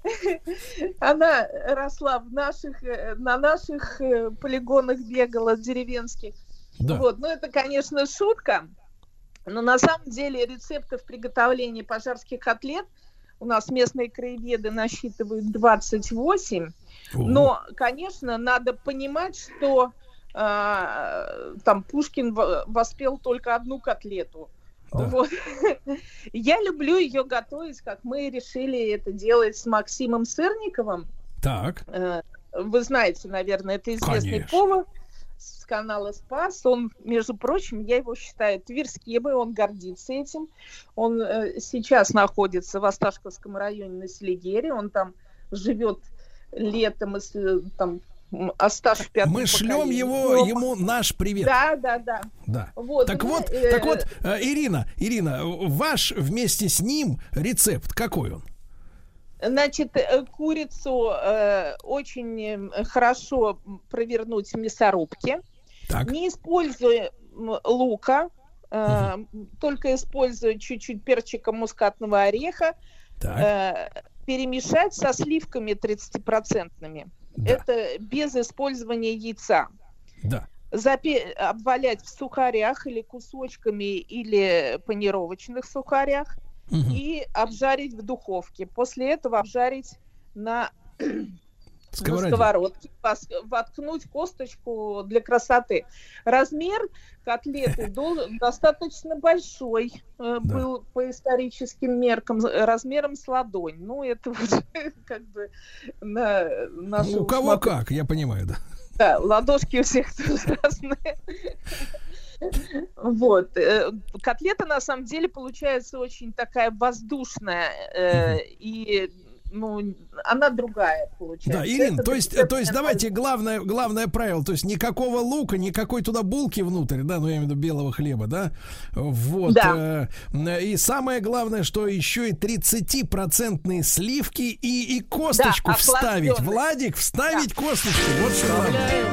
N: Она росла на наших полигонах, бегала деревенских. Да. Вот. Ну, это, конечно, шутка. Но на самом деле рецептов приготовления пожарских котлет у нас местные краеведы насчитывают 28. Но, конечно, надо понимать, что там Пушкин воспел только одну котлету. Да. Вот. Я люблю ее готовить, как мы решили это делать с Максимом Сырниковым.
B: Так.
N: Вы знаете, наверное, это известный повар с канала «Спас». Он, между прочим, я его считаю тверским, и он гордится этим. Он сейчас находится в Осташковском районе на Селигере. Он там живет летом, там, Осташ в пятом
B: поколении. Мы шлем ему наш привет.
N: Да. Вот,
B: так вот, Ирина, ваш вместе с ним рецепт какой он?
N: Значит, курицу очень хорошо провернуть в мясорубке. Так. Не используя лука, только используя чуть-чуть перчика мускатного ореха, перемешать со сливками 30%. Да. Это без использования яйца.
B: Да.
N: Обвалять в сухарях или кусочками, или панировочных сухарях. И обжарить в духовке. После этого обжарить на сковородке. Воткнуть косточку для красоты. Размер котлеты достаточно большой. Был по историческим меркам размером с ладонь. Ну, это уже как бы на нашу...
B: У кого как, я понимаю, да.
N: Да, ладошки у всех тоже разные. Вот. Котлета, на самом деле, получается очень такая воздушная, и она другая получается.
B: Да, Ирина, то есть давайте главное правило, то есть никакого лука, никакой туда булки внутрь, да, я имею в виду белого хлеба, да, вот. Да. И самое главное, что еще и 30% сливки и косточку вставить. Владик, вставить косточку. Вот что главное.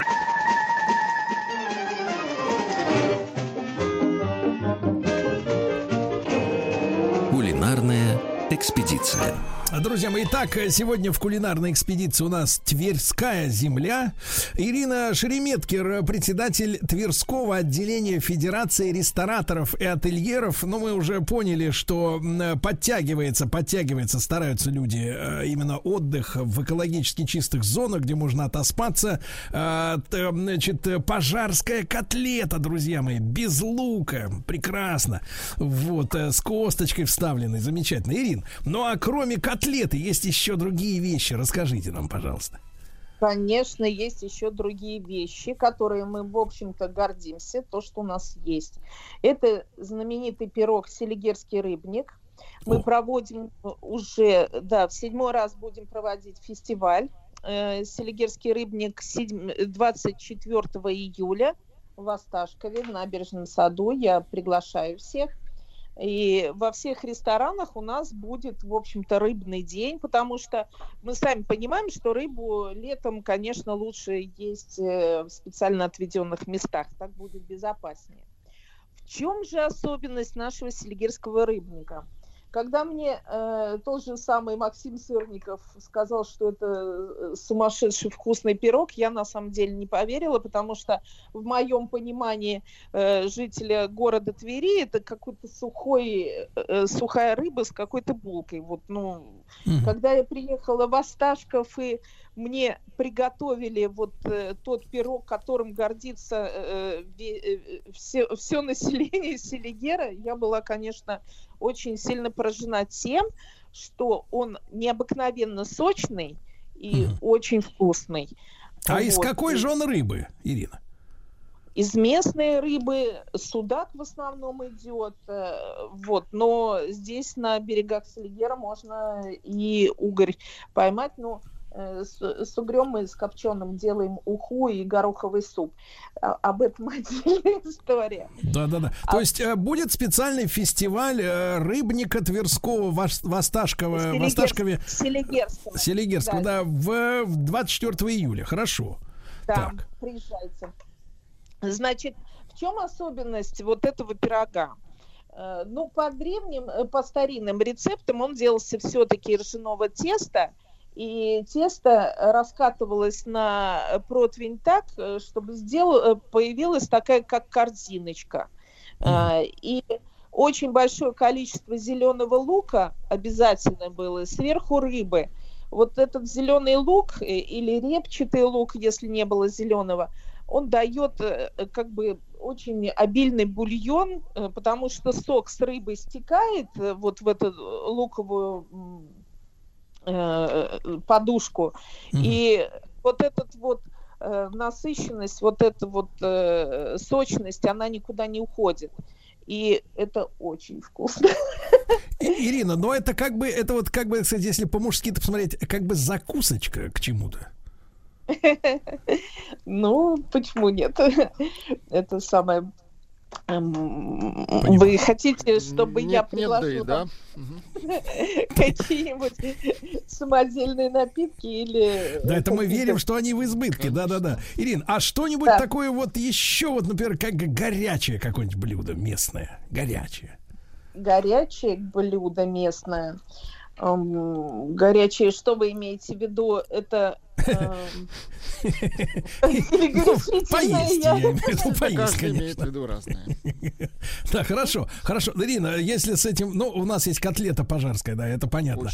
A: Кулинарная экспедиция.
B: Друзья мои, итак, сегодня в кулинарной экспедиции у нас Тверская земля. Ирина Шереметкер, председатель Тверского отделения Федерации рестораторов и ательеров. Но мы уже поняли, что подтягивается, стараются люди именно отдых в экологически чистых зонах, где можно отоспаться. Значит, пожарская котлета, друзья мои, без лука, прекрасно. Вот, с косточкой вставленной, замечательно. Ирин, ну а кроме котлеты есть еще другие вещи. Расскажите нам, пожалуйста.
N: Конечно, есть еще другие вещи, которые мы, в общем-то, гордимся, то, что у нас есть. Это знаменитый пирог «Селигерский рыбник». Мы проводим уже, в 7-й раз будем проводить фестиваль «Селигерский рыбник» 24 июля в Осташкове, в Набережном саду. Я приглашаю всех. И во всех ресторанах у нас будет, в общем-то, рыбный день, потому что мы сами понимаем, что рыбу летом, конечно, лучше есть в специально отведенных местах, так будет безопаснее. В чем же особенность нашего селигерского рыбника? Когда мне тот же самый Максим Сырников сказал, что это сумасшедший вкусный пирог, я на самом деле не поверила, потому что в моем понимании жителя города Твери это какой-то сухая рыба с какой-то булкой. Вот, Когда я приехала в Осташков и мне приготовили вот тот пирог, которым гордится все население Селигера, я была, конечно, очень сильно поражена тем, что он необыкновенно сочный и очень вкусный.
B: А из какой же он рыбы, Ирина?
N: Из местной рыбы судак в основном идет, но здесь на берегах Селигера можно и угорь поймать, с угрем мы с копченым делаем уху и гороховый суп. Об этом отдельная история.
B: Да. То есть будет специальный фестиваль рыбника Тверского в Осташкове. Селигерского, да, в 24 июля. Хорошо.
N: Да,
B: так.
N: Приезжайте. Значит, в чем особенность вот этого пирога? По старинным рецептам он делался все-таки ржаного теста, и тесто раскатывалось на противень так, чтобы появилась такая, как корзиночка. И очень большое количество зеленого лука обязательно было, сверху рыбы. Вот этот зеленый лук или репчатый лук, если не было зеленого, он дает очень обильный бульон, потому что сок с рыбы стекает вот в эту луковую подушку. И вот эта насыщенность, вот эта сочность, она никуда не уходит. И это очень вкусно.
B: Ирина, но это кстати, если по-мужски-то посмотреть, как бы закусочка к чему-то.
N: Почему нет? Это самое... Вы хотите, чтобы я предложила какие-нибудь самодельные напитки или...
B: Да, это мы верим, что они в избытке, да. Ирин, а что-нибудь такое еще, например, как горячее какое-нибудь блюдо местное, горячее?
N: Горячее блюдо местное. Горячее, что вы имеете в виду? Это...
B: Поесть, я имею в виду, поесть,
C: конечно. Имеет в виду разное.
B: Да, хорошо. Ирина, если с этим... у нас есть котлета пожарская, да, это понятно.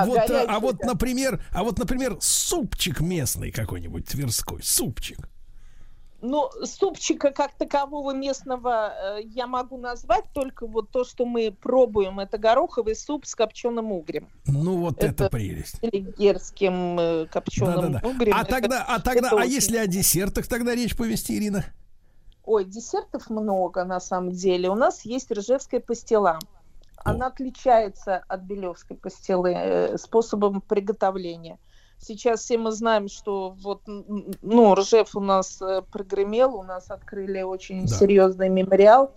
B: Например, супчик местный какой-нибудь, тверской, супчик.
N: Супчика как такового местного я могу назвать, только вот то, что мы пробуем, это гороховый суп с копченым угрем.
B: Это прелесть.
N: С селигерским копченым угрем.
B: Если о десертах тогда речь повести, Ирина?
N: Ой, десертов много на самом деле. У нас есть ржевская пастила. Она отличается от белевской пастилы способом приготовления. Сейчас все мы знаем, что Ржев у нас прогремел, у нас открыли очень серьезный мемориал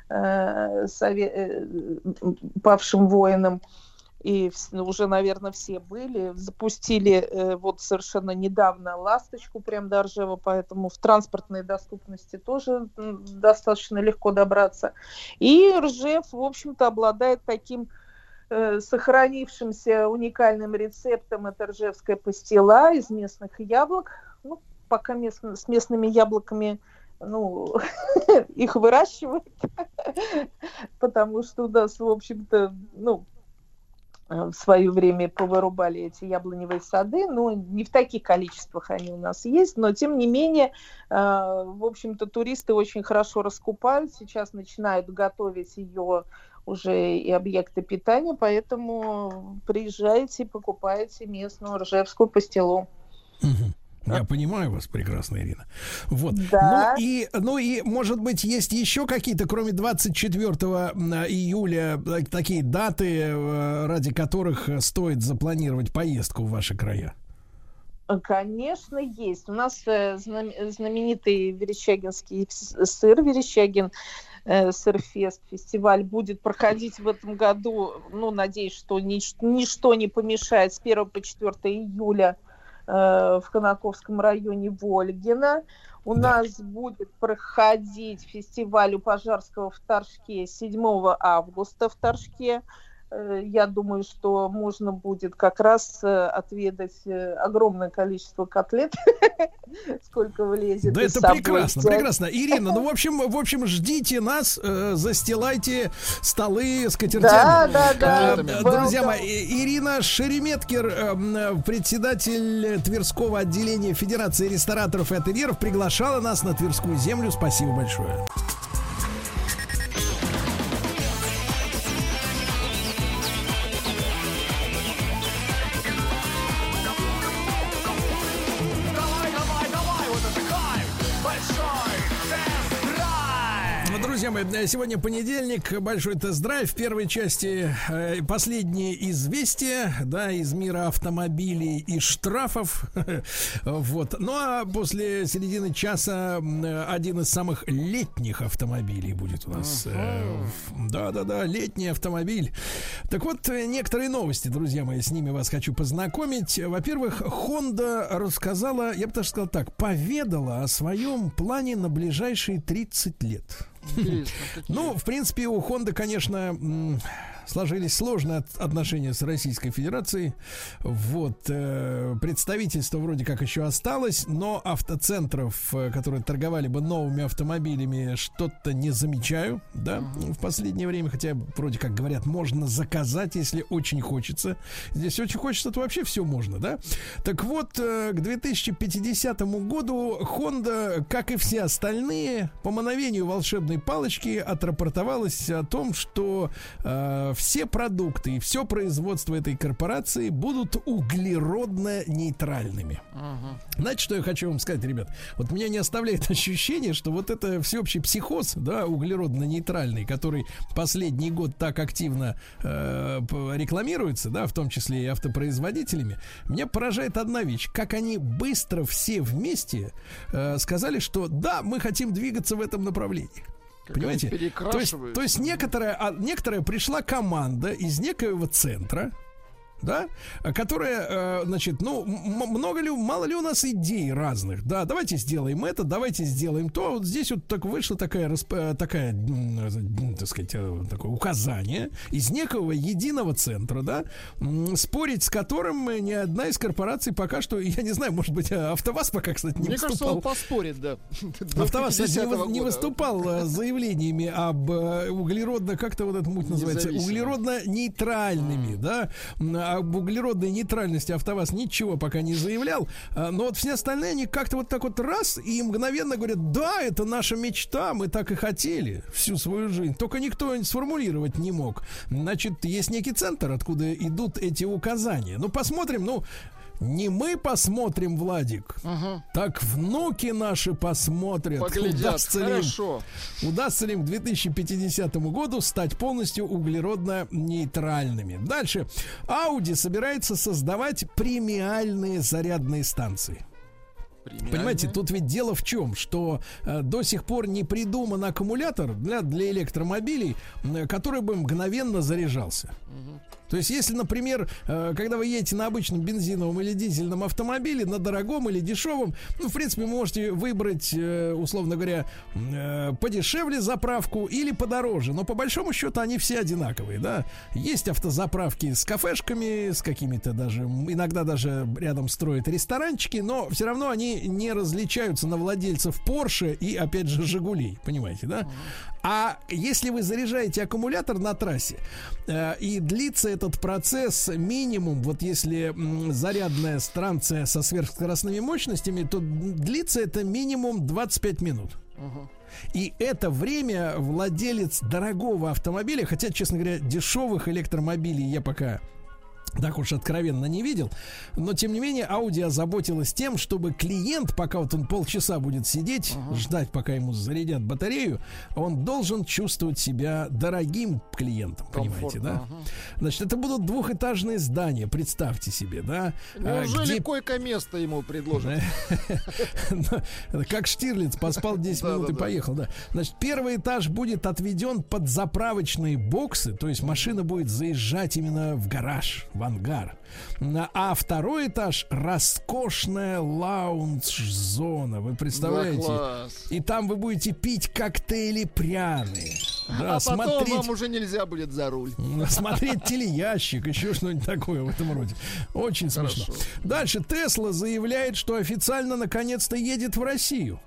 N: павшим воинам, и уже, наверное, все были. Запустили совершенно недавно «Ласточку» прям до Ржева, поэтому в транспортной доступности тоже достаточно легко добраться. И Ржев, в общем-то, обладает таким сохранившимся уникальным рецептом. Это ржевская пастила из местных яблок. Ну, пока с местными яблоками, ну, их выращивают, потому что у нас, в общем-то, ну, в свое время повырубали эти яблоневые сады, но не в таких количествах они у нас есть, но тем не менее, в общем-то, туристы очень хорошо раскупают, сейчас начинают готовить ее уже и объекты питания, поэтому приезжайте, покупайте местную ржевскую пастилу.
B: Я понимаю вас прекрасно, Ирина. Вот.
N: Да.
B: Ну и, может быть, есть еще какие-то, кроме 24 июля, такие даты, ради которых стоит запланировать поездку в ваши края?
N: Конечно, есть. У нас знаменитый верещагинский сыр, Верещагин Сырфест, фестиваль будет проходить в этом году. Ну, надеюсь, что ничто не помешает с 1 по 4 июля в Конаковском районе Вольгина. У нас будет проходить фестиваль у Пожарского в Торжке 7 августа в Торжке. Я думаю, что можно будет как раз отведать огромное количество котлет, сколько влезет.
B: Да, это прекрасно, прекрасно. Ирина, ну, в общем, ждите нас, застилайте столы скатертями.
N: Да.
B: Друзья мои, Ирина Шереметкер, председатель Тверского отделения Федерации рестораторов и ательеров, приглашала нас на Тверскую землю. Спасибо большое. Друзья мои, сегодня понедельник, большой тест-драйв. В первой части последние известия, да, из мира автомобилей и штрафов. Вот. Ну а после середины часа один из самых летних автомобилей будет у нас. Да, летний автомобиль. Так вот, некоторые новости, друзья мои, с ними вас хочу познакомить. Во-первых, Honda рассказала, я бы даже сказал так, поведала о своем плане на ближайшие 30 лет. Ну, в принципе, у Honda, конечно, сложились сложные отношения с Российской Федерацией. Вот, представительство вроде как еще осталось, но автоцентров, которые торговали бы новыми автомобилями, что-то не замечаю, да, в последнее время, хотя вроде как говорят, можно заказать, если очень хочется. Здесь очень хочется, то вообще все можно, да. Так вот, к 2050 году Honda, как и все остальные, по мановению волшебной палочки отрапортовалась о том, что все продукты и все производство этой корпорации будут углеродно-нейтральными. Знаете, что я хочу вам сказать, ребят? Вот меня не оставляет ощущение, что вот это всеобщий психоз, да, углеродно-нейтральный, который последний год так активно рекламируется, да, в том числе и автопроизводителями, меня поражает одна вещь. Как они быстро все вместе сказали, что да, мы хотим двигаться в этом направлении. Понимаете? То есть некоторая пришла команда из некоего центра, да, которая, значит, ну, мало ли у нас идей разных, да, давайте сделаем это, давайте сделаем то, вот здесь вот так вышло такое, так сказать, такое указание из некого единого центра, да, спорить с которым ни одна из корпораций пока что, я не знаю, может быть, АвтоВАЗ пока, кстати, не выступал.
C: Мне кажется, он поспорит, да.
B: АвтоВАЗ, кстати, не выступал с заявлениями об углеродно, как-то вот эта муть называется, углеродно-нейтральными, да. Об углеродной нейтральности АвтоВАЗ ничего пока не заявлял, но вот все остальные, они как-то вот так вот раз и мгновенно говорят, да, это наша мечта, мы так и хотели всю свою жизнь, только никто сформулировать не мог. Значит, есть некий центр, откуда идут эти указания. Ну, посмотрим, ну, не мы посмотрим, Владик, так внуки наши посмотрят. Удастся ли им к 2050 году стать полностью углеродно-нейтральными. Дальше. Audi собирается создавать премиальные зарядные станции. Понимаете, тут ведь дело в чем, что до сих пор не придуман аккумулятор для электромобилей, который бы мгновенно заряжался. То есть, если, например, когда вы едете на обычном бензиновом или дизельном автомобиле, на дорогом или дешевом, ну, в принципе, вы можете выбрать, условно говоря, подешевле заправку или подороже. Но по большому счету они все одинаковые, да. Есть автозаправки с кафешками, с какими-то даже, иногда даже рядом строят ресторанчики, но все равно они не различаются на владельцев Porsche и, опять же, Жигулей, понимаете, да? А если вы заряжаете аккумулятор на трассе, и длится этот процесс минимум, вот если зарядная станция со сверхскоростными мощностями, то длится это минимум 25 минут. И это время владелец дорогого автомобиля, хотя, честно говоря, дешевых электромобилей я пока так уж откровенно не видел, но тем не менее Audi озаботилась тем, чтобы клиент, пока вот он полчаса будет сидеть, ждать, пока ему зарядят батарею, он должен чувствовать себя дорогим клиентом, понимаете, да? Значит, это будут двухэтажные здания, представьте себе, да?
C: Неужели койко-место ему предложат?
B: Как Штирлиц, поспал 10 минут и поехал, да. Значит, первый этаж будет отведен под заправочные боксы, то есть машина будет заезжать именно в гараж, в ангар. А второй этаж — роскошная лаунж-зона. Вы представляете? И там вы будете пить коктейли пряные. Да,
C: потом вам уже нельзя будет за руль.
B: Смотреть телеящик, еще что-нибудь такое в этом роде. Очень смешно. Дальше Tesla заявляет, что официально наконец-то едет в Россию.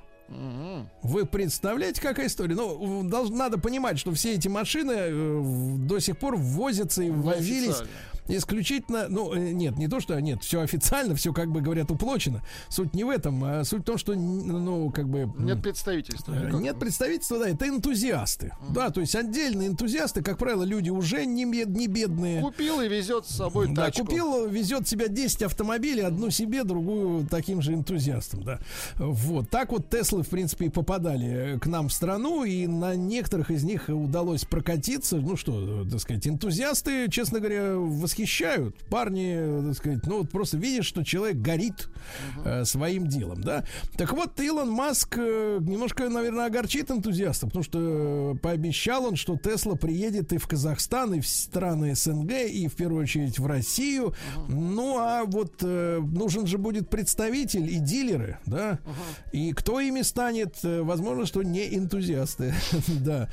B: Вы представляете, какая история? Ну, надо понимать, что все эти машины до сих пор ввозятся и ввозились исключительно, ну, нет, не то, что нет, все официально, все, как бы говорят, уплочено. Суть не в этом, а суть в том, что, ну, как бы...
C: Нет представительства.
B: Нет представительства, да, это энтузиасты. Да, то есть отдельные энтузиасты, как правило, люди уже не бедные.
C: Купил и везет с собой тачку.
B: Да, купил, везет себя 10 автомобилей, одну себе, другую таким же энтузиастам, да. Вот, так вот Теслы, в принципе, и попадали к нам в страну, и на некоторых из них удалось прокатиться. Ну что, так сказать, энтузиасты, честно говоря, восхищают. Парни, так сказать, ну вот просто видишь, что человек горит своим делом, да. Так вот, Илон Маск немножко, наверное, огорчит энтузиастов, потому что пообещал он, что Тесла приедет и в Казахстан, и в страны СНГ, и в первую очередь в Россию. Ну, а вот нужен же будет представитель и дилеры, да. И кто ими станет? Возможно, что не энтузиасты. Да.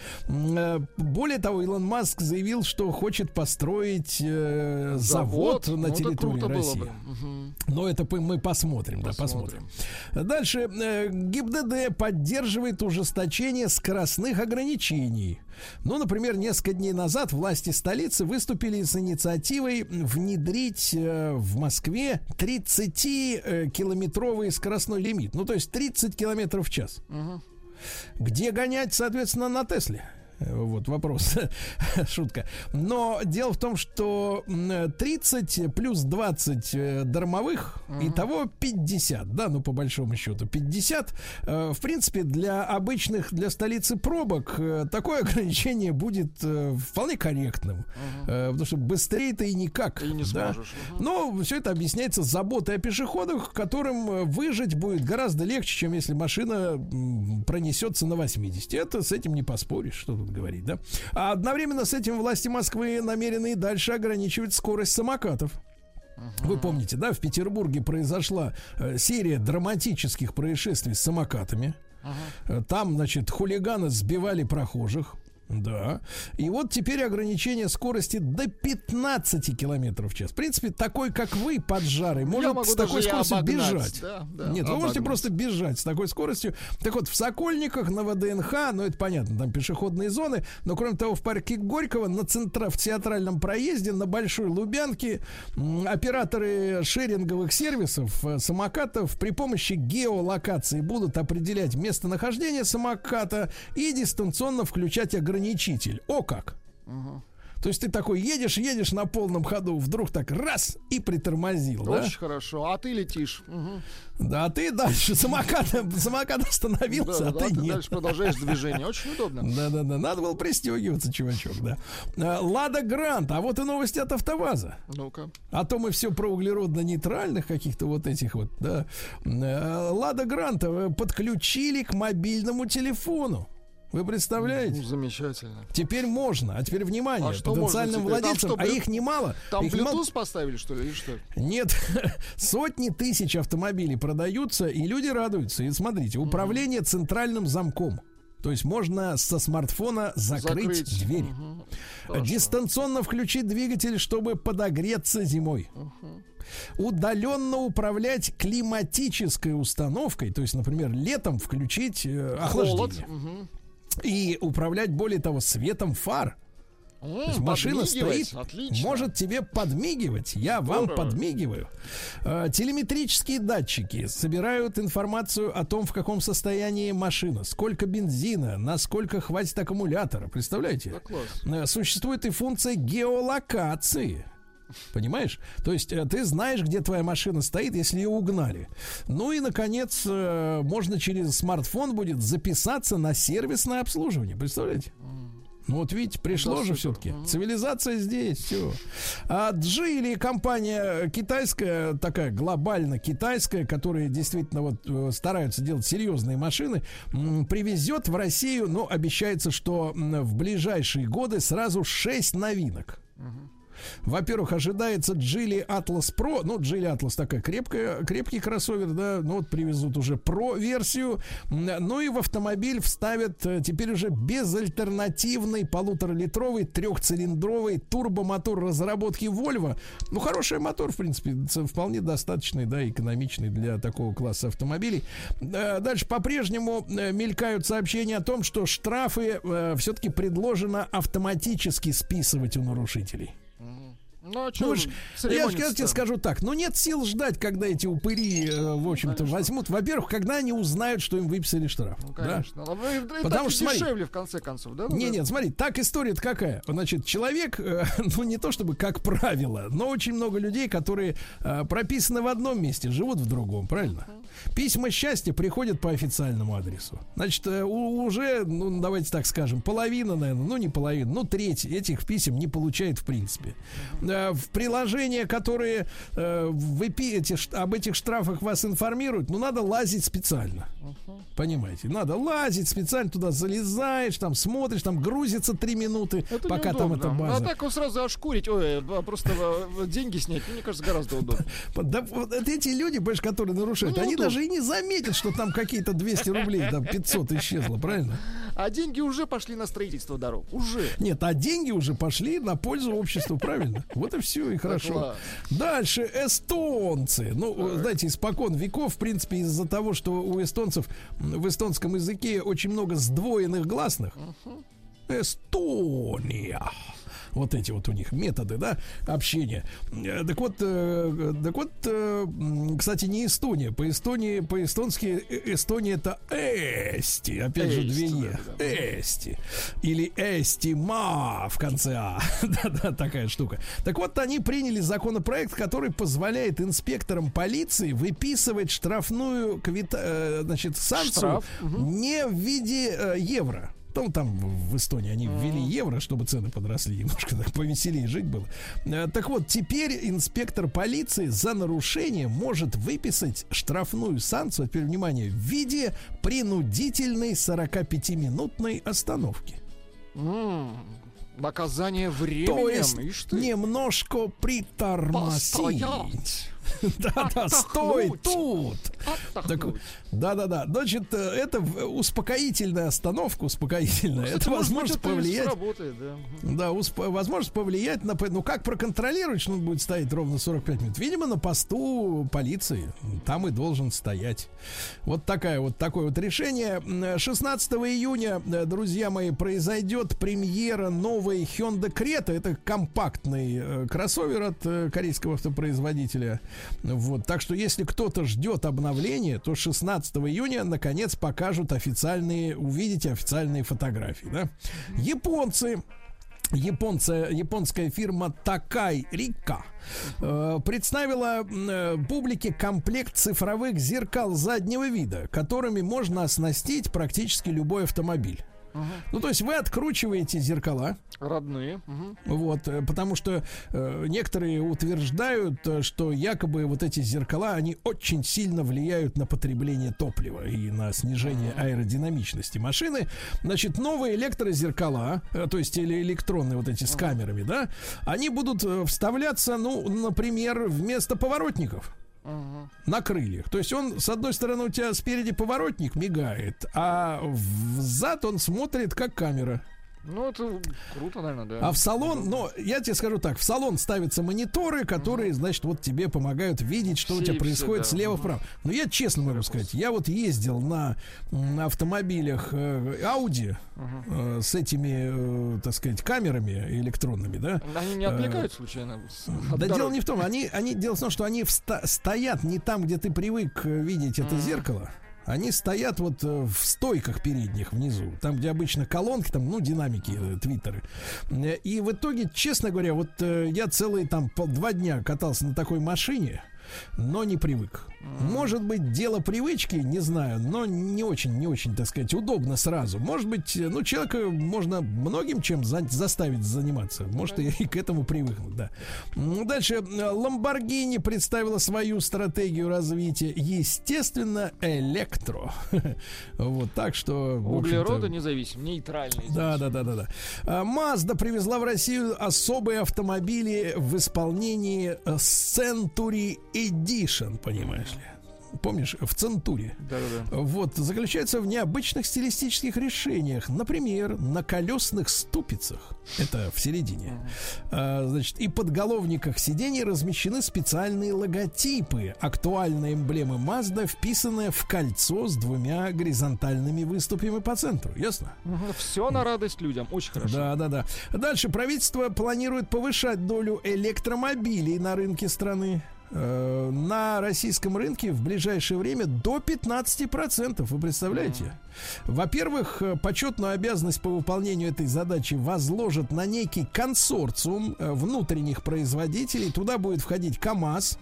B: Более того, Илон Маск заявил, что хочет построить завод на территории России. Но это мы посмотрим. Да, посмотрим. Дальше. ГИБДД поддерживает ужесточение скоростных ограничений. Ну, например, несколько дней назад власти столицы выступили с инициативой внедрить в Москве 30-километровый скоростной лимит. Ну, то есть 30 километров в час. Где гонять, соответственно, на Тесле? Вот вопрос. Шутка. Но дело в том, что 30 плюс 20 дармовых, итого 50, да, ну по большому счету 50. В принципе, для обычных, для столицы пробок такое ограничение будет вполне корректным. Потому что быстрее-то и никак.
C: И не сможешь.
B: Но все это объясняется заботой о пешеходах, которым выжить будет гораздо легче, чем если машина пронесется на 80. Это с этим не поспоришь, что тут говорить, да? А одновременно с этим власти Москвы намерены и дальше ограничивать скорость самокатов. Вы помните, да, в Петербурге произошла серия драматических происшествий с самокатами. Там, значит, хулиганы сбивали прохожих. Да. И вот теперь ограничение скорости до 15 километров в час. В принципе, такой, как вы, поджарый, может с такой скоростью бежать.
C: Да,
B: нет, вы можете просто бежать с такой скоростью. Так вот, в Сокольниках, на ВДНХ, ну это понятно, там пешеходные зоны, но кроме того, в парке Горького, в театральном проезде, на Большой Лубянке операторы шеринговых сервисов самокатов при помощи геолокации будут определять местонахождение самоката и дистанционно включать ограничитель. О как! То есть ты такой едешь на полном ходу, вдруг так раз и притормозил, да?
C: Очень хорошо. А ты летишь. Угу.
B: Да, а ты дальше самокат остановился,
C: да,
B: а ты нет.
C: Дальше продолжаешь движение. Очень удобно.
B: Да. Надо было пристегиваться, чувачок, да. Лада Грант. А вот и новости от АвтоВАЗа.
C: Ну-ка.
B: А то мы все про углеродно-нейтральных каких-то вот этих вот, да. Лада Грант подключили к мобильному телефону. Вы представляете?
C: Ну, замечательно.
B: Теперь можно. А теперь внимание, потенциальным владельцам,
C: там,
B: их немало.
C: Там
B: их
C: Bluetooth поставили, что ли, или что?
B: Нет, сотни тысяч автомобилей продаются, и люди радуются. И смотрите, управление центральным замком. То есть можно со смартфона закрыть дверь. Дистанционно включить двигатель, чтобы подогреться зимой. Удаленно управлять климатической установкой. То есть, например, летом включить охлаждение. И управлять, более того, светом фар. То есть машина стоит, может тебе подмигивать. Я вам подмигиваю. Телеметрические датчики собирают информацию о том, в каком состоянии машина, сколько бензина, насколько хватит аккумулятора. Представляете? Существует и функция геолокации. Понимаешь? То есть ты знаешь, где твоя машина стоит, если ее угнали. Ну и, наконец, можно через смартфон будет записаться на сервисное обслуживание. Представляете? Ну вот видите, пришло же все-таки. Цивилизация здесь, все. А Geely, компания китайская, такая глобально китайская, которая действительно вот стараются делать серьезные машины, привезет в Россию, ну, обещается, что в ближайшие годы сразу 6 новинок. Во-первых, ожидается Geely Atlas Pro. Ну, Geely Atlas такая крепкий кроссовер, да. Ну, вот привезут уже Pro-версию. Ну и в автомобиль вставят теперь уже безальтернативный 1,5-литровый трехцилиндровый турбомотор разработки Volvo. Ну, хороший мотор, в принципе, вполне достаточный, да, экономичный для такого класса автомобилей. Дальше по-прежнему мелькают сообщения о том, что штрафы все-таки предложено автоматически списывать у нарушителей.
C: Ну,
B: я тебе скажу так, ну нет сил ждать, когда эти упыри, в общем-то, возьмут. Во-первых, когда они узнают, что им выписали штраф.
C: Ну, конечно.
B: Да?
C: Потому что дешевле, в конце концов, да?
B: Нет, смотри, так история-то какая. Значит, человек, ну не то чтобы как правило, но очень много людей, которые прописаны в одном месте, живут в другом, правильно? Письма счастья приходят по официальному адресу. Значит, уже, ну давайте так скажем, половина, наверное, ну не половина, ну треть этих писем не получает в принципе. В приложения, которые об этих штрафах вас информируют, ну надо лазить специально. Понимаете? Надо лазить специально, туда залезаешь, там смотришь, там грузится 3 минуты, это пока там эта база.
C: А так вот сразу ошкурить, просто деньги снять, мне кажется, гораздо удобнее.
B: Да, вот эти люди, понимаешь, которые нарушают, они даже и не заметят, что там какие-то 200 рублей, там 500 исчезло, правильно?
C: А деньги уже пошли на строительство дорог. Уже.
B: Нет, а деньги уже пошли на пользу обществу, правильно? Вот и все, и хорошо. Дальше эстонцы. Ну, знаете, испокон веков, в принципе, из-за того, что у эстонцев в эстонском языке очень много сдвоенных гласных. Эстония. Вот эти вот у них методы, да, общения. Так вот, кстати, не Эстония. По-эстонски Эстония это Эсти. Опять же, 2 Е. Эсти. Или Эстима в конце А. Да, такая штука. Так вот, они приняли законопроект, который позволяет инспекторам полиции выписывать штрафную санкцию не в виде евро. Там в Эстонии они ввели евро, чтобы цены подросли, немножко так повеселее жить было. Так вот, теперь инспектор полиции за нарушение может выписать штрафную санкцию, теперь внимание, в виде принудительной 45-минутной остановки.
C: Наказание временем.
B: То есть немножко притормозить. Да, стой тут. Да. Значит, это успокоительная остановка, успокоительная. Это возможность повлиять. Да, возможность повлиять на. Ну, как проконтролировать, что он будет стоять ровно 45 минут? Видимо, на посту полиции. Там и должен стоять. Вот такое вот решение. 16 июня, друзья мои, произойдет премьера новой Hyundai Creta. Это компактный кроссовер от корейского автопроизводителя. Вот, так что если кто-то ждет обновления, то 16 июня наконец покажут увидите официальные фотографии, да? Японцы японская фирма Такай Рика представила публике комплект цифровых зеркал заднего вида, которыми можно оснастить практически любой автомобиль. Ну, то есть вы откручиваете зеркала.
C: Родные.
B: Вот, потому что некоторые утверждают, что якобы вот эти зеркала, они очень сильно влияют на потребление топлива и на снижение аэродинамичности машины. Значит, новые электрозеркала, то есть или электронные вот эти с камерами, да, они будут вставляться, ну, например, вместо поворотников. На крыльях. То есть он, с одной стороны, у тебя спереди поворотник мигает, а взад он смотрит как камера.
C: Ну, это круто, наверное, да.
B: А в салон, но я тебе скажу так, в салон ставятся мониторы, которые, значит, вот тебе помогают видеть, что у тебя происходит слева вправо. Но я честно могу сказать, я вот ездил на автомобилях Audi с этими, так сказать, камерами электронными, да.
C: Они не отвлекают случайно?
B: Да дело не в том, дело в том, что они стоят не там, где ты привык видеть это зеркало. Они стоят вот в стойках передних внизу, там, где обычно колонки, там, ну, динамики, твиттеры. И в итоге, честно говоря, вот я целые там 2 дня катался на такой машине, но не привык. Может быть, дело привычки, не знаю, но не очень, так сказать, удобно сразу. Может быть, ну, человека можно многим чем заставить заниматься. Может, и к этому привыкнуть, да. Дальше. Lamborghini представила свою стратегию развития. Естественно, электро. Вот так что...
C: Углерода независим, нейтральный.
B: Да. Mazda привезла в Россию особые автомобили в исполнении Century Edition, понимаешь ли? Помнишь, в Центуре.
C: Да.
B: Вот, заключается в необычных стилистических решениях. Например, на колесных ступицах, это в середине, значит, и подголовниках сидений размещены специальные логотипы. Актуальная эмблема Mazda, вписанная в кольцо с 2 горизонтальными выступами по центру. Ясно?
C: Все на радость людям. Очень хорошо.
B: Да. Дальше. Правительство планирует повышать долю электромобилей на рынке страны. На российском рынке в ближайшее время до 15%. Вы представляете? Во-первых, почетную обязанность по выполнению этой задачи возложат на некий консорциум внутренних производителей. Туда будет входить КАМАЗ.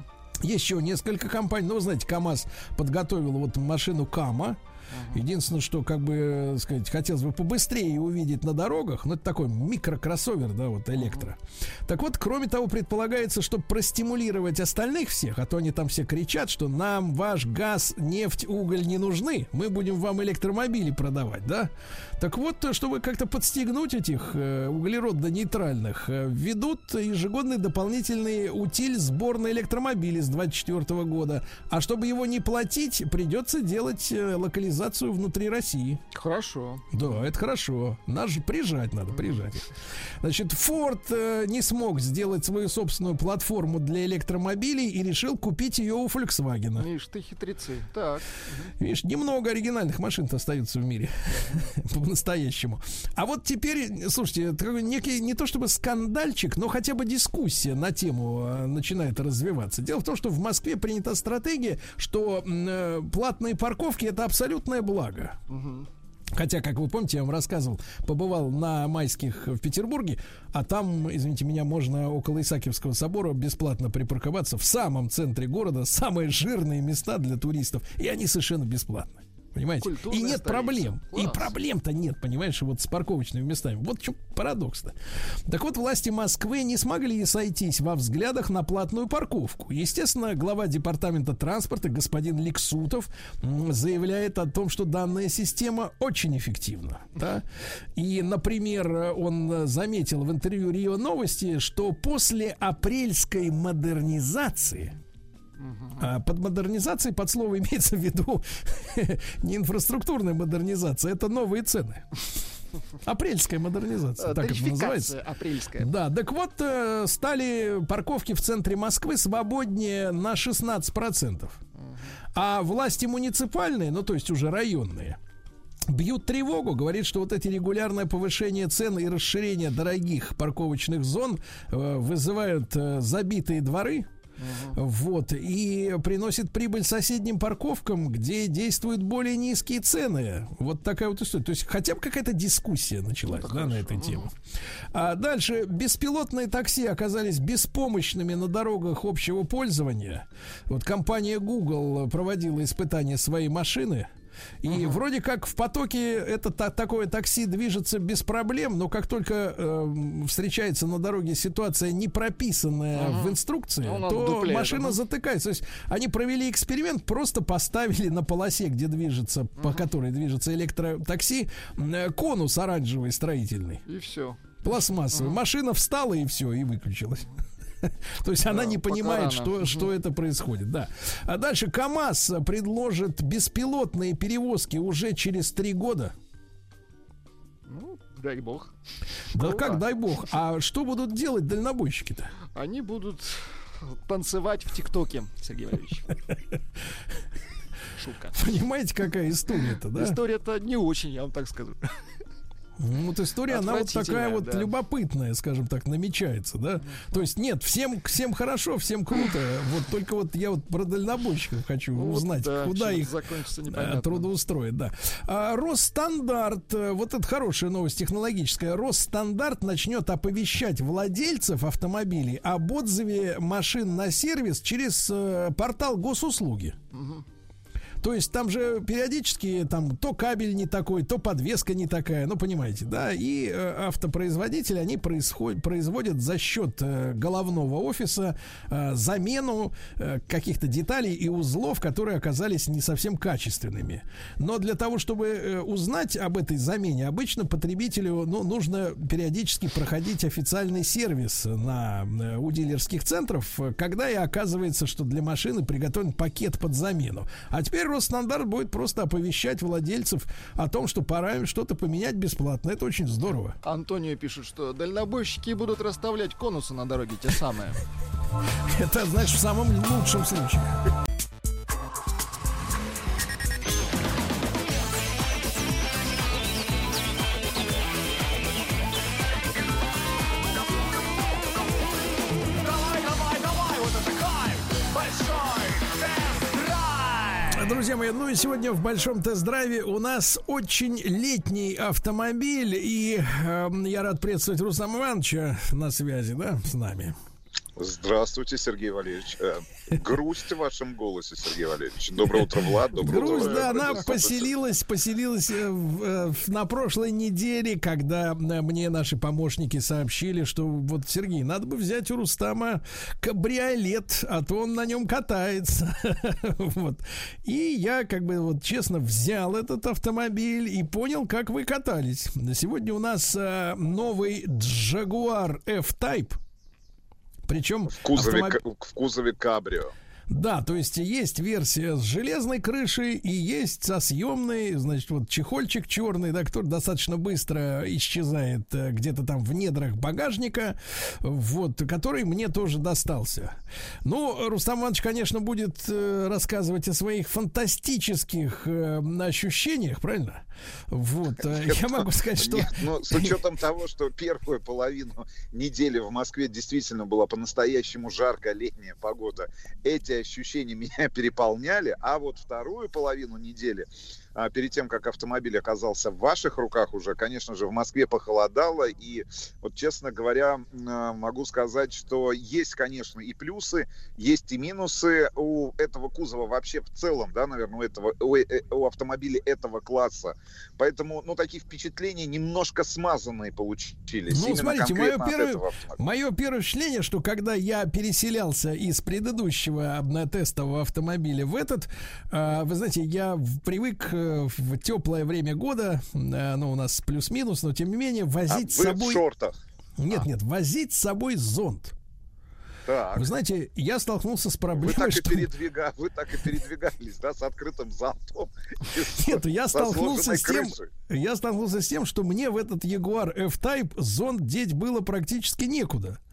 B: Еще несколько компаний. Ну, вы знаете, КАМАЗ подготовил вот машину КАМА. Единственное, что, как бы, сказать, хотелось бы побыстрее увидеть на дорогах. Ну, это такой микрокроссовер, да, вот электро. Так вот, кроме того, предполагается, чтобы простимулировать остальных всех, а то они там все кричат, что нам ваш газ, нефть, уголь не нужны, мы будем вам электромобили продавать, да? Так вот, чтобы как-то подстегнуть этих углеродно-нейтральных, ведут ежегодный дополнительный утиль сбор на электромобили с 2024 года. А чтобы его не платить, придется делать локализацию внутри России.
C: Хорошо.
B: Да, это хорошо. Нас же прижать надо, прижать их. Значит, Ford не смог сделать свою собственную платформу для электромобилей и решил купить ее у Volkswagen.
C: Видишь, ты хитрецы. Так.
B: Видишь, немного оригинальных машин-то остаются в мире. По-настоящему. А вот теперь, слушайте, это некий, не то чтобы скандальчик, но хотя бы дискуссия на тему начинает развиваться. Дело в том, что в Москве принята стратегия, что платные парковки — это абсолютное благо. Хотя, как вы помните, я вам рассказывал, побывал на майских в Петербурге, а там, извините меня, можно около Исаакиевского собора бесплатно припарковаться в самом центре города, самые жирные места для туристов, и они совершенно бесплатные. Понимаете?
C: Культурная
B: и нет
C: столица.
B: проблем.
C: Класс.
B: И проблем-то нет, понимаешь, вот с парковочными местами. Вот в чем парадокс-то. Так вот, власти Москвы не смогли сойтись во взглядах на платную парковку. Естественно, глава департамента транспорта господин Лексутов заявляет о том, что данная система очень эффективна. Да? И, например, он заметил в интервью РИО Новости, что после апрельской модернизации, под модернизацией, под слово имеется в виду не инфраструктурная модернизация, это новые цены. Апрельская модернизация, так это называется.
C: Апрельская.
B: Да, так вот, стали парковки в центре Москвы свободнее на 16%. А власти муниципальные, ну то есть уже районные, бьют тревогу, говорит, что вот эти регулярное повышение цен и расширение дорогих парковочных зон вызывают забитые дворы. Вот, и приносит прибыль соседним парковкам, где действуют более низкие цены. Вот такая вот история. То есть хотя бы какая-то дискуссия началась, да, на эту тему. А дальше. Беспилотные такси оказались беспомощными на дорогах общего пользования. Вот компания Google проводила испытания своей машины. И вроде как в потоке это такое такси движется без проблем, но как только встречается на дороге ситуация, не прописанная в инструкции, то машина затыкается. То есть они провели эксперимент, просто поставили на полосе, где движется, по которой движется электротакси, конус оранжевый строительный.
C: И все.
B: Пластмассовый. Машина встала и все, и выключилась. То есть она не понимает, что это происходит. Да. А дальше КАМАЗ предложит беспилотные перевозки уже через 3 года.
C: Ну, дай бог.
B: Да как дай бог? А что будут делать дальнобойщики-то?
C: Они будут танцевать в ТикТоке, Сергей Валерьевич. Шутка.
B: Понимаете, какая история-то, да?
C: История-то не очень, я вам так скажу.
B: Вот история, она вот такая вот любопытная, скажем так, намечается, да? То есть нет, всем хорошо, всем круто. Вот только вот я вот про дальнобойщиков хочу узнать, куда их трудоустроить, да. Росстандарт, вот это хорошая новость технологическая. Росстандарт начнет оповещать владельцев автомобилей об отзыве машин на сервис через портал госуслуги. То есть там же периодически там то кабель не такой, то подвеска не такая, ну понимаете, да, и автопроизводители, они производят за счет головного офиса замену каких-то деталей и узлов, которые оказались не совсем качественными. Но для того, чтобы узнать об этой замене, обычно потребителю нужно периодически проходить официальный сервис у дилерских центров, когда и оказывается, что для машины приготовлен пакет под замену. А теперь Росстандарт будет просто оповещать владельцев о том, что пора им что-то поменять бесплатно. Это очень здорово.
C: Антонио пишет, что дальнобойщики будут расставлять конусы на дороге, те самые.
B: Это, знаешь, в самом лучшем случае. Друзья мои, ну и сегодня в большом тест-драйве у нас очень летний автомобиль. И я рад приветствовать Рустама Ивановича на связи, да, с нами.
O: Здравствуйте, Сергей Валерьевич. Грусть в вашем голосе, Сергей Валерьевич. Доброе утро, Влад. Доброе утро.
B: Грусть, да, она поселилась на прошлой неделе, когда мне наши помощники сообщили, что вот, Сергей, надо бы взять у Рустама кабриолет, а то он на нем катается. Вот. И я, как бы, вот честно, взял этот автомобиль и понял, как вы катались. Сегодня у нас новый Jaguar F-Type. Причем
O: в кузове кабрио.
B: Да, то есть есть версия с железной крышей и есть со съемной, значит, вот чехольчик черный, да, который достаточно быстро исчезает где-то там в недрах багажника, вот, который мне тоже достался. Ну, Рустам Иванович, конечно, будет рассказывать о своих фантастических ощущениях, правильно? Вот, я могу сказать, что...
O: Но с учетом того, что первую половину недели в Москве действительно была по-настоящему жаркая летняя погода, эти ощущения меня переполняли, а вот вторую половину недели, перед тем, как автомобиль оказался в ваших руках уже, конечно же, в Москве похолодало, и вот, честно говоря, могу сказать, что есть, конечно, и плюсы, есть и минусы у этого кузова вообще в целом, да, наверное, у автомобиля этого класса. Поэтому, ну, такие впечатления немножко смазанные получились.
B: Ну, смотрите, мое первое впечатление, что когда я переселялся из предыдущего тестового автомобиля в этот, вы знаете, я привык в теплое время года, ну, у нас плюс-минус, но тем не менее, возить с собой...
O: в шортах?
B: Нет, возить с собой зонт.
O: Так.
B: Вы знаете, я столкнулся с проблемой,
O: вы так и передвигались, да, с открытым зонтом.
B: Нет, я столкнулся с тем, что мне в этот Jaguar F-Type зонт деть было практически некуда.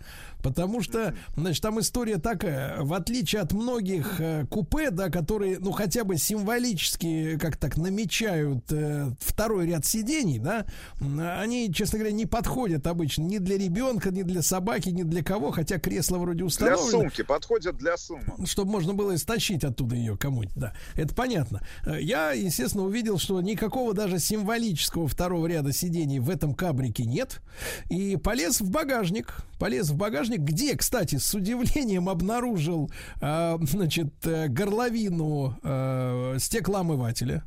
B: Потому что, значит, там история такая, в отличие от многих купе, да, которые, ну, хотя бы символически, как так, намечают второй ряд сидений, да, они, честно говоря, не подходят обычно ни для ребенка, ни для собаки, ни для кого, хотя кресло вроде установлено.
O: Для сумки, подходят для сумок.
B: Чтобы можно было стащить оттуда ее кому-нибудь, да, это понятно. Я, естественно, увидел, что никакого даже символического второго ряда сидений в этом кабрике нет, и полез в багажник, где, кстати, с удивлением обнаружил, значит, горловину стеклоомывателя.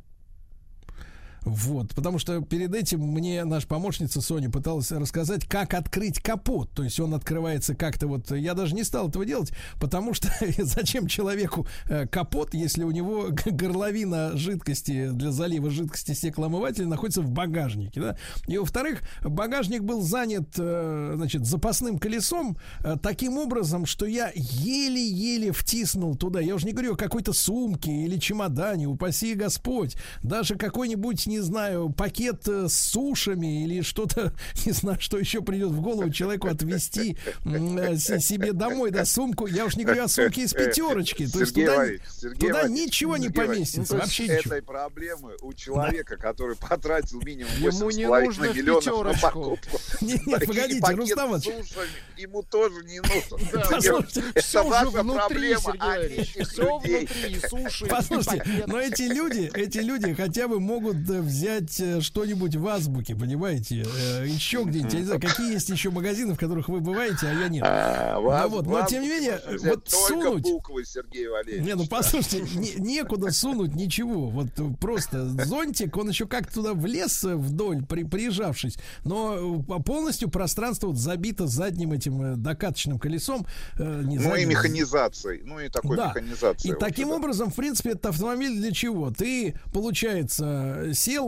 B: Вот, потому что перед этим мне наша помощница Соня пыталась рассказать, как открыть капот. То есть он открывается как-то вот... Я даже не стал этого делать, потому что зачем человеку капот, если у него горловина жидкости для залива жидкости стеклоомывателя находится в багажнике, да? И, во-вторых, багажник был занят, значит, запасным колесом таким образом, что я еле-еле втиснул туда. Я уже не говорю о какой-то сумке или чемодане, упаси Господь. Даже какой-нибудь, не знаю, пакет с сушами или что-то, не знаю, что еще придет в голову человеку отвезти себе домой, да, сумку. Я уж не говорю о сумке из пятерочки. То есть туда ничего не поместится. Вообще ничего.
O: Этой проблемы у человека, который потратил минимум
C: 8,5 миллионов на покупку.
B: Нет, погодите, Рустам Иванович.
O: Ему тоже не нужно.
C: Это ваша проблема, а не этих людей. Суши.
B: Послушайте, но эти люди хотя бы могут взять что-нибудь в азбуке, понимаете? Еще где-нибудь. Я не знаю, какие есть еще магазины, в которых вы бываете, а я нет. Но тем не менее, вот сунуть...
O: буквы, Сергей Валерьевич.
B: Не, ну послушайте, некуда сунуть ничего. Вот просто зонтик, он еще как-то туда влез вдоль, прижавшись, но полностью пространство вот забито задним этим докаточным колесом.
O: Ну и механизацией. Ну и такой механизацией.
B: И таким образом, в принципе, этот автомобиль для чего? Ты, получается, сел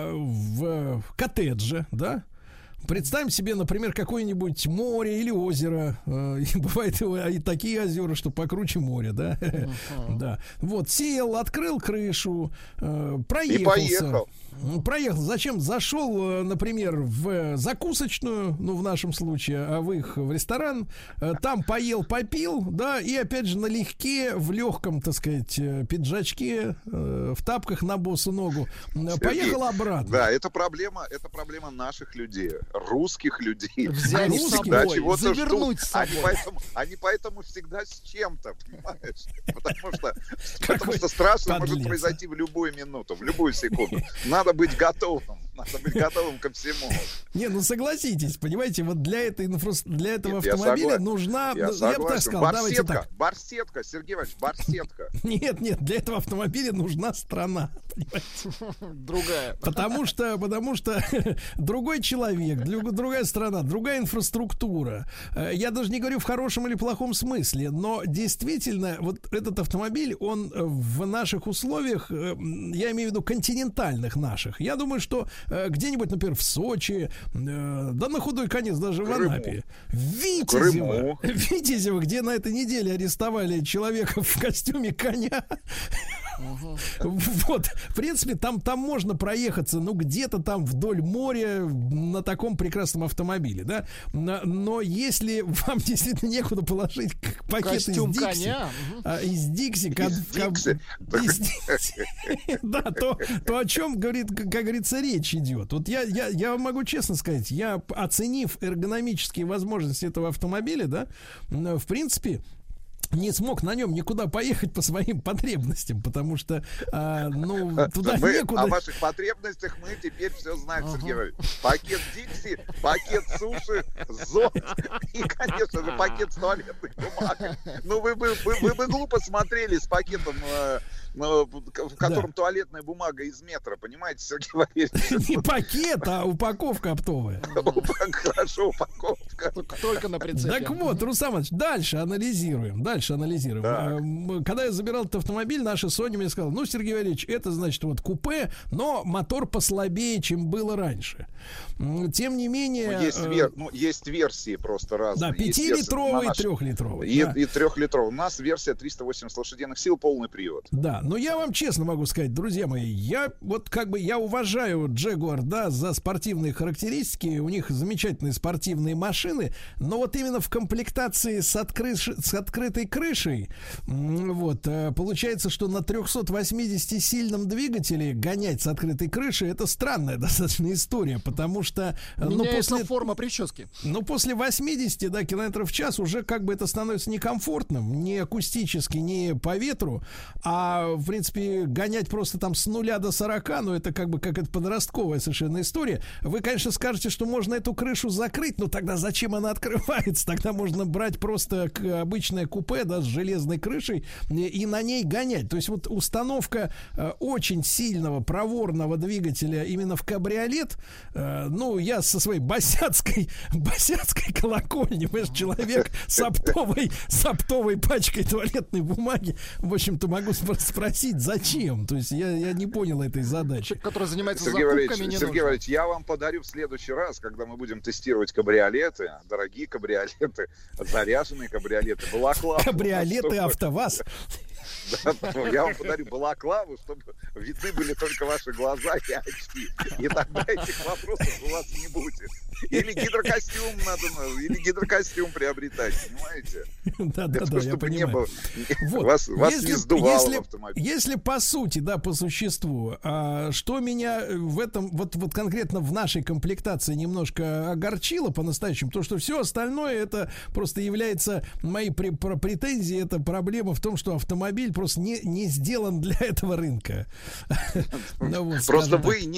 B: в коттедже, да? Представим себе, например, какое-нибудь море или озеро. Бывают и такие озера, что покруче моря, да? Да. Вот, сел, открыл крышу, проехался. Проехал. Зачем? Зашел, например, в закусочную, ну, в нашем случае, а в их в ресторан, там поел, попил, да, и опять же налегке, в легком, так сказать, пиджачке, в тапках на босу ногу, поехал обратно.
O: Да, это проблема наших людей, русских людей.
C: Взять с собой, завернуть с собой.
O: Они поэтому всегда с чем-то, понимаешь? Потому что страшно может произойти в любую минуту, в любую секунду. Надо быть готовым. Надо быть готовым ко всему.
B: Не, ну согласитесь, понимаете, вот для этого автомобиля нужна, я бы так сказал, давайте так.
O: Барсетка, Сергей Иванович, барсетка.
B: Нет, для этого автомобиля нужна страна, понимаете?
C: Другая.
B: Потому что другой человек, другая страна, другая инфраструктура. Я даже не говорю в хорошем или плохом смысле, но действительно вот этот автомобиль, он в наших условиях, я имею в виду континентальных наших, я думаю, что где-нибудь, например, в Сочи, да на худой конец даже в Анапе, Витязево, где на этой неделе арестовали человека в костюме коня. Вот, в принципе, там можно проехаться, ну, где-то там вдоль моря на таком прекрасном автомобиле, да. Но если вам действительно некуда положить пакет из Дикси, да, то о чем говорит, как говорится, речь идет. Вот я вам могу честно сказать, я, оценив эргономические возможности этого автомобиля, да, в принципе, не смог на нем никуда поехать по своим потребностям, потому что, туда некуда.
O: О ваших потребностях мы теперь все знаем, Сергей Иванович. Пакет Дикси, пакет суши, зон и, конечно же, пакет с туалетной бумагой. Ну, вы бы глупо смотрели с пакетом, в котором туалетная бумага из метра, понимаете, Сергей Валерьевич?
B: Не пакет, а упаковка оптовая.
O: Хорошо, упаковка.
C: Только на прицепе.
B: Так вот, Рустам Иванович, дальше анализируем. Да. Когда я забирал этот автомобиль, наша Соня мне сказала: ну, Сергей Валерьевич, это, значит, вот купе, но мотор послабее, чем было раньше. Тем не менее...
O: Есть версии просто разные.
B: Да, 5-литровый и 3-литровый.
O: И 3-литровый. У нас версия 380 лошадиных сил, полный привод.
B: Да, но я вам честно могу сказать, друзья мои, я уважаю Jaguar, да, за спортивные характеристики. У них замечательные спортивные машины. машины, но вот именно в комплектации с открытой крышей, вот, получается, что на 380-сильном двигателе гонять с открытой крышей — это странная достаточно история, потому что...
C: Меняется форма прически.
B: Ну, после 80, да, километров в час уже как бы это становится некомфортным, ни акустически, ни по ветру, а, в принципе, гонять просто там с 0 до 40, ну, это как бы как это подростковая совершенно история. Вы, конечно, скажете, что можно эту крышу закрыть, но тогда зачем она открывается? Тогда можно брать просто обычное купе, да, с железной крышей и на ней гонять. То есть вот установка очень сильного, проворного двигателя именно в кабриолет, ну, я со своей босяцкой колокольни, понимаешь, человек с оптовой пачкой туалетной бумаги, в общем-то, могу спросить, зачем? То есть я не понял этой задачи.
C: Который занимается
O: Сергей
C: закупками,
O: Сергей Валерьевич, я вам подарю в следующий раз, когда мы будем тестировать кабриолеты, дорогие кабриолеты, заряженные кабриолеты, балаклавы.
B: Кабриолеты АвтоВАЗ.
O: Да, я вам подарю балаклаву, чтобы видны были только ваши глаза и очки. И тогда этих вопросов у вас не будет. Или гидрокостюм надо, или гидрокостюм приобретать, понимаете?
B: Да, я понимаю.
O: Вас не сдувало в автомобиле.
B: Если по сути, да, по существу, что меня в этом, вот конкретно в нашей комплектации немножко огорчило по-настоящему, то, что все остальное это просто является моей претензией, это проблема в том, что автомобиль просто не сделан для этого рынка.
O: Просто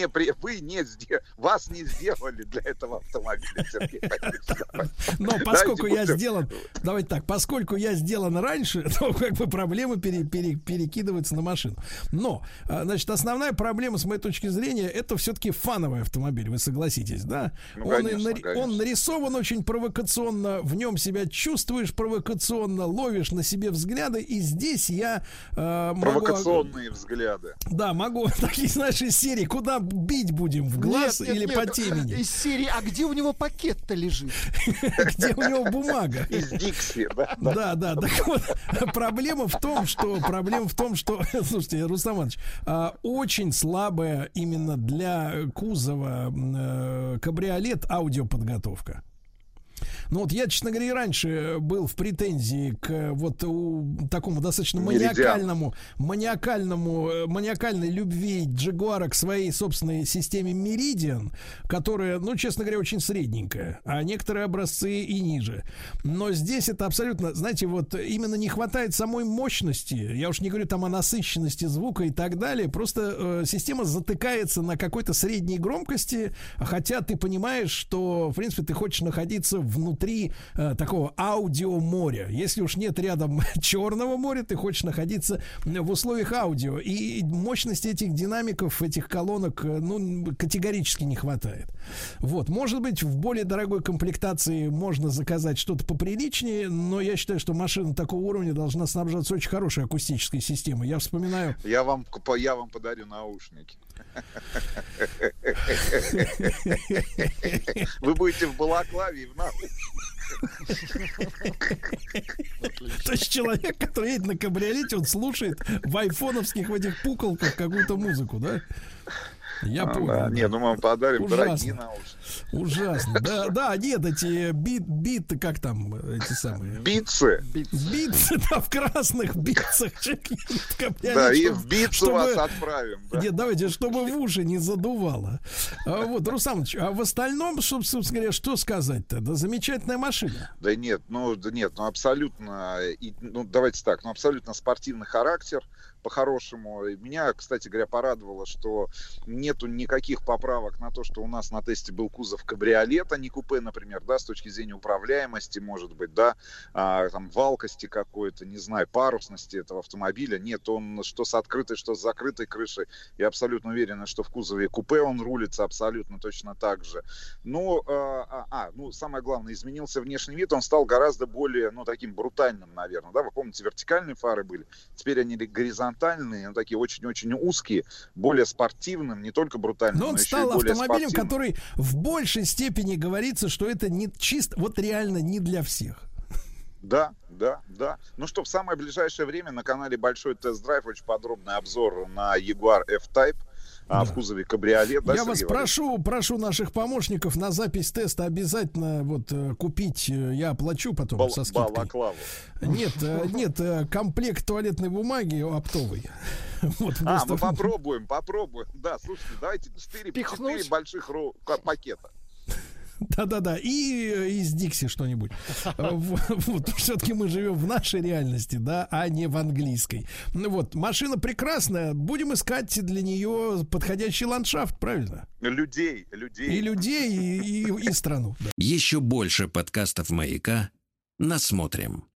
O: вас не сделали для этого автомобиля, Сергей Валерьевич.
B: Но поскольку я сделан, давайте так, поскольку я сделан раньше, то как бы проблемы перекидываются на машину. Но, значит, основная проблема, с моей точки зрения, это все-таки фановый автомобиль, вы согласитесь, да? Он нарисован очень провокационно, в нем себя чувствуешь провокационно, ловишь на себе взгляды, и здесь я
O: провокационные взгляды.
B: Да, могу такие, знаешь, из серии, куда бить будем, в глаз или по темени?
C: Из серии, а где у него пакет-то лежит?
B: Где у него бумага?
O: Из Дикси,
B: да. Да. Так вот, проблема в том, что, слушайте, Рустам Иванович, очень слабая именно для кузова кабриолет аудиоподготовка. Ну вот я, честно говоря, и раньше был в претензии к вот такому достаточно маниакальной любви Jaguar к своей собственной системе Meridian, которая, ну, честно говоря, очень средненькая, а некоторые образцы и ниже. Но здесь это абсолютно, знаете, вот именно не хватает самой мощности, я уж не говорю там о насыщенности звука и так далее, просто система затыкается на какой-то средней громкости, хотя ты понимаешь, что, в принципе, ты хочешь находиться внутри такого аудиоморя. Если уж нет рядом Черного моря, ты хочешь находиться в условиях аудио. И мощности этих динамиков, этих колонок, ну, категорически не хватает. Вот. Может быть, в более дорогой комплектации можно заказать что-то поприличнее, но я считаю, что машина такого уровня должна снабжаться очень хорошей акустической системой. Я вспоминаю...
O: Я вам подарю наушники. Вы будете в балаклаве и в наушниках.
B: То есть человек, который едет на кабриолете, он слушает в айфоновских в этих пуколках какую-то музыку, да? Я понял.
O: Да. Не, ну мы вам подарим дорогие наушники.
B: Ужасно. Да, нет, эти биты, как там, эти самые...
O: Битсы,
B: да, в красных битцах.
O: Да, и в битцу вас отправим.
B: Нет, давайте, чтобы в уши не задувало. Вот, Рустам Ильич, а в остальном, собственно говоря, что сказать-то? Да, замечательная машина.
O: Да нет, абсолютно, давайте так, абсолютно спортивный характер. По-хорошему. Меня, кстати говоря, порадовало, что нету никаких поправок на то, что у нас на тесте был кузов кабриолет, а не купе, например, да, с точки зрения управляемости, может быть, да, там, валкости какой-то, не знаю, парусности этого автомобиля. Нет, он что с открытой, что с закрытой крышей. Я абсолютно уверен, что в кузове купе он рулится абсолютно точно так же. Самое главное, изменился внешний вид, он стал гораздо более, таким брутальным, наверное, да, вы помните, вертикальные фары были, теперь они горизонтальные, такие очень-очень узкие, более спортивным, не только брутальным,
B: но он стал автомобилем, который в большей степени говорится, что это не чисто, вот реально не для всех.
O: Да. Ну что, в самое ближайшее время на канале Большой тест-драйв очень подробный обзор на Jaguar F-Type. а в кузове кабриолет. Да,
B: я вас прошу наших помощников на запись теста обязательно вот купить, я оплачу потом со скидкой.
O: Балаклаву.
B: Нет, комплект туалетной бумаги оптовой. Вот,
O: мы попробуем. Да, слушайте, давайте 4 больших пакета.
B: Да, и из Дикси что-нибудь. Вот, все-таки мы живем в нашей реальности, да, а не в английской. Вот, машина прекрасная, будем искать для нее подходящий ландшафт, правильно?
O: Людей.
B: И людей, и страну.
A: Еще больше подкастов «Маяка» насмотрим.